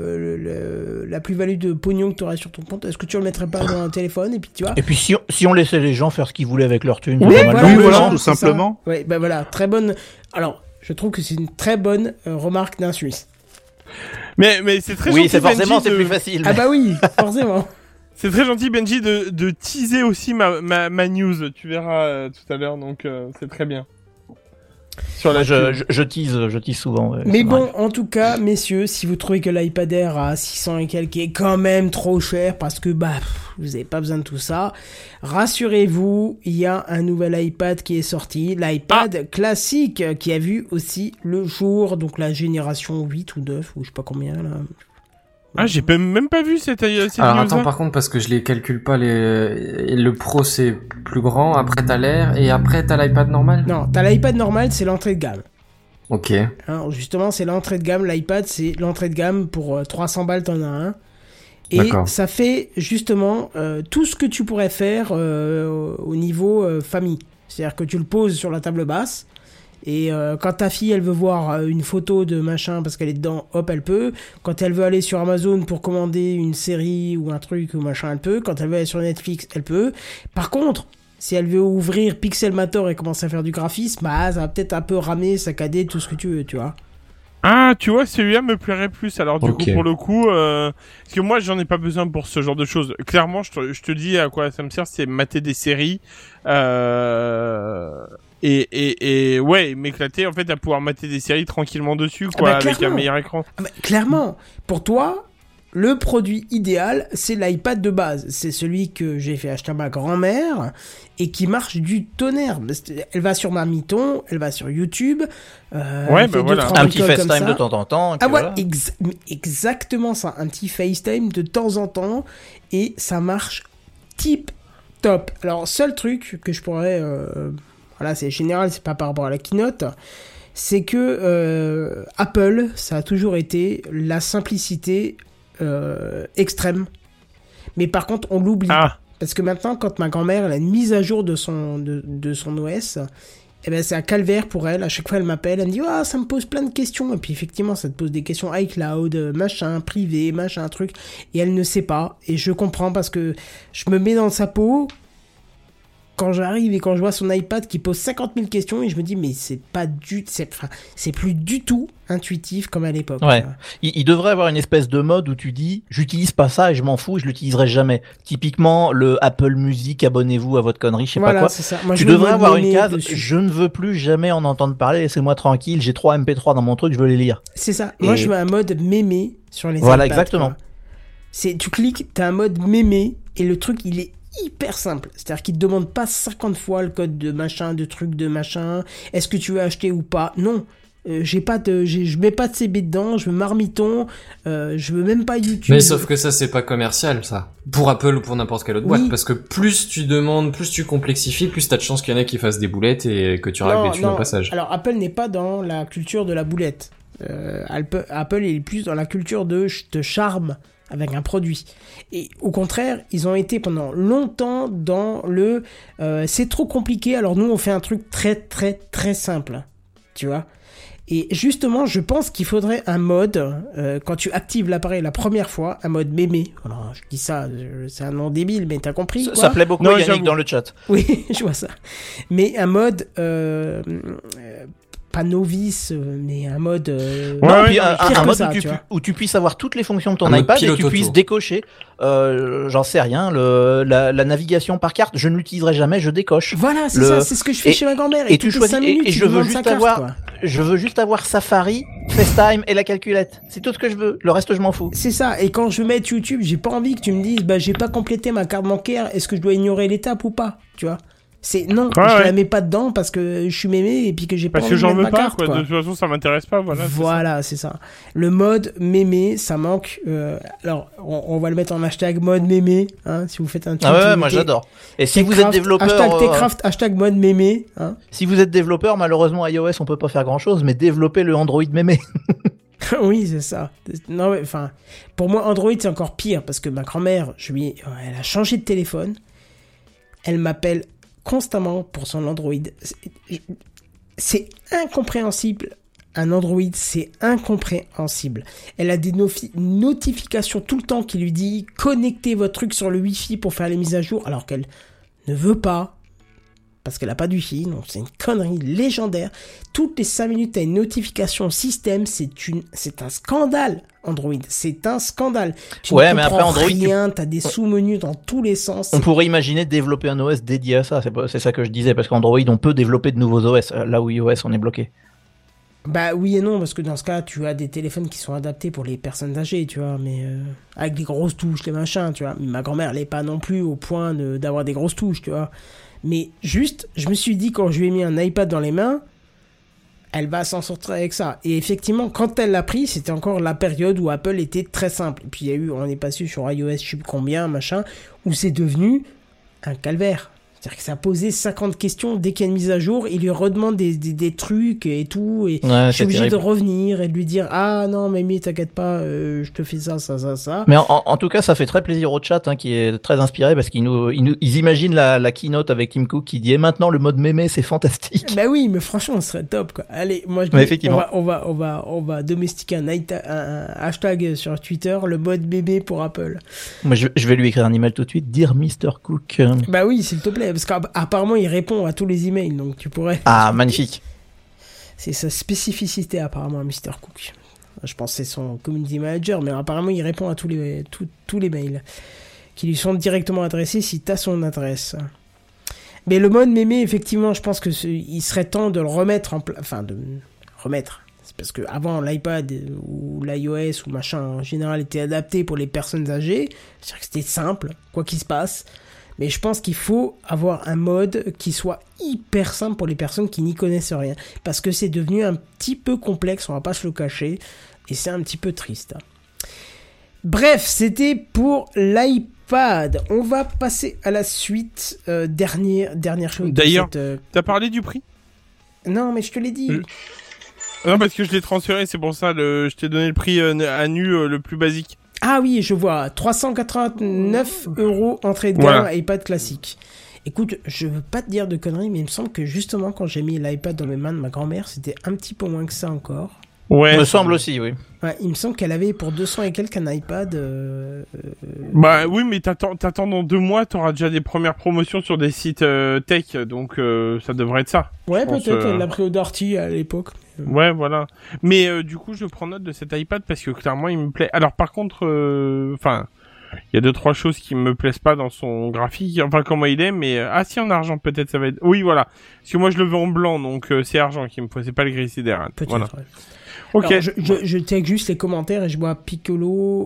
la plus-value de pognon que t'aurais sur ton compte, est-ce que tu le mettrais pas dans un téléphone? Et puis, tu vois... Et puis si on laissait les gens faire ce qu'ils voulaient avec leur thune, Oui, c'est pas mal. voilà, Oui, voilà, genre, tout c'est simplement. ça. Ouais, bah voilà, très bonne... Alors, je trouve que c'est une très bonne remarque d'un Suisse. Mais c'est très Oui, gentil, c'est forcément, Benji, c'est plus facile. Ah bah oui, forcément. C'est très gentil, Benji, de teaser aussi ma news. Tu verras tout à l'heure, donc c'est très bien. Sur la Je tease souvent. Ouais, Mais c'est bon, vrai. en tout cas, messieurs, si vous trouvez que l'iPad Air à 600 et quelques est quand même trop cher parce que vous n'avez pas besoin de tout ça, rassurez-vous, il y a un nouvel iPad qui est sorti, l'iPad classique qui a vu aussi le jour, donc la génération 8 ou 9 ou je sais pas combien là. Ah, j'ai même pas vu cette Alors news-là. attends, par contre, parce que je les calcule pas, le Pro c'est plus grand, après t'as l'Air, et après t'as l'iPad normal? Non, t'as l'iPad normal, c'est l'entrée de gamme. Ok. Hein, justement, c'est l'entrée de gamme, l'iPad c'est l'entrée de gamme pour 300 balles, t'en as un. Et D'accord. ça fait justement tout ce que tu pourrais faire au niveau famille. C'est-à-dire que tu le poses sur la table basse et quand ta fille elle veut voir une photo de machin parce qu'elle est dedans, hop elle peut. Quand elle veut aller sur Amazon pour commander une série ou un truc ou machin elle peut. Quand elle veut aller sur Netflix elle peut. Par contre, si elle veut ouvrir Pixelmator et commencer à faire du graphisme, ça va peut-être un peu ramer, saccader, tout ce que tu veux, tu vois. Ah, tu vois, celui-là me plairait plus. Alors du Ok. coup, pour le coup, parce que moi, j'en ai pas besoin pour ce genre de choses. Clairement, je te dis à quoi ça me sert, c'est mater des séries et ouais, m'éclater en fait à pouvoir mater des séries tranquillement dessus, quoi, avec un clairement. meilleur écran. Ah bah, clairement, pour toi, le produit idéal, c'est l'iPad de base. C'est celui que j'ai fait acheter à ma grand-mère et qui marche du tonnerre. Elle va sur Marmiton, elle va sur YouTube. Ouais, elle fait bah voilà. 2-3 Un petit bricoles comme FaceTime ça. de temps en temps. et Ah puis voilà, voilà. mais exactement ça. Un petit FaceTime de temps en temps et ça marche tip top. Alors, seul truc que je pourrais... voilà, c'est général, c'est pas par rapport à la keynote... c'est que Apple, ça a toujours été la simplicité extrême. Mais par contre, on l'oublie. Ah, Parce que maintenant, quand ma grand-mère elle a une mise à jour de son OS, eh ben, c'est un calvaire pour elle. À chaque fois, elle m'appelle, elle me dit « Ah, ça me pose plein de questions. » Et puis, effectivement, ça te pose des questions iCloud, machin, privé, machin, truc. Et elle ne sait pas. Et je comprends parce que je me mets dans sa peau quand j'arrive et quand je vois son iPad qui pose 50 000 questions et je me dis mais c'est plus du tout intuitif comme à l'époque. Ouais. Il devrait avoir une espèce de mode où tu dis j'utilise pas ça et je m'en fous, je l'utiliserai jamais. Typiquement le Apple Music, abonnez-vous à votre connerie, je sais pas Voilà, quoi. c'est ça. Moi, Tu je me devrais mets avoir le une nez case dessus. je ne veux plus jamais en entendre parler, laissez-moi tranquille, j'ai 3 MP3 dans mon truc, je veux les lire. C'est ça. Moi Et- je mets un mode mémé sur les Voilà, iPads, exactement. quoi. Tu cliques, t'as un mode mémé et le truc il est hyper simple. C'est-à-dire qu'il te demande pas 50 fois le code de machin, de truc de machin. Est-ce que tu veux acheter ou pas? Non. je mets pas de CB dedans, je veux Marmiton, je veux même pas YouTube. Mais sauf que ça, c'est pas commercial, ça. Pour Apple ou pour n'importe quelle autre boîte. Oui. Parce que plus tu demandes, plus tu complexifies, plus t'as de chances qu'il y en a qui fassent des boulettes et que tu règles les thunes au passage. Alors Apple n'est pas dans la culture de la boulette. Apple il est plus dans la culture de charme avec un produit. Et au contraire, ils ont été pendant longtemps dans le c'est trop compliqué, alors nous on fait un truc très très très simple. Tu vois ? Et justement, je pense qu'il faudrait un mode, quand tu actives l'appareil la première fois, un mode mémé. Alors, je dis ça, c'est un nom débile, mais t'as compris quoi ? Ça plaît beaucoup à Yannick dans le chat. Oui, je vois ça. Mais un mode... pas novice, mais un mode... un mode où tu puisses avoir toutes les fonctions de ton iPad et tu puisses décocher. J'en sais rien, la navigation par carte, je ne l'utiliserai jamais, je décoche. Voilà, c'est ça, c'est ce que je fais chez ma grand-mère. Et tu choisis, et je veux juste avoir Safari, FaceTime et la calculette. C'est tout ce que je veux. Le reste, je m'en fous. C'est ça. Et quand je veux mettre YouTube, j'ai pas envie que tu me dises, j'ai pas complété ma carte bancaire, est-ce que je dois ignorer l'étape ou pas, tu vois ? Non, je la mets pas dedans parce que je suis mémé et puis que j'ai pas envie de mettre ma carte. Quoi. De toute façon, ça m'intéresse pas, voilà. Voilà, c'est ça. Le mode mémé, ça manque. Alors, on va le mettre en hashtag mode mémé, hein, si vous faites un tweet. Ah ouais, moi j'adore. Et si vous êtes développeur... Hashtag Techcraft, hashtag mode mémé, hein. Si vous êtes développeur, malheureusement iOS, on peut pas faire grand chose, mais développer le Android mémé. Oui, c'est ça. Non, mais enfin, pour moi, Android, c'est encore pire parce que ma grand-mère, elle a changé de téléphone. Elle m'appelle constamment pour son Android. C'est incompréhensible. Un Android, c'est incompréhensible. Elle a des notifications tout le temps qui lui dit connectez votre truc sur le Wi-Fi pour faire les mises à jour, alors qu'elle ne veut pas. Parce qu'elle a pas de Wi-Fi, donc c'est une connerie légendaire. Toutes les 5 minutes, t'as une notification système, c'est un scandale, Android. C'est un scandale. Tu mais ne après Android, rien, t'as des sous-menus dans tous les sens. On pourrait imaginer développer un OS dédié à ça, c'est ça que je disais, parce qu'Android, on peut développer de nouveaux OS, là où iOS, on est bloqué. Bah oui et non, parce que dans ce cas, tu as des téléphones qui sont adaptés pour les personnes âgées, tu vois, mais avec des grosses touches, les machins, tu vois. Ma grand-mère, elle est pas non plus au point d'avoir des grosses touches, tu vois. Mais juste, je me suis dit, quand je lui ai mis un iPad dans les mains, elle va s'en sortir avec ça. Et effectivement, quand elle l'a pris, c'était encore la période où Apple était très simple. Et puis on est passé sur iOS, je sais plus combien, machin, où c'est devenu un calvaire. C'est-à-dire que ça posait 50 questions dès qu'il y a une mise à jour, il lui redemande des trucs et tout, et je suis obligé de revenir et de lui dire ah non mais t'inquiète pas, je te fais ça. Mais en tout cas, ça fait très plaisir au chat, hein, qui est très inspiré parce qu'ils imaginent la keynote avec Tim Cook qui dit et maintenant le mode mémé c'est fantastique. Bah oui, mais franchement, ce serait top quoi. Allez, moi on va domestiquer un hashtag sur Twitter, le mode bébé pour Apple. Moi je vais lui écrire un email tout de suite, dire Mr Cook. Bah oui, s'il te plaît. Parce qu'apparemment, il répond à tous les emails, donc tu pourrais... Ah, magnifique. C'est sa spécificité, apparemment, à Mr. Cook. Je pense que c'est son community manager, mais apparemment, il répond à tous les mails qui lui sont directement adressés si tu as son adresse. Mais le mode mémé, effectivement, je pense que il serait temps de le remettre C'est parce que avant l'iPad ou l'iOS ou machin, en général, était adapté pour les personnes âgées. C'est-à-dire que c'était simple, quoi qu'il se passe. Mais je pense qu'il faut avoir un mode qui soit hyper simple pour les personnes qui n'y connaissent rien. Parce que c'est devenu un petit peu complexe, on va pas se le cacher. Et c'est un petit peu triste. Bref, c'était pour l'iPad. On va passer à la suite. Dernière chose. D'ailleurs, t'as parlé du prix ? Non, mais je te l'ai dit. Non, parce que je l'ai transféré, c'est pour ça. Je t'ai donné le prix à nu le plus basique. Ah oui, je vois, 389 € entrée de gamme, voilà. iPad classique. Écoute, je veux pas te dire de conneries, mais il me semble que justement quand j'ai mis l'iPad dans les mains de ma grand-mère, c'était un petit peu moins que ça encore. Ouais. Me semble aussi, oui. Ouais, il me semble qu'elle avait pour 200 et quelques un iPad. Bah oui, mais t'attends dans 2 mois, t'auras déjà des premières promotions sur des sites tech, donc ça devrait être ça. Ouais, peut-être, elle l'a pris au Darty à l'époque. Ouais, voilà. Mais du coup, je prends note de cet iPad parce que clairement, il me plaît. Alors, par contre, il y a 2-3 choses qui me plaisent pas dans son graphique, enfin comment il est, mais si en argent peut-être ça va être. Oui, voilà. Parce que moi, je le veux en blanc, donc c'est argent qui me faut, c'est pas le gris sidérate. Peut-être. Voilà. Ouais. Ok. Alors, je check juste les commentaires et je vois Piccolo.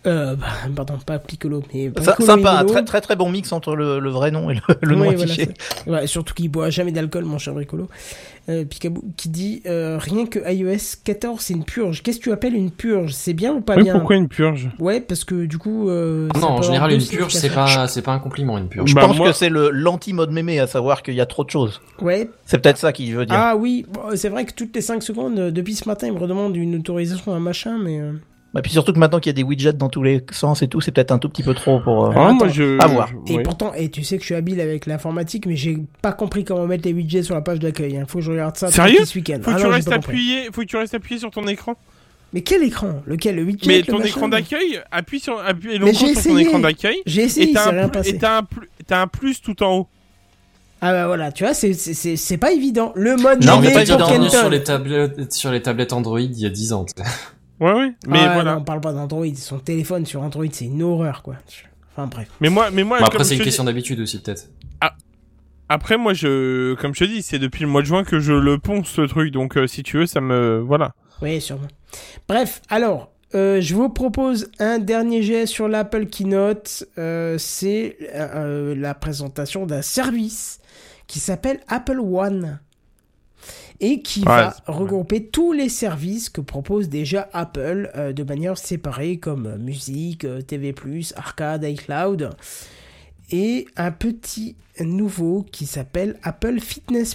Pardon, pas Piccolo, mais Sympa, un très très très bon mix entre le vrai nom et le nom affiché. Ouais, surtout qu'il boit jamais d'alcool, mon cher Bricolo. Picaboo qui dit rien que iOS 14 c'est une purge. Qu'est-ce que tu appelles une purge? C'est bien ou pas bien? Pourquoi une purge? Ouais, parce que du coup. Non, en général, une purge, c'est pas un compliment, une purge. Je pense que c'est l'anti-mode mémé, à savoir qu'il y a trop de choses. Ouais. C'est peut-être ça qu'il veut dire. Ah oui, bon, c'est vrai que toutes les 5 secondes, depuis ce matin, il me redemande une autorisation à un machin, mais. Et puis surtout que maintenant qu'il y a des widgets dans tous les sens et tout, c'est peut-être un tout petit peu trop pour moi, à voir. Et pourtant, tu sais que je suis habile avec l'informatique, mais j'ai pas compris comment mettre les widgets sur la page d'accueil. Faut que je regarde ça Sérieux ce week-end. Faut que tu restes appuyé sur ton écran. Mais quel écran? Lequel? Le widget? Mais ton écran d'accueil, appuie longtemps sur ton écran d'accueil. J'ai essayé, c'est rien passé. Et t'as un plus tout en haut. Ah bah voilà, tu vois, c'est pas évident. Le mode non, mais pas évident sur les tablettes Android il y a 10 ans. Ouais, mais voilà. Non, on parle pas d'Android, son téléphone sur Android, c'est une horreur, quoi. Enfin, bref. Mais moi, après, c'est une question d'habitude aussi, peut-être. Après, moi, comme je te dis, c'est depuis le mois de juin que je le ponce, ce truc, donc si tu veux, ça me... Voilà. Oui, sûrement. Bref, alors, je vous propose un dernier jet sur l'Apple Keynote, c'est la présentation d'un service qui s'appelle Apple One. Et qui va regrouper tous les services que propose déjà Apple de manière séparée, comme musique, TV+, arcade, iCloud, et un petit nouveau qui s'appelle Apple Fitness+.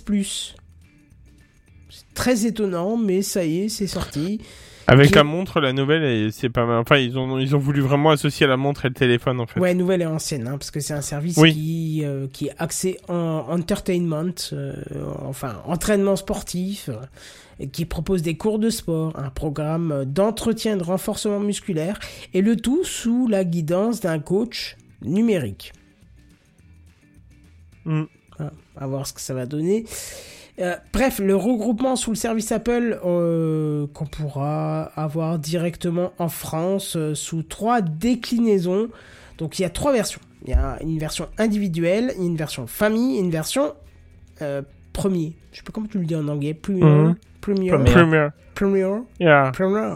C'est très étonnant, mais ça y est, c'est sorti. Avec la montre, la nouvelle, et c'est pas mal. Enfin, ils ont voulu vraiment associer la montre et le téléphone, en fait. Ouais, nouvelle et ancienne, parce que c'est un service qui est axé en entertainment, enfin, entraînement sportif, qui propose des cours de sport, un programme d'entretien et de renforcement musculaire, et le tout sous la guidance d'un coach numérique. À voir ce que ça va donner. Bref, le regroupement sous le service Apple qu'on pourra avoir directement en France sous 3 déclinaisons. Donc il y a 3 versions. Il y a une version individuelle, une version famille et une version premier. Je sais pas comment tu le dis en anglais. Premier. Yeah.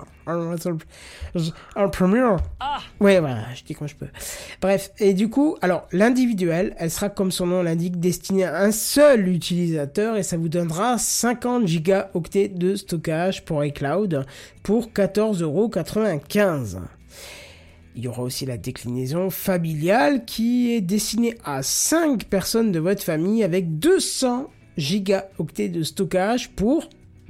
Premier. Ouais, voilà, je dis comme je peux. Bref, et du coup, alors, l'individuelle, elle sera, comme son nom l'indique, destinée à un seul utilisateur et ça vous donnera 50 gigaoctets de stockage pour iCloud pour 14,95 €. Il y aura aussi la déclinaison familiale qui est destinée à 5 personnes de votre famille avec 200 gigaoctets de stockage pour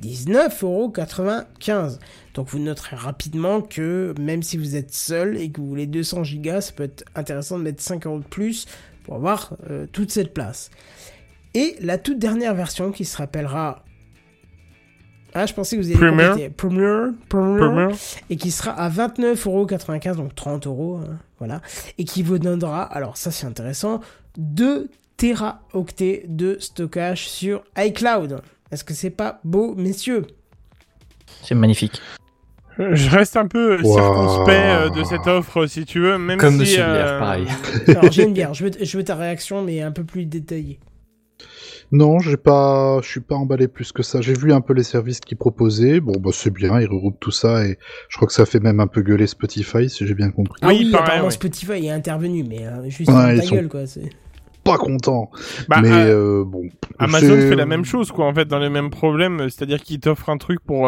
19,95 €. Donc vous noterez rapidement que même si vous êtes seul et que vous voulez 200 gigas, ça peut être intéressant de mettre 5 € de plus pour avoir toute cette place. Et la toute dernière version qui se rappellera... Ah, je pensais que vous alliez compléter. Premier. Et qui sera à 29,95 €, donc 30 €, voilà. Et qui vous donnera, alors ça c'est intéressant, 2 téraoctets de stockage sur iCloud. Est-ce que c'est pas beau, messieurs? C'est magnifique. Je reste un peu circonspect de cette offre, si tu veux, même comme si... Monsieur Bière, pareil. Alors, j'ai une bière, je veux ta réaction, mais un peu plus détaillée. Non, je suis pas emballé plus que ça. J'ai vu un peu les services qu'ils proposaient. Bon, bah, c'est bien, ils regroupent tout ça et je crois que ça fait même un peu gueuler Spotify, si j'ai bien compris. Ah oui, pareil, apparemment ouais. Spotify est intervenu, mais juste ta gueule, quoi. C'est... Pas content. Bah, mais bon. Amazon fait la même chose, quoi, en fait, dans les mêmes problèmes. C'est-à-dire qu'ils t'offrent un truc pour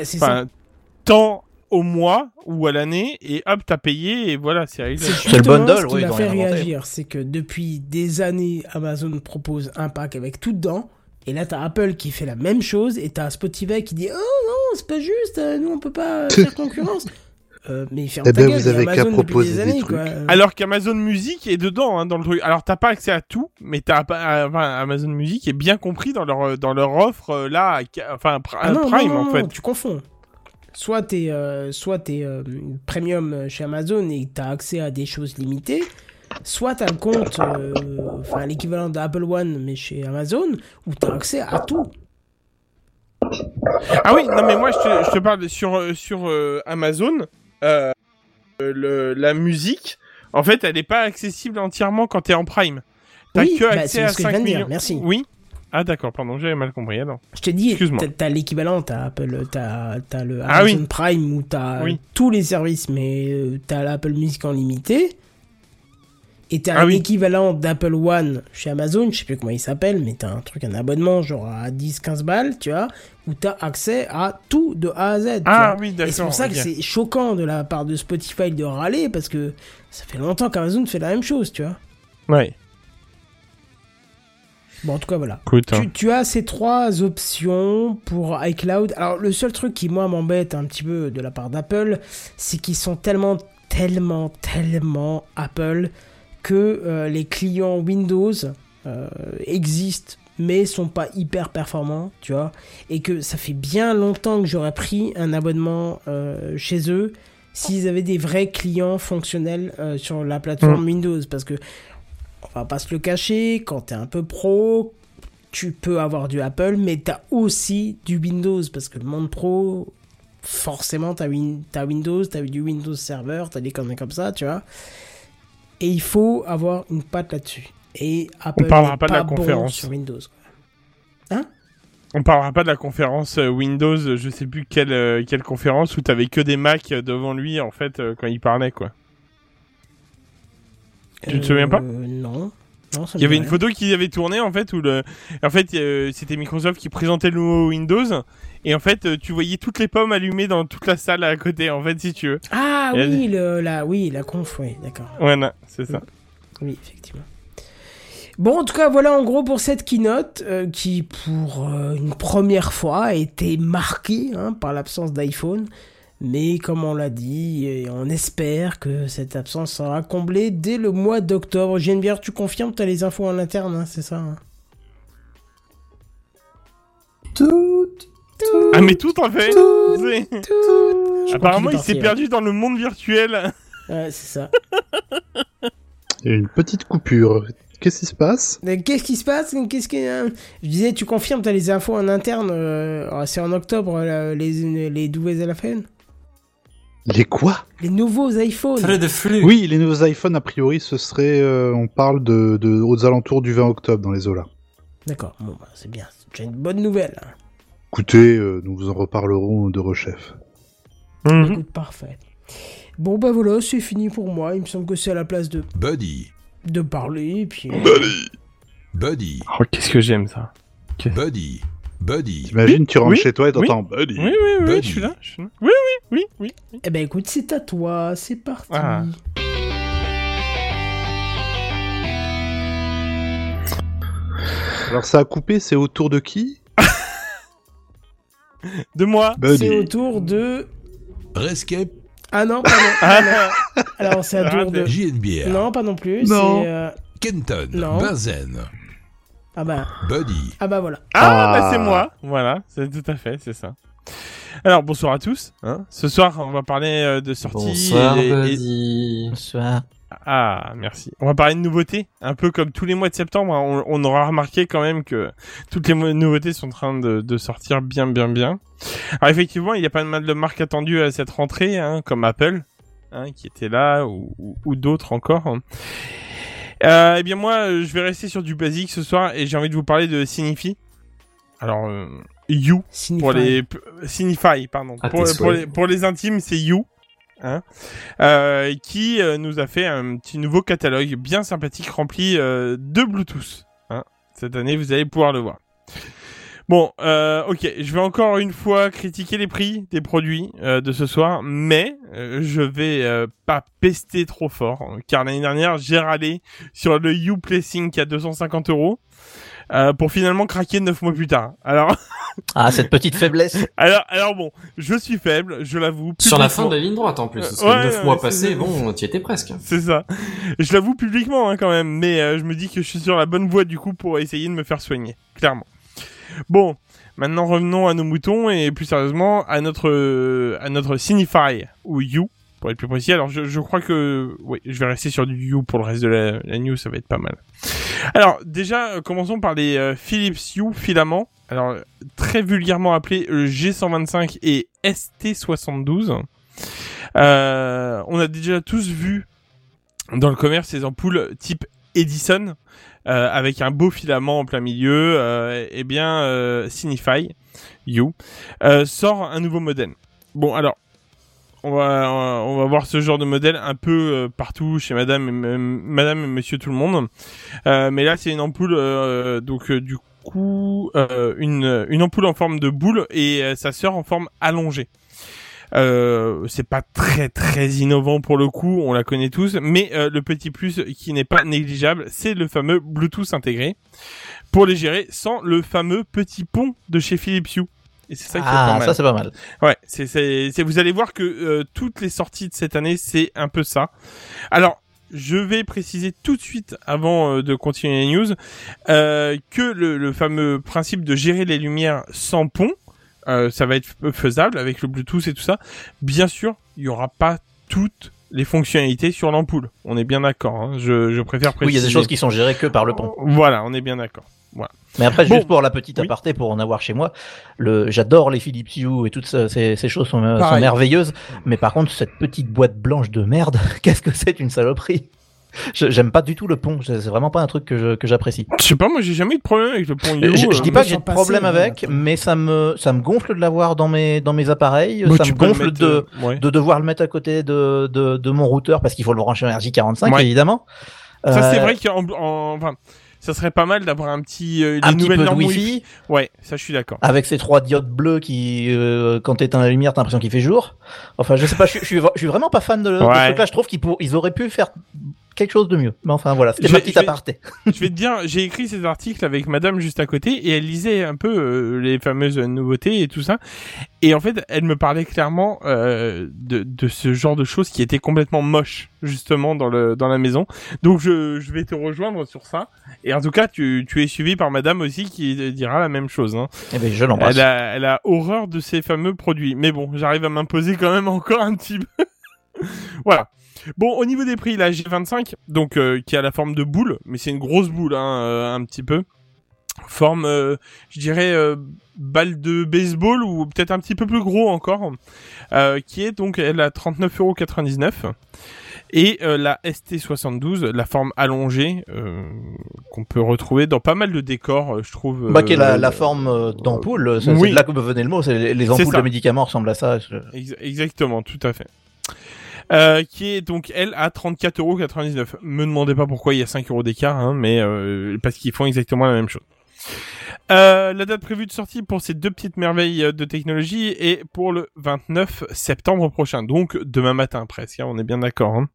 tant au mois ou à l'année, et hop, t'as payé, et voilà, c'est réglé. C'est le bundle, ce qui m'a fait réagir, c'est que depuis des années, Amazon propose un pack avec tout dedans, et là, t'as Apple qui fait la même chose, et t'as Spotify qui dit « Oh non, c'est pas juste, nous, on peut pas faire concurrence ». Mais ferme ta gueule, vous avez qu'à proposer des années, trucs. quoi. Alors qu'Amazon Music est dedans, dans le truc. Alors t'as pas accès à tout, mais Amazon Music est bien compris dans leur offre là, Prime en fait. Tu confonds. Soit t'es premium chez Amazon et t'as accès à des choses limitées, soit t'as le compte, l'équivalent d'Apple One mais chez Amazon où t'as accès à tout. Ah oui, non mais moi je te parle sur Amazon. La musique, en fait, elle n'est pas accessible entièrement quand t'es en Prime. T'as que accès à 5 millions. Merci. Oui. Ah d'accord, pardon, j'avais mal compris alors. Je t'ai dit, Excuse-moi. t'as l'équivalent, t'as Apple, t'as le Ah Amazon oui. Prime où t'as Oui. tous les services, mais t'as l'Apple Music en limité. Et t'as Ah oui. l'équivalent d'Apple One chez Amazon, je sais plus comment il s'appelle, mais t'as un abonnement genre à 10-15 balles, tu vois, où t'as accès à tout de A à Z. tu Ah vois. oui, d'accord. Et c'est pour ça que ok. c'est choquant de la part de Spotify de râler, parce que ça fait longtemps qu'Amazon fait la même chose, tu vois. Ouais, Bon, en tout cas, voilà. écoute. hein. Tu as ces 3 options pour iCloud. Alors, le seul truc qui, moi, m'embête un petit peu de la part d'Apple, c'est qu'ils sont tellement Apple que les clients Windows existent, mais sont pas hyper performants, tu vois. Et que ça fait bien longtemps que j'aurais pris un abonnement chez eux s'ils avaient des vrais clients fonctionnels sur la plateforme Windows. Parce que on va pas se le cacher, quand t'es un peu pro, tu peux avoir du Apple, mais t'as aussi du Windows, parce que le monde pro, forcément, t'as Windows, t'as du Windows Server, t'as des conneries comme ça, tu vois. Et il faut avoir une patte là-dessus. Et Apple parlera n'est pas de la bon conférence. sur Windows. Quoi. On parlera pas de la conférence Windows, je sais plus quelle conférence où t'avais que des Mac devant lui en fait quand il parlait quoi. Tu te souviens pas Non. Non, ça me Il y avait dit une rien. photo qui avait tourné en fait où c'était Microsoft qui présentait le nouveau Windows et en fait tu voyais toutes les pommes allumées dans toute la salle à côté en fait si tu veux. Ah Il y a oui, la conf, oui, d'accord. Voilà, c'est ça. Oui, effectivement. Bon, en tout cas, voilà en gros pour cette keynote qui, pour une première fois, a été marquée par l'absence d'iPhone. Mais comme on l'a dit, et on espère que cette absence sera comblée dès le mois d'octobre. Geneviève, tu confirmes, tu as les infos en interne, c'est ça Ah mais tout en fait. C'est- Je crois Apparemment qu'il est il s'est parti, perdu dans le monde virtuel. Ouais, c'est ça. Il y a une petite coupure. Qu'est-ce qui se passe? Mais qu'est-ce qui se passe? Je disais, tu confirmes, tu as les infos en interne. C'est en octobre, les nouveaux iPhones. Les quoi? Les nouveaux iPhones. Flux de flux. Oui, les nouveaux iPhones, a priori, ce serait... on parle de aux alentours du 20 octobre dans les eaux là. D'accord, bon, bah, c'est bien. C'est déjà une bonne nouvelle. Écoutez, nous vous en reparlerons de rechef. Mhm. Écoute, parfait. Bon, bah voilà, c'est fini pour moi. Il me semble que c'est à la place de Buddy, parler. Et puis, Buddy, Oh qu'est-ce que j'aime ça. Buddy, Buddy, T'imagines, tu rentres oui, chez toi et t'entends Buddy. Oui, oui, oui, Buddy. je suis là. Oui. eh ben écoute, c'est à toi. C'est parti. Ah. Alors ça a coupé, c'est autour de qui? De moi. C'est Buddy. au tour de... Rescape, Ah non, pardon. Ah, non. Alors, c'est à tour de... JNBR, Non, pas non plus. Non. C'est... Kenton, Non. Benzen, Ah bah... Buddy, Ah bah voilà. Bah c'est moi. Voilà, c'est tout à fait, c'est ça. Alors bonsoir à tous. Ce soir, on va parler de sorties. Bonsoir, et- Buddy. Bonsoir. Ah, merci. On va parler de nouveautés. Un peu comme tous les mois de septembre, on aura remarqué quand même que toutes les nouveautés sont en train de sortir bien. Alors effectivement, il y a pas mal de marques attendues à cette rentrée, comme Apple, qui était là, ou d'autres encore. Eh bien moi, je vais rester sur du basique ce soir et j'ai envie de vous parler de Signify. Alors, You. Signify. Pour les Signify, pardon. À tes souhaits. Pour les intimes, c'est You, qui nous a fait un petit nouveau catalogue bien sympathique rempli de Bluetooth. Cette année, vous allez pouvoir le voir. Bon, ok, je vais encore une fois critiquer les prix des produits de ce soir, mais je vais pas pester trop fort, car l'année dernière, j'ai râlé sur le You Play-Sync à 250 €. Pour finalement craquer 9 mois plus tard. Alors, Ah, cette petite faiblesse. alors bon, je suis faible, je l'avoue. Sur la publiquement. fin de la ligne droite en plus, parce que Ouais, 9 mois c'est passés, ça. bon, t'y étais presque. C'est ça. Je l'avoue publiquement quand même, mais je me dis que je suis sur la bonne voie du coup pour essayer de me faire soigner, clairement. Bon, maintenant revenons à nos moutons et plus sérieusement à notre Signify ou You pour être plus précis. Alors je crois que oui, je vais rester sur du You pour le reste de la news, ça va être pas mal. Alors déjà commençons par les Philips Hue filaments. Alors très vulgairement appelés G125 et ST72. On a déjà tous vu dans le commerce ces ampoules type Edison, avec un beau filament en plein milieu, Signify You sort un nouveau modèle. Bon, alors, on va voir ce genre de modèle un peu partout chez madame et monsieur tout le monde. Mais là, c'est une ampoule, du coup, une ampoule en forme de boule et sa sœur en forme allongée. C'est pas très très innovant pour le coup, on la connaît tous, mais le petit plus qui n'est pas négligeable, c'est le fameux Bluetooth intégré pour les gérer sans le fameux petit pont de chez Philips Hue. Et c'est ça qui est pas mal. Ça c'est pas mal. Ouais, c'est vous allez voir que toutes les sorties de cette année, c'est un peu ça. Alors, je vais préciser tout de suite avant de continuer les news que le fameux principe de gérer les lumières sans pont, ça va être faisable avec le Bluetooth et tout ça. Bien sûr, il y aura pas toutes les fonctionnalités sur l'ampoule. On est bien d'accord. Hein. Je préfère préciser. Oui, il y a des choses qui sont gérées que par le pont. Voilà, on est bien d'accord. Voilà. Mais après, juste pour la petite aparté, pour en avoir chez moi, j'adore les Philips Hue et toutes ces choses sont merveilleuses. Mais par contre, cette petite boîte blanche de merde, qu'est-ce que c'est une saloperie? J'aime pas du tout le pont, c'est vraiment pas un truc que j'apprécie. Je sais pas, moi j'ai jamais eu de problème avec le pont Hue. Je dis pas que j'ai de problème avec, mais ça me gonfle de l'avoir dans mes appareils, ça me gonfle de devoir le mettre à côté de mon routeur parce qu'il faut le brancher en RJ45 évidemment. Ça c'est vrai enfin, ça serait pas mal d'avoir un petit un petit peu de Wi-Fi. Ouais, ça je suis d'accord. Avec ces 3 diodes bleues qui quand t'éteins la lumière, t'as l'impression qu'il fait jour. Enfin, je sais pas, je suis vraiment pas fan de ce truc-là, je trouve qu'ils auraient pu faire quelque chose de mieux. Mais enfin voilà, c'était ma petite aparté. Je vais te dire, j'ai écrit ces articles avec madame juste à côté et elle lisait un peu les fameuses nouveautés et tout ça. Et en fait, elle me parlait clairement de ce genre de choses qui étaient complètement moches justement dans la maison. Donc je vais te rejoindre sur ça. Et en tout cas, tu es suivi par madame aussi qui dira la même chose. Hein. Eh ben, je l'embrasse. Elle a horreur de ces fameux produits. Mais bon, j'arrive à m'imposer quand même encore un petit peu. Voilà. Bon, au niveau des prix, la G25, donc qui a la forme de boule, mais c'est une grosse boule, hein, un petit peu. Forme, je dirais, balle de baseball ou peut-être un petit peu plus gros encore, qui est donc elle à 39,99€. Et la ST72, la forme allongée, qu'on peut retrouver dans pas mal de décors, je trouve. Qui est la forme d'ampoule, c'est de là que me venait le mot, c'est les ampoules de médicaments ressemblent à ça. Exactement, tout à fait. Qui est donc elle à 34,99€. Me demandez pas pourquoi il y a 5€ d'écart, hein, mais parce qu'ils font exactement la même chose. La date prévue de sortie pour ces deux petites merveilles de technologie est pour le 29 septembre prochain, donc demain matin presque, hein, on est bien d'accord. Hein.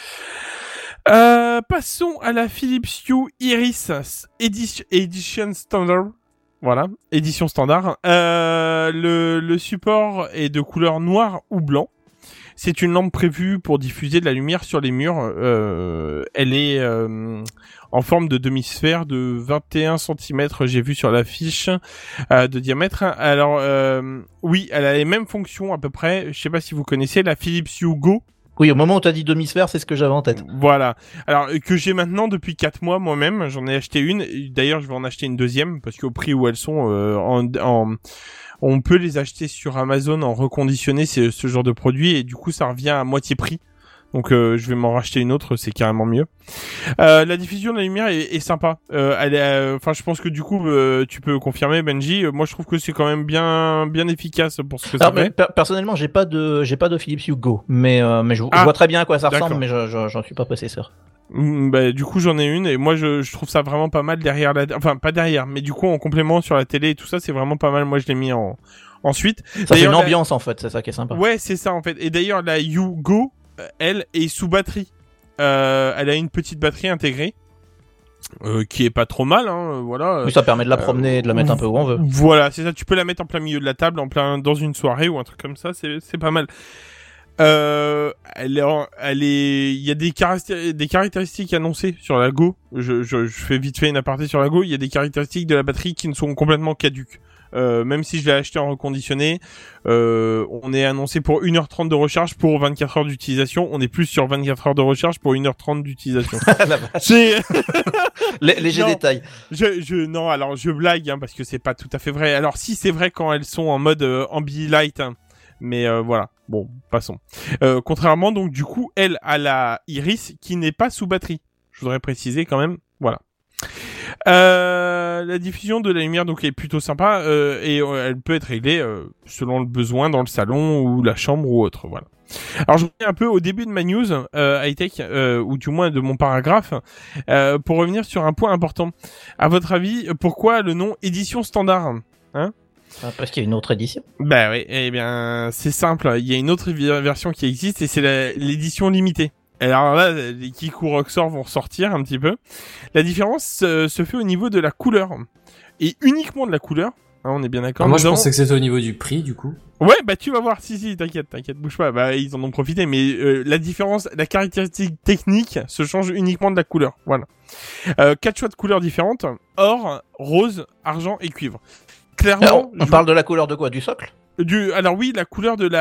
Passons à la Philips Hue Iris Edition Standard. Voilà, édition standard. Le support est de couleur noire ou blanc. C'est une lampe prévue pour diffuser de la lumière sur les murs. Elle est en forme de demi-sphère de 21 cm, j'ai vu sur l'affiche, de diamètre. Alors, oui, elle a les mêmes fonctions à peu près. Je sais pas si vous connaissez la Philips Hue Go. Oui, au moment où tu as dit demi-sphère, c'est ce que j'avais en tête. Voilà. Alors, que j'ai maintenant depuis 4 mois moi-même. J'en ai acheté une. D'ailleurs, je vais en acheter une deuxième, parce qu'au prix où elles sont, on peut les acheter sur Amazon en reconditionné, c'est ce genre de produit, et du coup, ça revient à moitié prix. Donc, je vais m'en racheter une autre, c'est carrément mieux. La diffusion de la lumière est sympa. Elle est, enfin, je pense que du coup, tu peux confirmer, Benji. Moi, je trouve que c'est quand même bien efficace pour ce que ça fait. Personnellement, j'ai pas de Philips Hue Go, mais je vois très bien à quoi ça ressemble, mais j'en suis pas possesseur. Bah, du coup, j'en ai une et moi, je trouve ça vraiment pas mal derrière enfin, pas derrière, mais du coup, en complément sur la télé et tout ça, c'est vraiment pas mal. Moi, je l'ai mis ensuite. Ça fait une ambiance, en fait, c'est ça qui est sympa. Ouais, c'est ça, en fait. Et d'ailleurs, la Hue Go, elle est sous batterie. Elle a une petite batterie intégrée. Qui est pas trop mal, hein, voilà. Oui, ça permet de la promener et de la mettre un peu où on veut. Voilà, c'est ça. Tu peux la mettre en plein milieu de la table, dans une soirée ou un truc comme ça. C'est pas mal. Il y a des caractéristiques annoncées sur la Go. Je fais vite fait une aparté sur la Go. Il y a des caractéristiques de la batterie qui ne sont complètement caduques. Même si je l'ai acheté en reconditionné, on est annoncé pour 1h30 de recharge pour 24 heures d'utilisation. On est plus sur 24 heures de recharge pour 1h30 d'utilisation. C'est léger détail. Non, alors je blague, hein, parce que c'est pas tout à fait vrai. Alors si, c'est vrai quand elles sont en mode ambilight, hein. Mais voilà, bon, passons. Contrairement donc du coup, elle a la Iris qui n'est pas sous batterie. Je voudrais préciser quand même. Voilà. La diffusion de la lumière donc est plutôt sympa et elle peut être réglée selon le besoin dans le salon ou la chambre ou autre. Voilà. Alors je reviens un peu au début de ma news high-tech ou du moins de mon paragraphe pour revenir sur un point important. À votre avis, pourquoi le nom édition standard, hein? Parce qu'il y a une autre édition. Bah oui, eh bien c'est simple. Il y a une autre version qui existe et c'est l'édition limitée. Alors là, les Kiku Roxor vont ressortir un petit peu. La différence se fait au niveau de la couleur. Et uniquement de la couleur. Hein, on est bien d'accord. Moi, je pensais que c'était au niveau du prix, du coup. Ouais, bah tu vas voir. Si, t'inquiète, bouge pas. Bah ils en ont profité. Mais la différence, la caractéristique technique se change uniquement de la couleur. Voilà. 4 choix de couleurs différentes. Or, rose, argent et cuivre. Clairement. Alors, on parle de la couleur de quoi? Du socle? Alors oui, la couleur de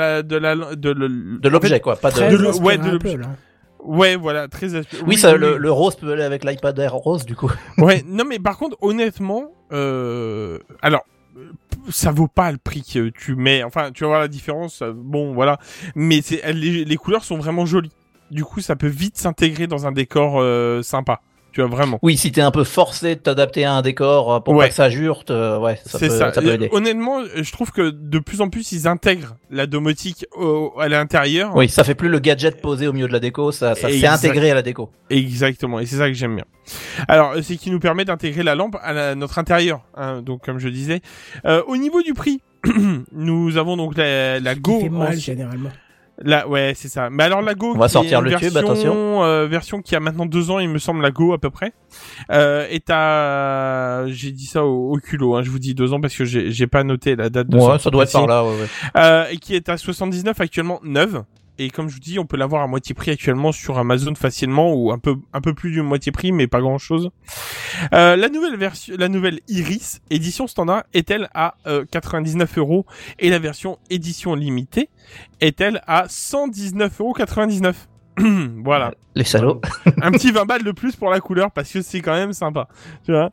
l'objet, quoi, pas de l'objet. Ouais, voilà, très oui, ça, le rose peut aller avec l'iPad Air rose, du coup. Ouais, non, mais par contre, honnêtement, alors, ça vaut pas le prix que tu mets. Enfin, tu vas voir la différence. Bon, voilà. Mais les couleurs sont vraiment jolies. Du coup, ça peut vite s'intégrer dans un décor sympa. Tu vois, vraiment. Oui, si t'es un peu forcé de t'adapter à un décor pour pas que ça jurte, ça peut aider. Honnêtement, je trouve que de plus en plus, ils intègrent la domotique à l'intérieur. Oui, ça fait plus le gadget posé au milieu de la déco, ça s'est intégré à la déco. Exactement, et c'est ça que j'aime bien. Alors, c'est qui nous permet d'intégrer la lampe à notre intérieur, hein, donc comme je disais. Au niveau du prix, nous avons donc la Go. Qui fait mal, généralement. Ouais, c'est ça. Mais alors la Go, on va sortir le tube, attention. Version qui a maintenant 2 ans, il me semble, la Go à peu près. Est à, j'ai dit ça au culot, hein, je vous dis 2 ans parce que j'ai pas noté la date de sortie. Ouais, ça doit être par là, ouais. Et qui est à 79 actuellement, neuve. Et comme je vous dis, on peut l'avoir à moitié prix actuellement sur Amazon facilement ou un peu plus du moitié prix, mais pas grand chose. La nouvelle Iris édition standard est-elle à 99 € et la version édition limitée est-elle à 119,99 €. Voilà. Les salauds. Un petit 20 balles de plus pour la couleur parce que c'est quand même sympa. Tu vois.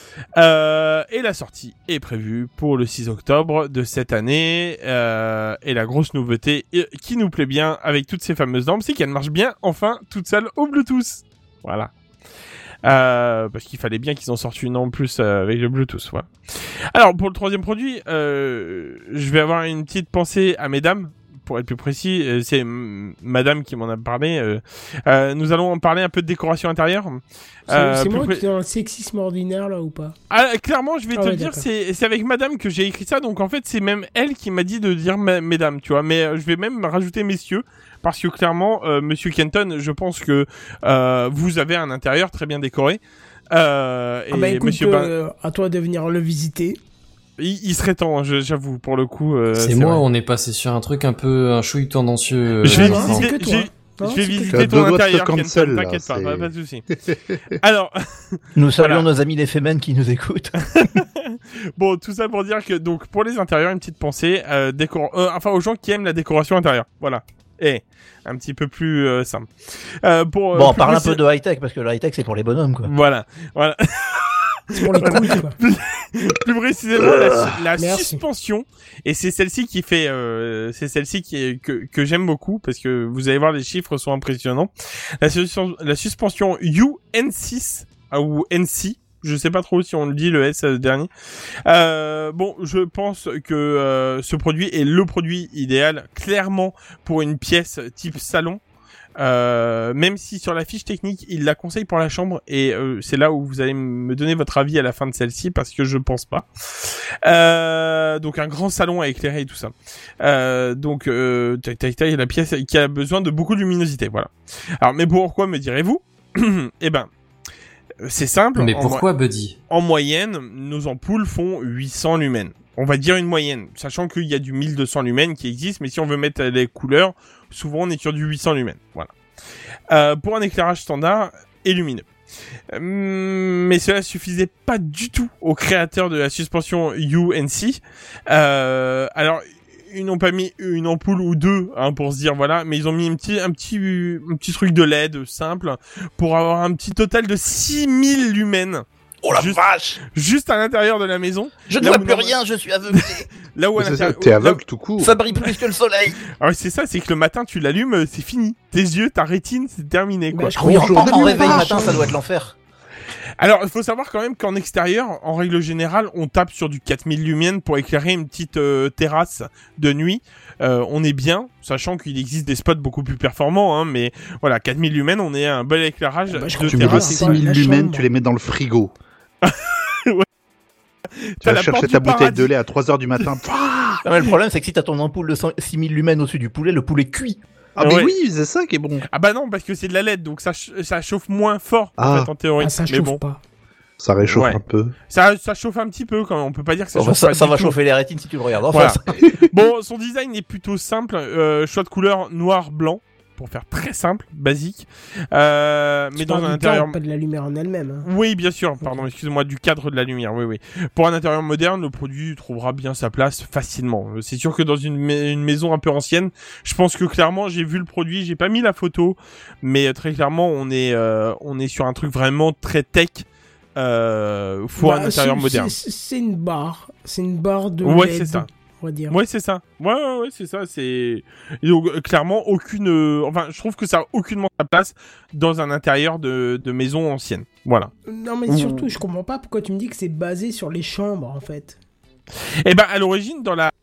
Et la sortie est prévue pour le 6 octobre de cette année. Et la grosse nouveauté qui nous plaît bien avec toutes ces fameuses lampes, c'est qu'elles marchent bien enfin toutes seules au Bluetooth. Voilà. Parce qu'il fallait bien qu'ils en sortent une en plus avec le Bluetooth. Voilà. Alors pour le troisième produit, je vais avoir une petite pensée à mesdames. Pour être plus précis, c'est madame qui m'en a parlé. Nous allons en parler un peu de décoration intérieure. C'est moi qui suis dans le sexisme ordinaire là ou pas? Clairement, je vais te dire, c'est avec madame que j'ai écrit ça. Donc en fait, c'est même elle qui m'a dit de dire mesdames, tu vois. Mais je vais même rajouter messieurs. Parce que clairement, monsieur Kenton, je pense que vous avez un intérieur très bien décoré. Et écoute, monsieur à toi de venir le visiter. Il serait temps, j'avoue, pour le coup. C'est moi, on est passé sur un truc un chouille tendancieux. Je vais visiter ton intérieur, Kenton, t'inquiète pas de soucis. Alors. Nous saluons nos amis les Femen qui nous écoutent. Bon, tout ça pour dire que, donc, pour les intérieurs, une petite pensée, aux gens qui aiment la décoration intérieure. Voilà. Un petit peu plus simple. On parle un peu de high-tech, parce que le high-tech, c'est pour les bonhommes, quoi. Voilà. C'est pour les couilles, quoi. Plus précisément, la suspension, et c'est celle-ci qui fait, que j'aime beaucoup, parce que vous allez voir, les chiffres sont impressionnants. La suspension UN6, ou NC, je sais pas trop si on le dit, le S dernier. Je pense que ce produit est le produit idéal, clairement, pour une pièce type salon. Même si sur la fiche technique il la conseille pour la chambre, et c'est là où vous allez me donner votre avis à la fin de celle-ci, parce que je pense pas. Donc un grand salon à éclairer et tout ça. La pièce qui a besoin de beaucoup de luminosité, voilà. Alors mais pourquoi, me direz-vous? Eh ben, c'est simple. Mais pourquoi, Buddy? En moyenne, nos ampoules font 800 lumens. On va dire une moyenne, sachant qu'il y a du 1200 lumens qui existe, mais si on veut mettre les couleurs, souvent on est sur du 800 lumens. Voilà. Pour un éclairage standard et lumineux. Mais cela suffisait pas du tout aux créateurs de la suspension UNC. Alors, ils n'ont pas mis une ampoule ou deux, hein, pour se dire voilà, mais ils ont mis un petit truc de LED simple pour avoir un petit total de 6000 lumens. Oh la vache! Juste à l'intérieur de la maison. Je ne Là vois où plus rien, je suis aveuglé. Là où à C'est ça, l'intérieur. t'es aveugle tout court. Ça brille plus que le soleil. Alors c'est ça, c'est que le matin tu l'allumes, c'est fini. Tes yeux, ta rétine, c'est terminé quoi. Bah, je Oui, comprends pas. en réveil matin, ça doit être l'enfer. Alors, il faut savoir quand même qu'en extérieur, en règle générale, on tape sur du 4000 lumens pour éclairer une petite terrasse de nuit. On est bien, sachant qu'il existe des spots beaucoup plus performants, hein, mais voilà, 4000 lumens, on est à un bel éclairage Bah, je de Tu mets les terrasse. 6000 La lumens, chambre. tu les mets dans le frigo. Tu T'as vas la chercher porte ta du bouteille paradis. de lait à 3h du matin. Non, mais le problème, c'est que si t'as ton ampoule de 6000 lumens au-dessus du poulet, le poulet cuit. Ah mais Ouais. oui, c'est ça qui est bon. Ah bah non, parce que c'est de la LED, donc ça chauffe moins fort, en Ah. fait, en théorie. Ah, ça mais chauffe bon, pas. Ça réchauffe Ouais. un peu. ça chauffe un petit peu quand même, on peut pas dire que ça Bon, chauffe ça pas ça du va tout. chauffer les rétines si tu le regardes. Enfin, Voilà. ça- Bon, son design est plutôt simple, choix de couleur noir-blanc, pour faire très simple, basique. Mais Tu dans parles un du intérieur... cadre, pas de la lumière en elle-même. Hein. Oui, bien sûr, pardon, excusez-moi, du cadre de la lumière, oui. Pour un intérieur moderne, le produit trouvera bien sa place facilement. C'est sûr que dans une maison un peu ancienne, je pense que clairement, j'ai vu le produit, j'ai pas mis la photo, mais très clairement, on est sur un truc vraiment très tech, faut Bah, un intérieur moderne. C'est une barre. C'est une barre de Ouais, LED, c'est ça. on va dire. Ouais, c'est ça. Ouais, c'est ça. C'est et donc, clairement aucune. Enfin, je trouve que ça a aucunement sa place dans un intérieur de maison ancienne. Voilà. Non, mais surtout, je comprends pas pourquoi tu me dis que c'est basé sur les chambres, en fait. Et ben, à l'origine, dans la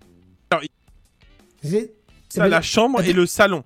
C'est- ça, la chambre et le salon.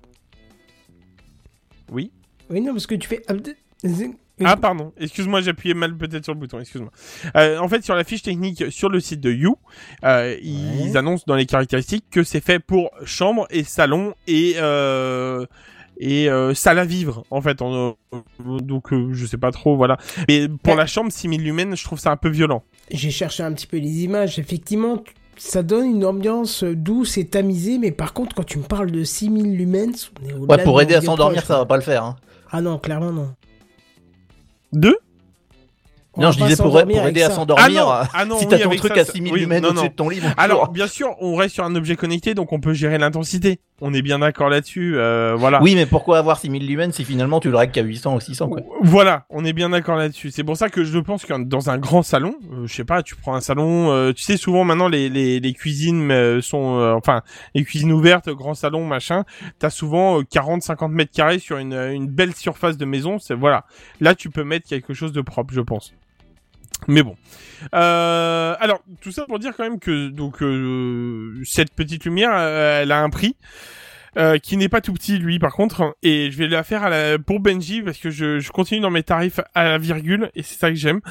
Oui. Oui, non, parce que tu fais... Ah pardon, excuse-moi, j'appuyais mal peut-être sur le bouton, excuse-moi. En fait, sur la fiche technique sur le site de You, ils annoncent dans les caractéristiques que c'est fait pour chambre et salon et salle à vivre en fait. Donc je sais pas trop, voilà. Mais pour la chambre 6000 lumens, je trouve ça un peu violent. J'ai cherché un petit peu les images. Effectivement, ça donne une ambiance douce et tamisée, mais par contre, quand tu me parles de 6000 lumens, on est au-delà Ouais, pour de aider à l'ambiance s'endormir, proche, ça va quoi. pas le faire. Hein. Ah non, clairement non. Deux On Non, va je pas disais pour s'endormir aider avec à ça. s'endormir. Ah non, si oui, t'as ton avec truc ça, à 6000 oui, lumens non, au-dessus non. de ton lit, bon, Alors, bien sûr, on reste sur un objet connecté, donc on peut gérer l'intensité. On est bien d'accord là-dessus, voilà. Oui, mais pourquoi avoir 6000 lumens si finalement tu le règles qu'à 800 ou 600 quoi. Voilà, on est bien d'accord là-dessus. C'est pour ça que je pense que dans un grand salon, je sais pas, tu prends un salon, tu sais souvent maintenant les cuisines sont, enfin les cuisines ouvertes, grand salon, machin, t'as souvent 40-50 mètres carrés sur une belle surface de maison. C'est voilà, là tu peux mettre quelque chose de propre, je pense. Mais bon. Alors, tout ça pour dire quand même que donc cette petite lumière, elle a un prix qui n'est pas tout petit lui par contre, et je vais la faire pour Benji parce que je continue dans mes tarifs à la virgule et c'est ça que j'aime.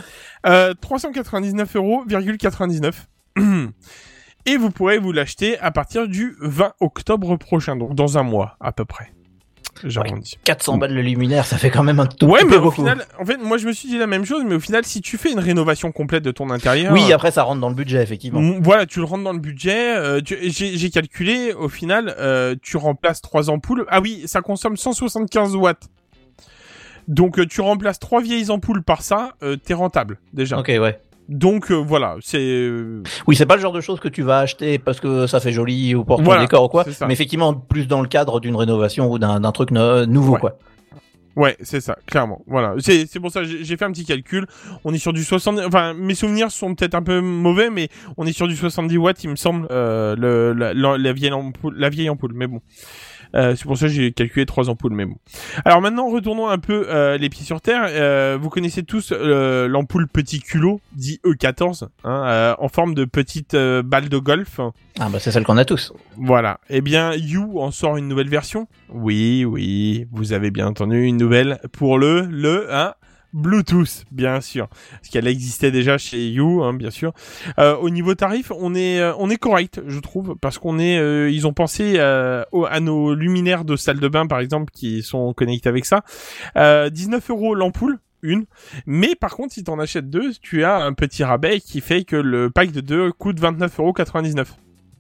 399,99 €. Et vous pourrez vous l'acheter à partir du 20 octobre prochain, donc dans un mois à peu près. J'arrondis. 400 balles le luminaire, ça fait quand même un tout Ouais, petit mais peu au beaucoup. final, en fait, moi je me suis dit la même chose, mais au final, si tu fais une rénovation complète de ton intérieur, Oui, après ça rentre dans le budget effectivement. voilà, tu le rentres dans le budget. J'ai calculé, au final, tu remplaces 3 ampoules. Ah oui, ça consomme 175 watts. Donc tu remplaces 3 vieilles ampoules par ça, t'es rentable déjà. Ok, ouais. Donc voilà, c'est Oui, c'est pas le genre de choses que tu vas acheter parce que ça fait joli ou pour ton Voilà, décor ou quoi, c'est ça. mais effectivement plus dans le cadre d'une rénovation ou d'un truc nouveau Ouais. quoi. Ouais, c'est ça, clairement. Voilà, c'est pour ça j'ai fait un petit calcul. On est sur du 70. Enfin, mes souvenirs sont peut-être un peu mauvais, mais on est sur du 70 watts, il me semble, la vieille ampoule. Mais bon, c'est pour ça que j'ai calculé 3 ampoules. Mais bon. Alors maintenant, retournons un peu les pieds sur terre. Vous connaissez tous l'ampoule petit culot, dit E14, hein, en forme de petite balle de golf. Ah bah c'est celle qu'on a tous. Voilà. Eh bien, You en sort une nouvelle version. Oui, vous avez bien entendu une nouvelle pour le Bluetooth, bien sûr, parce qu'elle existait déjà chez You, hein, bien sûr. Au niveau tarif, on est correct, je trouve, parce qu'on est, ils ont pensé à nos luminaires de salle de bain, par exemple, qui sont connectés avec ça. 19 € l'ampoule. Mais par contre, si t'en achètes 2, tu as un petit rabais qui fait que le pack de 2 coûte 29,99 €.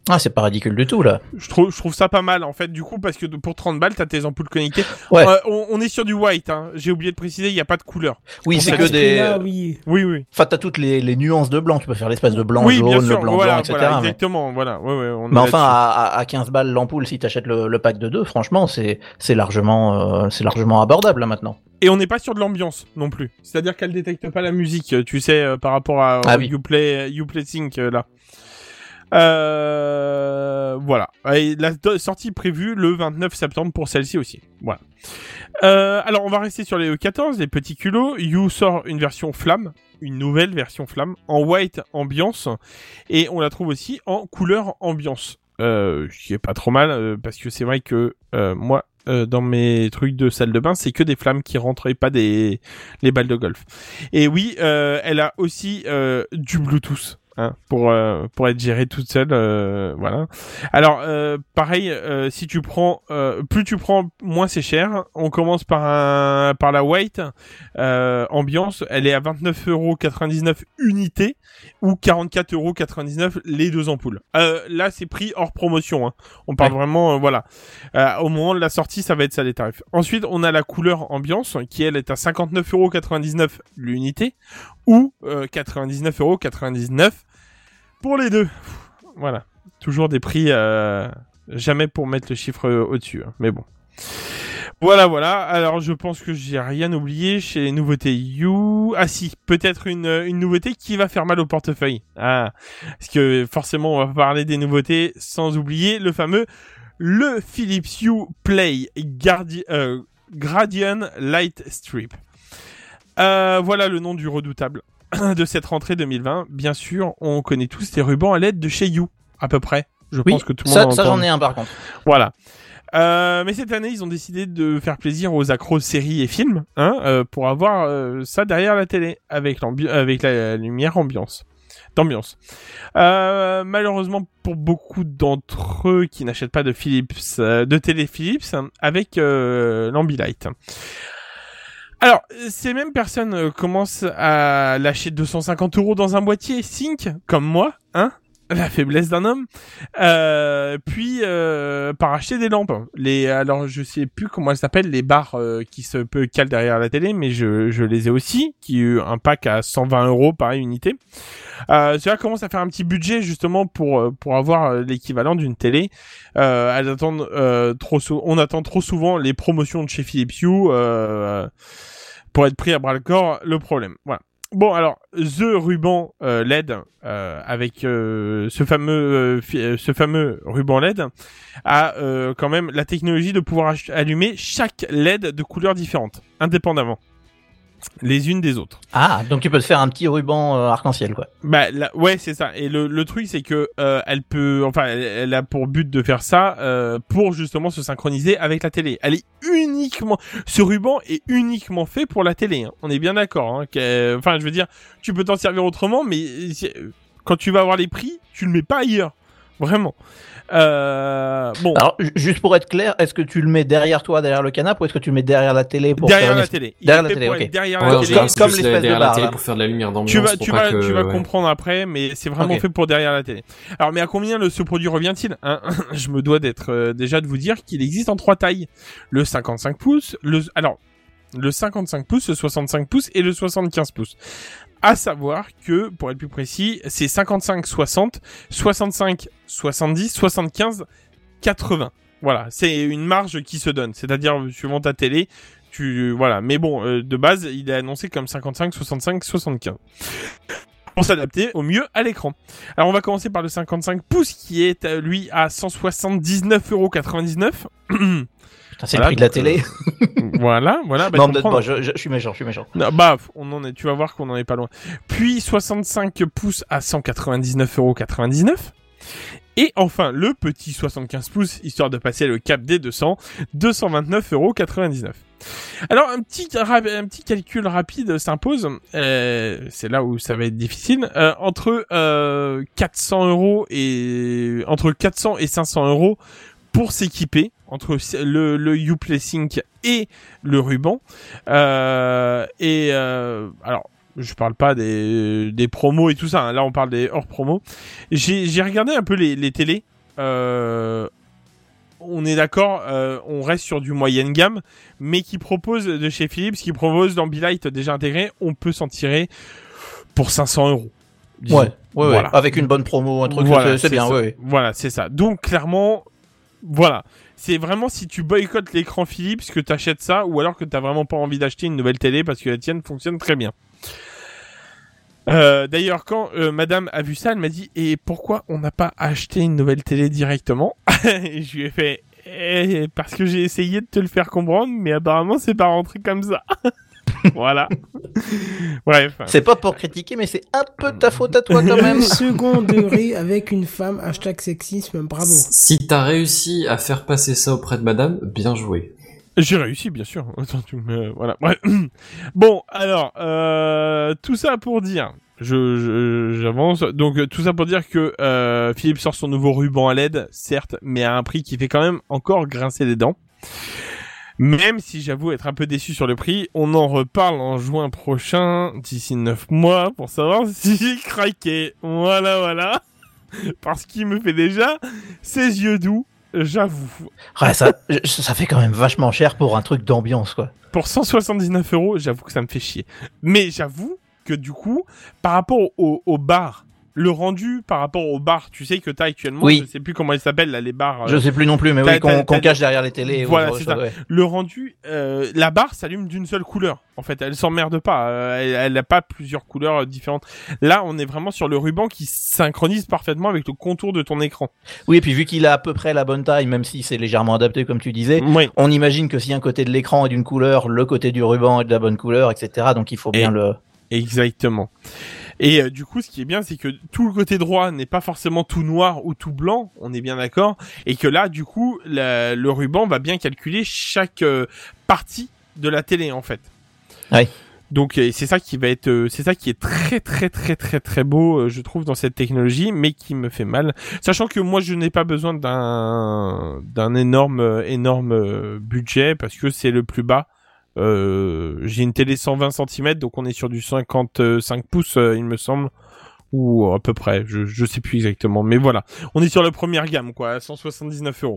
Ah, c'est pas ridicule du tout, là. Je trouve ça pas mal, en fait, du coup, parce que pour 30 balles, t'as tes ampoules connectées. Ouais. On est sur du white, hein. J'ai oublié de préciser, il y a pas de couleur. Oui, c'est ça, que ce des... Là, oui. Oui. Enfin, t'as toutes les nuances de blanc. Tu peux faire l'espèce de blanc Oui, bien jaune, sûr, le blanc voilà, blanc, etc. voilà, mais- exactement, voilà. Ouais, on Mais est enfin, là-dessus. à 15 balles l'ampoule, si t'achètes le pack de 2, franchement, c'est largement abordable, là, maintenant. Et on n'est pas sur de l'ambiance non plus. C'est-à-dire qu'elle détecte pas la musique, tu sais, par rapport à oui. Uplay Sync là. Voilà. Et la sortie prévue le 29 septembre pour celle-ci aussi. Voilà. Alors on va rester sur les E14, les petits culots. You sort une version flamme, une nouvelle version flamme en white ambiance, et on la trouve aussi en couleur ambiance. Ce qui est pas trop mal parce que c'est vrai que moi dans mes trucs de salle de bain, c'est que des flammes qui rentrent et pas les balles de golf. Et oui, elle a aussi du Bluetooth. Hein, pour être gérée toute seule, voilà. Alors pareil, si tu prends plus tu prends, moins c'est cher. On commence par la white ambiance, elle est à 29,99€ unité ou 44,99€ les deux ampoules. Là c'est prix hors promotion, hein. On parle vraiment voilà. Au moment de la sortie, ça va être ça les tarifs. Ensuite, on a la couleur ambiance qui elle est à 59,99€ l'unité ou 99,99€ pour les deux. Voilà. Toujours des prix jamais pour mettre le chiffre au-dessus, hein. Mais bon. Voilà. Alors, je pense que j'ai rien oublié chez les nouveautés You. Ah si, peut-être une nouveauté qui va faire mal au portefeuille. Ah, parce que forcément, on va parler des nouveautés sans oublier le Philips Hue Play Gradient Light Strip. Voilà le nom du redoutable de cette rentrée 2020. Bien sûr, on connaît tous les rubans à LED de chez You, à peu près. Je pense que tout le monde en ça entend. j'en ai un par contre. Voilà. Mais cette année, ils ont décidé de faire plaisir aux accros séries et films, hein, pour avoir ça derrière la télé avec la lumière d'ambiance. Malheureusement pour beaucoup d'entre eux qui n'achètent pas de télé Philips, avec l'Ambilight. Alors, ces mêmes personnes commencent à lâcher 250€ dans un boîtier Sync, comme moi, hein, la faiblesse d'un homme, puis par acheter des lampes. Alors je sais plus comment elles s'appellent, les barres qui se peut caler derrière la télé, mais je les ai aussi, qui ont un pack à 120€ par unité. Cela commence à faire un petit budget justement pour avoir l'équivalent d'une télé. Elles attendent on attend trop souvent les promotions de chez Philips Hue pour être pris à bras le corps. Le problème, voilà. Bon, alors, The Ruban LED, avec ce fameux ruban LED, a quand même la technologie de pouvoir allumer chaque LED de couleurs différentes, indépendamment, les unes des autres. Ah, donc tu peux te faire un petit ruban arc-en-ciel, quoi. Bah, ouais, c'est ça. Et le truc, c'est que elle a pour but de faire ça pour justement se synchroniser avec la télé. Ce ruban est uniquement fait pour la télé, hein. On est bien d'accord, hein, enfin, je veux dire, tu peux t'en servir autrement, mais quand tu vas avoir les prix, tu le mets pas ailleurs. Vraiment. Bon. Alors, juste pour être clair, est-ce que tu le mets derrière toi, derrière le canapé, ou est-ce que tu le mets derrière la télé pour derrière faire la télé. Derrière la télé, ok. Derrière Ouais, la en télé. général, c'est comme juste l'espèce de derrière la barre, télé là. pour faire de la lumière d'ambiance. Tu vas ouais. comprendre après, mais c'est vraiment Ok. fait pour derrière la télé. Alors, mais à combien ce produit revient-il, hein? Je me dois déjà de vous dire qu'il existe en 3 tailles. Le 55 pouces, le 55 pouces, le 65 pouces et le 75 pouces. À savoir que, pour être plus précis, c'est 55-60, 65-70, 75-80. Voilà, c'est une marge qui se donne. C'est-à-dire, suivant ta télé, voilà. Mais bon, de base, il est annoncé comme 55, 65, 75. Pour s'adapter au mieux à l'écran. Alors, on va commencer par le 55 pouces qui est, lui, à 179,99€. Putain, c'est le prix de la télé. Voilà. Bah, Non, peut-être pas, je suis méchant. Non, tu vas voir qu'on en est pas loin. Puis 65 pouces à 199,99€. Et enfin, le petit 75 pouces, histoire de passer le cap des 200, 229,99€. Alors, un petit calcul rapide s'impose. C'est là où ça va être difficile. Entre 400 et 500€ pour s'équiper, entre le Uplay Sync et le ruban. Alors, je parle pas des promos et tout ça, hein. Là, on parle des hors promos. J'ai regardé un peu les télés on est d'accord, on reste sur du moyenne gamme, mais qui propose de chez Philips, qui propose l'Ambilight déjà intégré, on peut s'en tirer pour 500 €. Disons. Ouais, voilà. Avec une bonne promo, un truc, Voilà, c'est bien, ouais. Voilà, c'est ça. Donc clairement, voilà, c'est vraiment si tu boycottes l'écran Philips que t'achètes ça, ou alors que t'as vraiment pas envie d'acheter une nouvelle télé parce que la tienne fonctionne très bien. D'ailleurs, quand Madame a vu ça, elle m'a dit « Et pourquoi on n'a pas acheté une nouvelle télé directement ?» Et je lui ai fait « Parce que j'ai essayé de te le faire comprendre, mais apparemment c'est pas rentré comme ça. » Voilà. Bref. C'est pas pour critiquer, mais c'est un peu ta faute à toi quand même. Second degré avec une femme, #sexisme, bravo. Si t'as réussi à faire passer ça auprès de madame, bien joué. J'ai réussi, bien sûr. Attends, voilà. Ouais. Bon, alors, tout ça pour dire, j'avance. Donc, tout ça pour dire que Philips sort son nouveau ruban à LED, certes, mais à un prix qui fait quand même encore grincer les dents. Même si j'avoue être un peu déçu sur le prix, on en reparle en juin prochain, d'ici 9 mois, pour savoir si j'ai craqué. Voilà. Parce qu'il me fait déjà ses yeux doux. J'avoue. Ouais, ça fait quand même vachement cher pour un truc d'ambiance, quoi. Pour 179 €, j'avoue que ça me fait chier. Mais j'avoue que du coup, par rapport au bar, le rendu par rapport au bar, tu sais que t'as actuellement, oui. Je sais plus comment ils s'appellent là, les bars. Je sais plus non plus, mais oui, qu'on cache derrière les télés. Voilà, c'est ça. Ouais. Le rendu, la barre s'allume d'une seule couleur. En fait, elle s'emmerde pas. Elle n'a pas plusieurs couleurs différentes. Là, on est vraiment sur le ruban qui synchronise parfaitement avec le contour de ton écran. Oui, et puis vu qu'il a à peu près la bonne taille, même si c'est légèrement adapté, comme tu disais, oui. On imagine que si un côté de l'écran est d'une couleur, le côté du ruban est de la bonne couleur, etc. Donc il faut bien le... Exactement. Et du coup, ce qui est bien, c'est que tout le côté droit n'est pas forcément tout noir ou tout blanc, on est bien d'accord, et que là, du coup, le ruban va bien calculer chaque partie de la télé, en fait. Ouais. Donc c'est ça qui va être, c'est ça qui est très très très très très beau, je trouve, dans cette technologie, mais qui me fait mal, sachant que moi je n'ai pas besoin d'un énorme budget parce que c'est le plus bas. J'ai une télé 120 cm, donc on est sur du 55 pouces, il me semble, ou à peu près, je sais plus exactement, mais voilà, on est sur la première gamme, quoi, à 179 €.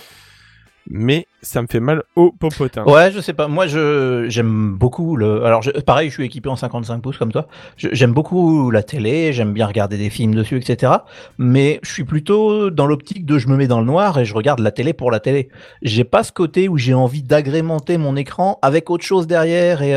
Mais ça me fait mal au popotin. Ouais, je sais pas. Moi, j'aime beaucoup alors, pareil, je suis équipé en 55 pouces comme toi. J'aime beaucoup la télé, j'aime bien regarder des films dessus, etc. Mais je suis plutôt dans l'optique de je me mets dans le noir et je regarde la télé pour la télé. J'ai pas ce côté où j'ai envie d'agrémenter mon écran avec autre chose derrière et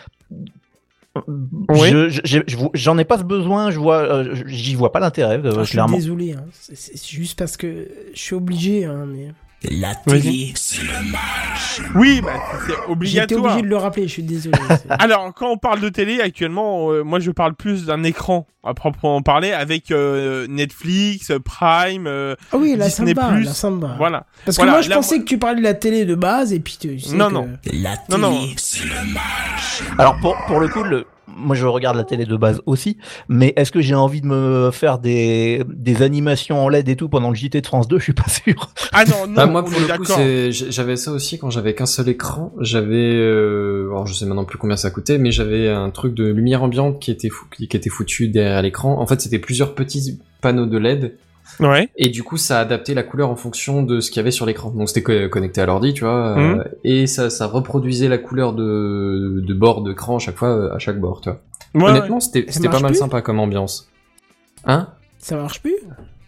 oui. J'en ai pas ce besoin, j'y vois pas l'intérêt, clairement. Je suis désolé, hein. C'est juste parce que je suis obligé, hein, mais... La télé, c'est le mal. Oui, bah, c'est obligatoire. J'étais obligé de le rappeler, je suis désolé. Alors, quand on parle de télé, actuellement, moi, je parle plus d'un écran, à proprement parler, avec Netflix, Prime, ah oui, la Disney+. La samba. Voilà. Parce que moi, je pensais que tu parlais de la télé de base, et puis tu sais non. La télé, c'est le mal. Alors, pour le coup, moi je regarde la télé de base aussi, mais est-ce que j'ai envie de me faire des animations en LED et tout pendant le JT de France 2? Je suis pas sûr. Ah non, bah, moi pour le coup, j'avais ça aussi quand j'avais qu'un seul écran. J'avais, alors je sais maintenant plus combien ça coûtait, mais j'avais un truc de lumière ambiante qui était foutu derrière l'écran. En fait, c'était plusieurs petits panneaux de LED. Ouais. Et du coup, ça a adapté la couleur en fonction de ce qu'il y avait sur l'écran. Donc c'était connecté à l'ordi, tu vois, et ça reproduisait la couleur de bord d'écran à chaque fois, à chaque bord, tu vois. Ouais, honnêtement, c'était pas mal sympa comme ambiance. Hein? Ça marche plus?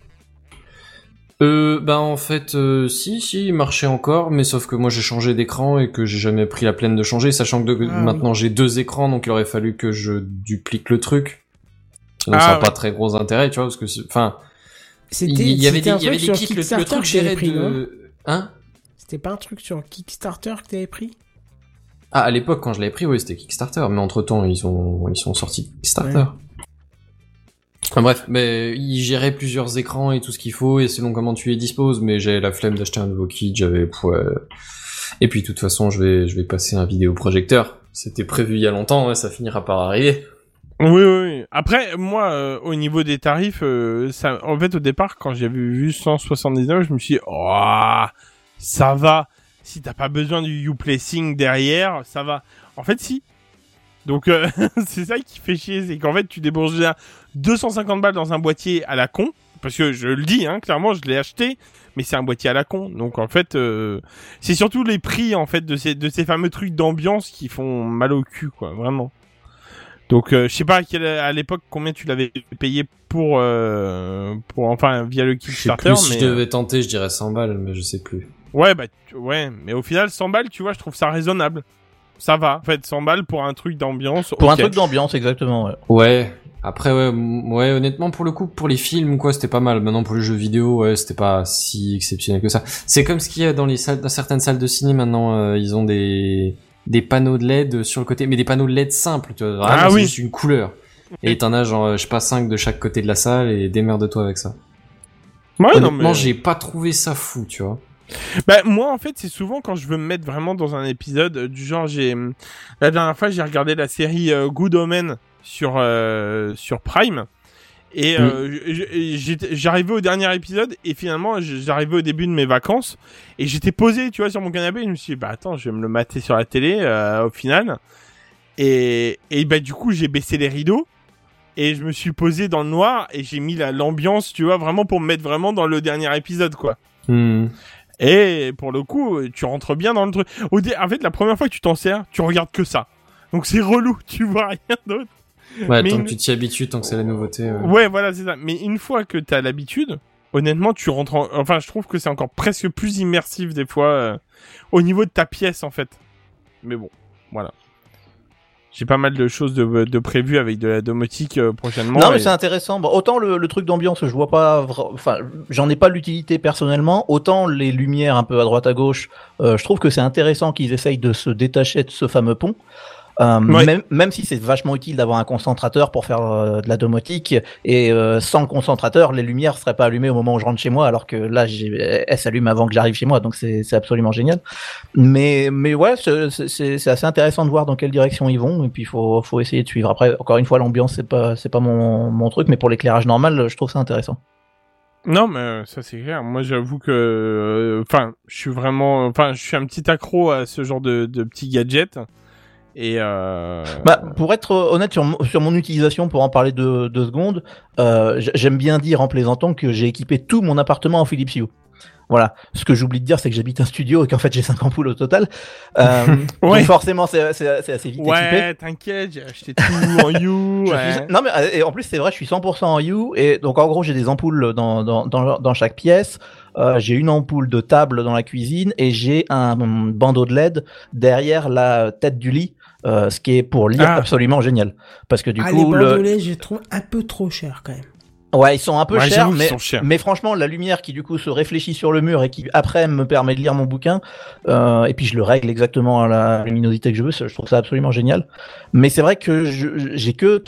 Bah en fait, si, il marchait encore, mais sauf que moi j'ai changé d'écran et que j'ai jamais pris la peine de changer, sachant que maintenant j'ai 2 écrans, donc il aurait fallu que je duplique le truc. Donc ça n'a pas très gros intérêt, tu vois, parce que enfin. Il y avait des kits, le truc géré de... Hein? C'était pas un truc sur Kickstarter que t'avais pris? Ah, à l'époque, quand je l'avais pris, oui, c'était Kickstarter, mais entre-temps, ils sont sortis de Kickstarter. Ouais. Enfin bref, mais ils géraient plusieurs écrans et tout ce qu'il faut, et selon comment tu les disposes, mais j'avais la flemme d'acheter un nouveau kit, et puis, de toute façon, je vais passer un vidéoprojecteur. C'était prévu il y a longtemps, ça finira par arriver. Oui. Après, moi, au niveau des tarifs, ça, en fait, au départ, quand j'avais vu 179, je me suis dit, oh, ça va. Si t'as pas besoin du Uplay-Sync derrière, ça va. En fait, si. Donc, c'est ça qui fait chier, c'est qu'en fait, tu débourses déjà 250 balles dans un boîtier à la con, parce que je le dis, hein, clairement, je l'ai acheté, mais c'est un boîtier à la con. Donc en fait, c'est surtout les prix en fait de ces fameux trucs d'ambiance qui font mal au cul, quoi, vraiment. Donc je sais pas à l'époque combien tu l'avais payé pour enfin via le Kickstarter. Si je devais tenter, je dirais 100 balles, mais je sais plus. Ouais, mais au final 100 balles, tu vois, je trouve ça raisonnable. Ça va, en fait, 100 balles pour un truc d'ambiance. Pour un truc d'ambiance, exactement, ouais. Ouais. Après, ouais, honnêtement, pour le coup, pour les films, quoi, c'était pas mal. Maintenant, pour les jeux vidéo, ouais, c'était pas si exceptionnel que ça. C'est comme ce qu'il y a dans certaines salles de ciné maintenant, ils ont des panneaux de LED sur le côté, mais des panneaux de LED simples, tu vois. Vraiment, c'est juste une couleur. Et t'en as genre, je sais pas, 5 de chaque côté de la salle et démerde-toi avec ça. Ouais, honnêtement, j'ai pas trouvé ça fou, tu vois. Bah moi en fait c'est souvent quand je veux me mettre vraiment dans un épisode du genre la dernière fois j'ai regardé la série Good Omen sur Prime et j'arrivais au dernier épisode et finalement j'arrivais au début de mes vacances et j'étais posé tu vois sur mon canapé et je me suis dit bah attends je vais me le mater sur la télé au final et bah du coup j'ai baissé les rideaux et je me suis posé dans le noir et j'ai mis l'ambiance tu vois vraiment pour me mettre vraiment dans le dernier épisode quoi. Et pour le coup, tu rentres bien dans le truc. En fait, la première fois que tu t'en sers, tu regardes que ça. Donc c'est relou, tu vois rien d'autre. Ouais, tant que tu t'y habitues, tant que c'est la nouveauté. Ouais, voilà, c'est ça. Mais une fois que t'as l'habitude, honnêtement, tu rentres Enfin, je trouve que c'est encore presque plus immersif des fois au niveau de ta pièce, en fait. Mais bon, voilà. J'ai pas mal de choses de prévues avec de la domotique prochainement. Non, mais c'est intéressant. Bon, autant le truc d'ambiance, je vois pas. Enfin, j'en ai pas l'utilité personnellement. Autant les lumières un peu à droite à gauche, je trouve que c'est intéressant qu'ils essayent de se détacher de ce fameux pont. Même si c'est vachement utile d'avoir un concentrateur pour faire de la domotique et sans le concentrateur les lumières seraient pas allumées au moment où je rentre chez moi alors que là elles s'allument avant que j'arrive chez moi donc c'est absolument génial mais ouais c'est assez intéressant de voir dans quelle direction ils vont et puis faut essayer de suivre. Après encore une fois l'ambiance c'est pas mon truc mais pour l'éclairage normal je trouve ça intéressant. Non, mais ça c'est clair. Moi, j'avoue que, je suis un petit accro à ce genre de petits gadgets. Et pour être honnête sur mon utilisation, pour en parler 2 secondes, j'aime bien dire en plaisantant que j'ai équipé tout mon appartement en Philips Hue. Voilà. Ce que j'oublie de dire, c'est que j'habite un studio et qu'en fait j'ai 5 ampoules au total. Donc forcément, c'est assez vite équipé. Ouais, t'inquiète, j'ai acheté tout en Hue. Non mais et en plus c'est vrai, je suis 100% en Hue et donc en gros j'ai des ampoules dans chaque pièce. J'ai une ampoule de table dans la cuisine et j'ai un bandeau de LED derrière la tête du lit, ce qui est pour lire absolument génial. Parce que du coup, les bandeaux de LED, je les trouve un peu trop chers quand même. Ouais, ils sont un peu chers, chers. Mais franchement, la lumière qui du coup se réfléchit sur le mur et qui après me permet de lire mon bouquin, et puis je le règle exactement à la luminosité que je veux, je trouve ça absolument génial. Mais c'est vrai que j'ai que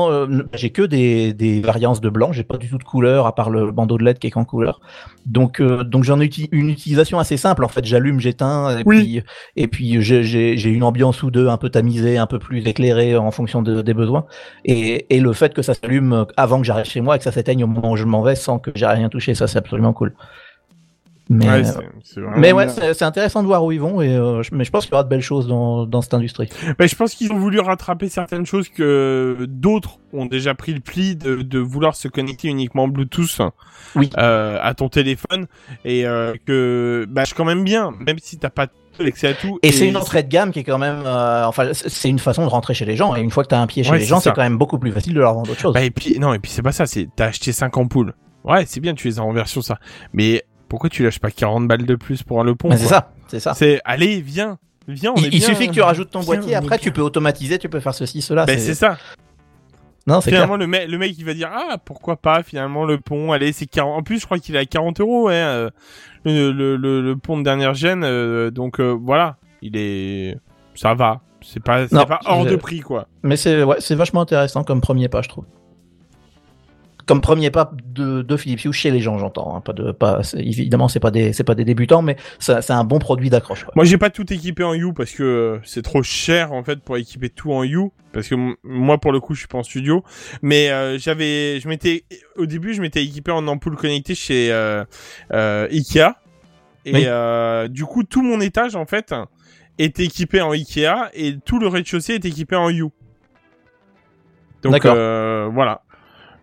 des variances de blanc, j'ai pas du tout de couleur à part le bandeau de LED qui est qu'en couleur. Donc j'en ai une utilisation assez simple en fait, j'allume, j'éteins et puis j'ai une ambiance ou deux un peu tamisée, un peu plus éclairée en fonction des besoins et le fait que ça s'allume avant que j'arrive chez moi et que ça s'éteigne au moment où je m'en vais sans que j'ai rien touché, ça c'est absolument cool. Mais, c'est intéressant de voir où ils vont mais je pense qu'il y aura de belles choses dans cette industrie. Je pense qu'ils ont voulu rattraper certaines choses que d'autres ont déjà pris le pli de vouloir se connecter uniquement en Bluetooth à ton téléphone et que je quand même bien, même si t'as pas l'accès à tout. Et c'est une entrée de gamme qui est quand même c'est une façon de rentrer chez les gens et une fois que t'as un pied chez les gens, c'est quand même beaucoup plus facile de leur vendre autre chose. Et puis c'est pas ça, c'est t'as acheté 5 ampoules. Ouais, c'est bien, tu les as en version ça. Mais pourquoi tu lâches pas 40 balles de plus pour le pont? C'est ça. C'est allez, viens, il suffit que tu rajoutes ton boîtier, après tu peux automatiser, tu peux faire ceci, cela. C'est ça. Non, c'est finalement clair. Le mec il va dire pourquoi pas finalement le pont, allez c'est 40. En plus je crois qu'il est à 40 €, le pont de dernière gêne, donc voilà, ça va, c'est pas hors de prix quoi. Mais c'est vachement intéressant comme premier pas je trouve. Comme premier pas de Philips Hue chez les gens, j'entends. Hein, évidemment, c'est pas des débutants, mais c'est un bon produit d'accroche. Ouais. Moi, j'ai pas tout équipé en Hue parce que c'est trop cher en fait pour équiper tout en Hue. Parce que moi, pour le coup, je suis pas en studio. Mais au début, je m'étais équipé en ampoule connectée chez Ikea. Et du coup, tout mon étage en fait était équipé en Ikea et tout le rez-de-chaussée est équipé en Hue. Donc voilà.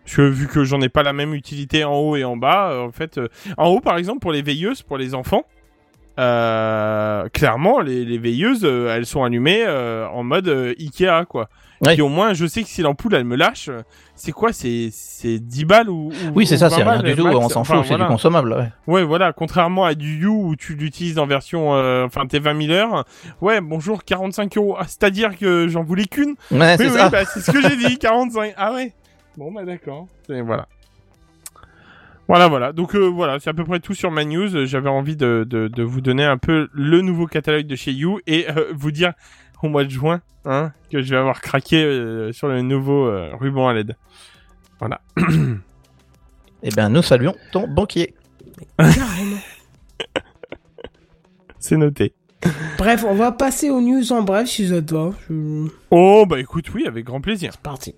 Parce que vu que j'en ai pas la même utilité en haut et en bas, en fait, en haut par exemple pour les veilleuses, pour les enfants, clairement les veilleuses, elles sont allumées en mode Ikea quoi. Ouais. Puis au moins je sais que si l'ampoule elle me lâche, c'est quoi, c'est 10 balles ou Oui, c'est ça, c'est rien 20 du tout, max. on s'en fout, Enfin, c'est voilà. du consommable. Ouais. Ouais, voilà, contrairement à du You où tu l'utilises en version, tes 20 000 heures. Ouais, bonjour, 45 €. Ah, c'est-à-dire que j'en voulais qu'une. Ouais, c'est Oui, ça. bah, c'est ce que j'ai dit, 45. Ah ouais. Bon, bah, d'accord. Et voilà. Voilà. Donc, voilà, c'est à peu près tout sur ma news. J'avais envie de vous donner un peu le nouveau catalogue de chez You et vous dire au mois de juin, hein, que je vais avoir craqué sur le nouveau ruban à LED. Voilà. Eh bien, nous saluons ton banquier. Carrément. C'est noté. Bref, on va passer aux news en bref si ça te va. Oh, bah écoute, oui, avec grand plaisir. C'est parti.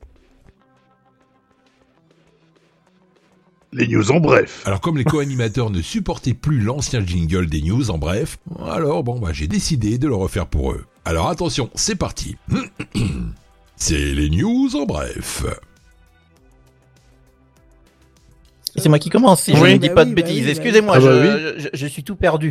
Les news en bref. Alors comme les co-animateurs ne supportaient plus l'ancien jingle des news en bref, alors j'ai décidé de le refaire pour eux. Alors attention, c'est parti. C'est les news en bref. C'est moi qui commence, si Oui. je ne dis Bah pas oui, de bah bêtises. oui, Excusez-moi, bah oui. je suis tout perdu.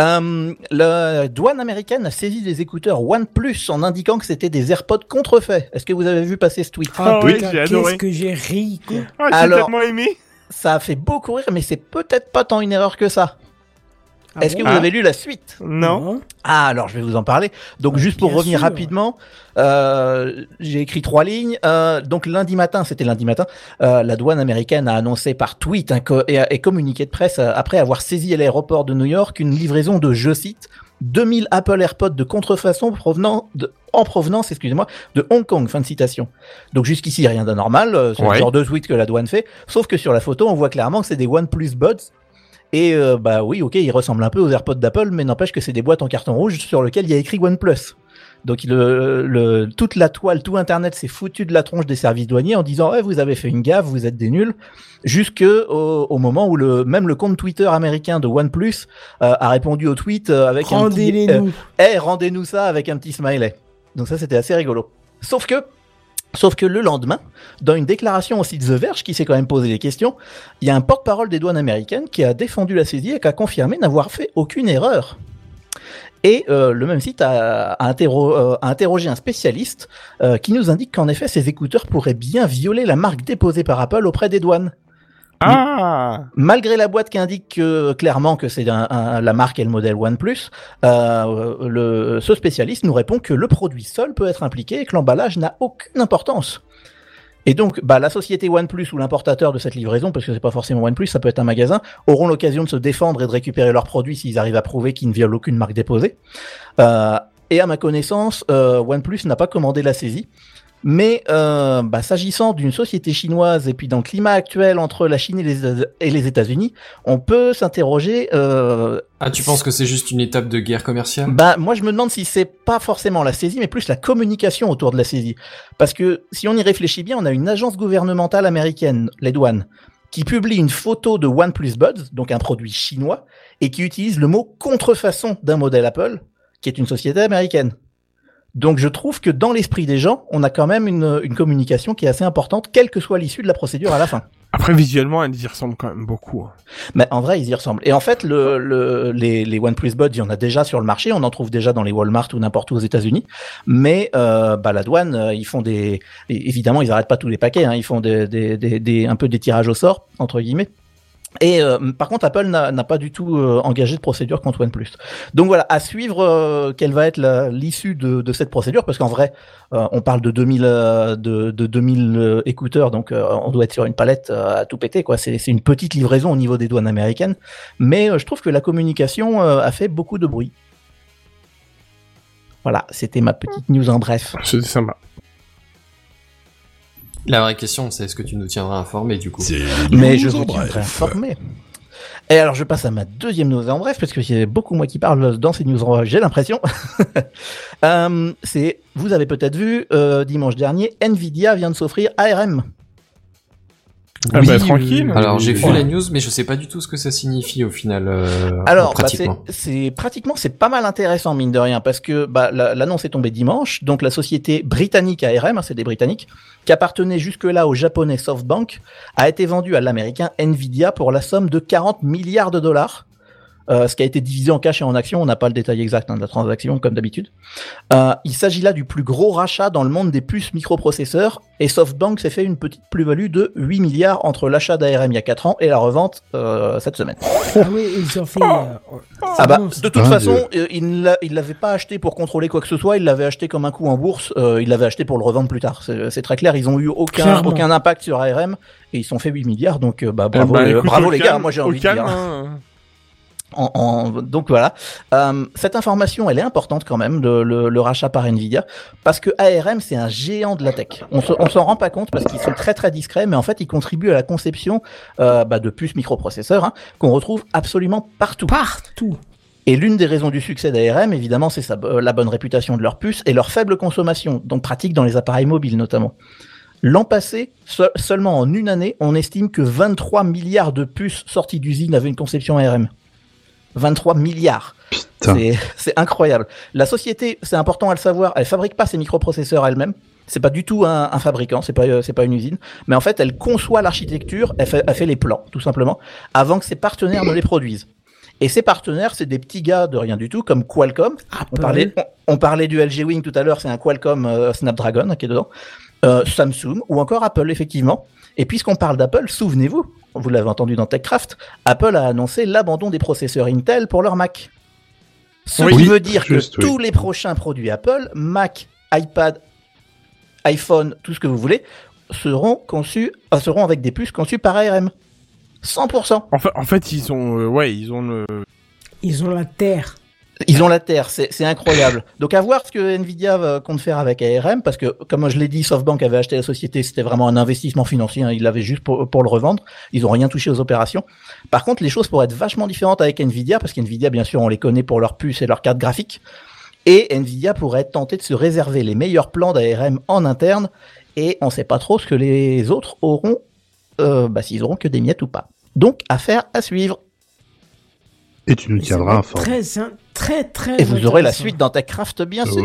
La douane américaine a saisi des écouteurs OnePlus en indiquant que c'était des AirPods contrefaits. Est-ce que vous avez vu passer ce tweet? Ah oui, putain, j'ai adoré. qu'est-ce que j'ai ri, quoi. Ah, j'ai Alors- tellement aimé. Ça a fait beaucoup rire, mais c'est peut-être pas tant une erreur que ça. Ah Est-ce bon que vous avez lu la suite? Non. Ah, alors je vais vous en parler. Donc Ouais, juste pour bien revenir sûr. rapidement, j'ai écrit 3 lignes. Donc lundi matin, la douane américaine a annoncé par tweet et communiqué de presse après avoir saisi à l'aéroport de New York une livraison de, je cite, 2000 Apple AirPods de contrefaçon en provenance, de Hong Kong. Fin de citation. Donc jusqu'ici rien d'anormal. C'est Ouais. le genre de tweet que la douane fait. Sauf que sur la photo, on voit clairement que c'est des OnePlus Buds. Et bah oui, ok, ils ressemblent un peu aux AirPods d'Apple, mais n'empêche que c'est des boîtes en carton rouge sur lesquelles il y a écrit OnePlus. Donc toute la toile, tout Internet s'est foutu de la tronche des services douaniers en disant vous avez fait une gaffe, vous êtes des nuls, au moment où même le compte Twitter américain de OnePlus a répondu au tweet avec Rendez-les-nous. rendez-nous ça avec un petit smiley. Donc ça c'était assez rigolo. Sauf que le lendemain, dans une déclaration au site The Verge, qui s'est quand même posé des questions, il y a un porte-parole des douanes américaines qui a défendu la saisie et qui a confirmé n'avoir fait aucune erreur. Et le même site a interrogé un spécialiste qui nous indique qu'en effet, ces écouteurs pourraient bien violer la marque déposée par Apple auprès des douanes. Ah. Malgré la boîte qui indique clairement que c'est la marque et le modèle OnePlus, ce spécialiste nous répond que le produit seul peut être impliqué et que l'emballage n'a aucune importance. Et donc, la société OnePlus ou l'importateur de cette livraison, parce que c'est pas forcément OnePlus, ça peut être un magasin, auront l'occasion de se défendre et de récupérer leurs produits s'ils arrivent à prouver qu'ils ne violent aucune marque déposée. Et à ma connaissance, OnePlus n'a pas commandé la saisie. Mais s'agissant d'une société chinoise et puis dans le climat actuel entre la Chine et les États-Unis, on peut s'interroger. Tu penses que c'est juste une étape de guerre commerciale? Moi je me demande si c'est pas forcément la saisie, mais plus la communication autour de la saisie. Parce que si on y réfléchit bien, on a une agence gouvernementale américaine, les douanes, qui publie une photo de OnePlus Buds, donc un produit chinois, et qui utilise le mot contrefaçon d'un modèle Apple, qui est une société américaine. Donc je trouve que dans l'esprit des gens, on a quand même une communication qui est assez importante, quelle que soit l'issue de la procédure à la fin. Après, visuellement, elles y ressemblent quand même beaucoup. Hein. Mais en vrai, ils y ressemblent. Et en fait, les OnePlus Buds, il y en a déjà sur le marché, on en trouve déjà dans les Walmart ou n'importe où aux États-Unis. Mais la douane, ils font évidemment, ils arrêtent pas tous les paquets, hein, ils font un peu des tirages au sort entre guillemets. Et par contre, Apple n'a pas du tout engagé de procédure contre OnePlus. Donc voilà, à suivre quelle va être l'issue de cette procédure, parce qu'en vrai, on parle de 2000 écouteurs, donc on doit être sur une palette à tout péter, quoi. C'est une petite livraison au niveau des douanes américaines, mais je trouve que la communication a fait beaucoup de bruit. Voilà, c'était ma petite news en bref. C'est sympa. La vraie question, c'est est-ce que tu nous tiendras informés du coup? Mais je vous tiendrai informé. Et alors je passe à ma deuxième news en bref, parce qu'il y a beaucoup moi qui parle dans ces news en bref, j'ai l'impression. Vous avez peut-être vu, dimanche dernier, Nvidia vient de s'offrir ARM. Ah bah, tranquille. Alors j'ai vu la news, mais je sais pas du tout ce que ça signifie au final. Alors, pratiquement. c'est pas mal intéressant mine de rien parce que l'annonce est tombée dimanche. Donc la société britannique ARM, c'est des Britanniques, qui appartenait jusque-là au japonais SoftBank, a été vendue à l'américain Nvidia pour la somme de 40 milliards de dollars. Ce qui a été divisé en cash et en actions, on n'a pas le détail exact de la transaction comme d'habitude. Il s'agit là du plus gros rachat dans le monde des puces microprocesseurs et SoftBank s'est fait une petite plus-value de 8 milliards entre l'achat d'ARM il y a 4 ans et la revente cette semaine. Ah oui, ils ont fait... de toute façon, il l'avait pas acheté pour contrôler quoi que ce soit, il l'avait acheté comme un coup en bourse, il l'avait acheté pour le revendre plus tard. C'est très clair, ils ont eu aucun impact sur ARM et ils se sont fait 8 milliards, donc bravo, bravo les gars, moi j'ai envie de dire. Donc voilà, cette information elle est importante quand même, le rachat par Nvidia, parce que ARM c'est un géant de la tech. On s'en rend pas compte parce qu'ils sont très très discrets, mais en fait ils contribuent à la conception de puces microprocesseurs qu'on retrouve absolument partout. Et l'une des raisons du succès d'ARM, évidemment, c'est la bonne réputation de leurs puces et leur faible consommation, donc pratique dans les appareils mobiles notamment. L'an passé, seulement en une année, on estime que 23 milliards de puces sorties d'usine avaient une conception ARM. 23 milliards. C'est incroyable. La société, c'est important à le savoir, elle fabrique pas ses microprocesseurs elle-même. C'est pas du tout un fabricant, c'est pas une usine. Mais en fait, elle conçoit l'architecture, elle fait les plans, tout simplement, avant que ses partenaires ne les produisent. Et ces partenaires, c'est des petits gars de rien du tout, comme Qualcomm. On parlait du LG Wing tout à l'heure, c'est un Qualcomm Snapdragon qui est dedans. Samsung ou encore Apple, effectivement. Et puisqu'on parle d'Apple, souvenez-vous, vous l'avez entendu dans TechCraft, Apple a annoncé l'abandon des processeurs Intel pour leur Mac. Ce qui veut dire que tous les prochains produits Apple, Mac, iPad, iPhone, tout ce que vous voulez, seront avec des puces conçues par ARM. 100%. En fait, ils ont la terre. Ils ont la terre, c'est incroyable. Donc à voir ce que Nvidia compte faire avec ARM, parce que comme je l'ai dit, SoftBank avait acheté la société, c'était vraiment un investissement financier, ils l'avaient juste pour le revendre, ils ont rien touché aux opérations. Par contre, les choses pourraient être vachement différentes avec Nvidia, parce qu'Nvidia, bien sûr, on les connaît pour leurs puces et leurs cartes graphiques, et Nvidia pourrait être tenté de se réserver les meilleurs plans d'ARM en interne, et on sait pas trop ce que les autres auront, s'ils auront que des miettes ou pas. Donc, affaire à suivre. Et tu nous tiendras informés. Très. Et vous aurez la suite dans TechCraft, bien sûr.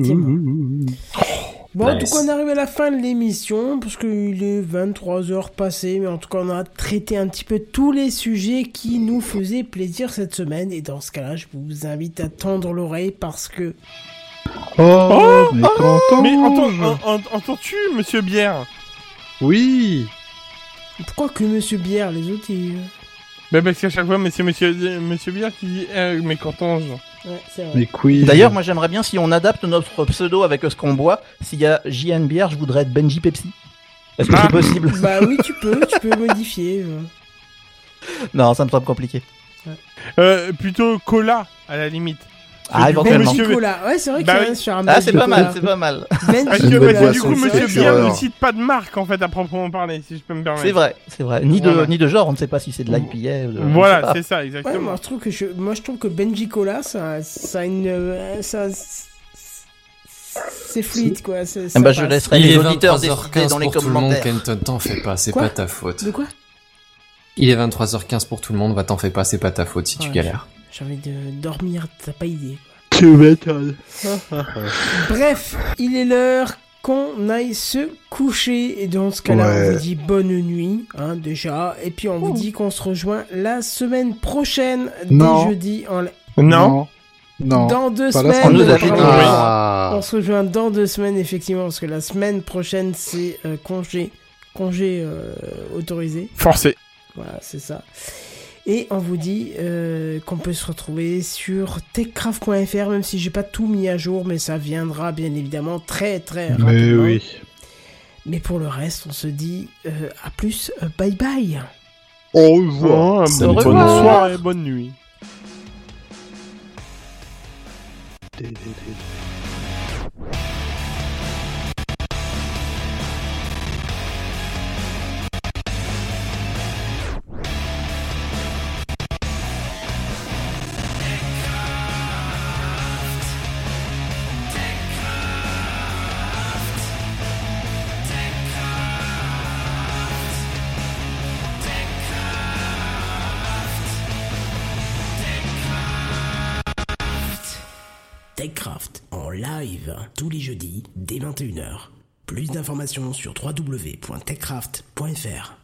Bon, en tout cas, on arrive à la fin de l'émission, parce qu'il est 23h passé, mais en tout cas, on a traité un petit peu tous les sujets qui nous faisaient plaisir cette semaine, et dans ce cas-là, je vous invite à tendre l'oreille, parce que... Mais entends-tu, Monsieur Bière? Oui. Pourquoi que Monsieur Bière, les autres, ils... parce qu'à chaque fois, c'est Monsieur Bière qui dit mais qu'entends-je? Ouais, c'est vrai. Mais quiz. D'ailleurs, moi j'aimerais bien si on adapte notre pseudo avec ce qu'on boit. S'il y a JN Bière, je voudrais être Benji Pepsi. Est-ce que c'est possible? Bah oui, tu peux modifier. Non, ça me semble compliqué. Ouais. Plutôt cola, à la limite. Éventuellement. Benji Cola. Ouais, c'est vrai que c'est pas mal, c'est pas mal. Du coup, Monsieur Bière ne cite pas de marque, en fait, à proprement parler, si je peux me permettre. C'est vrai. Ni de genre, on ne sait pas si c'est de l'IPA ou de... Voilà, c'est ça, exactement. Ouais, moi, je trouve que Benji Cola, ça a une... c'est fluide, quoi. Je laisserai les auditeurs décider dans les commentaires. Tout le monde, Kenton, t'en fais pas, c'est pas ta faute. De quoi? Il est 23h15 pour tout le monde, t'en fais pas, c'est pas ta faute si tu galères. J'ai envie de dormir, t'as pas idée. Tu m'étonnes. Bref, il est l'heure qu'on aille se coucher. Et dans ce cas-là, on vous dit bonne nuit, déjà. Et puis on vous dit qu'on se rejoint la semaine prochaine, dès jeudi. Non. Dans 2 semaines. On se rejoint dans 2 semaines, effectivement, parce que la semaine prochaine, c'est congé autorisé. Forcé. Voilà, c'est ça. Et on vous dit qu'on peut se retrouver sur techcraft.fr, même si j'ai pas tout mis à jour, mais ça viendra bien évidemment très rapidement. Mais oui. Mais pour le reste, on se dit à plus, bye bye. Au revoir. Bonne soirée, bonne nuit. TechCraft en live tous les jeudis dès 21h. Plus d'informations sur www.techcraft.fr.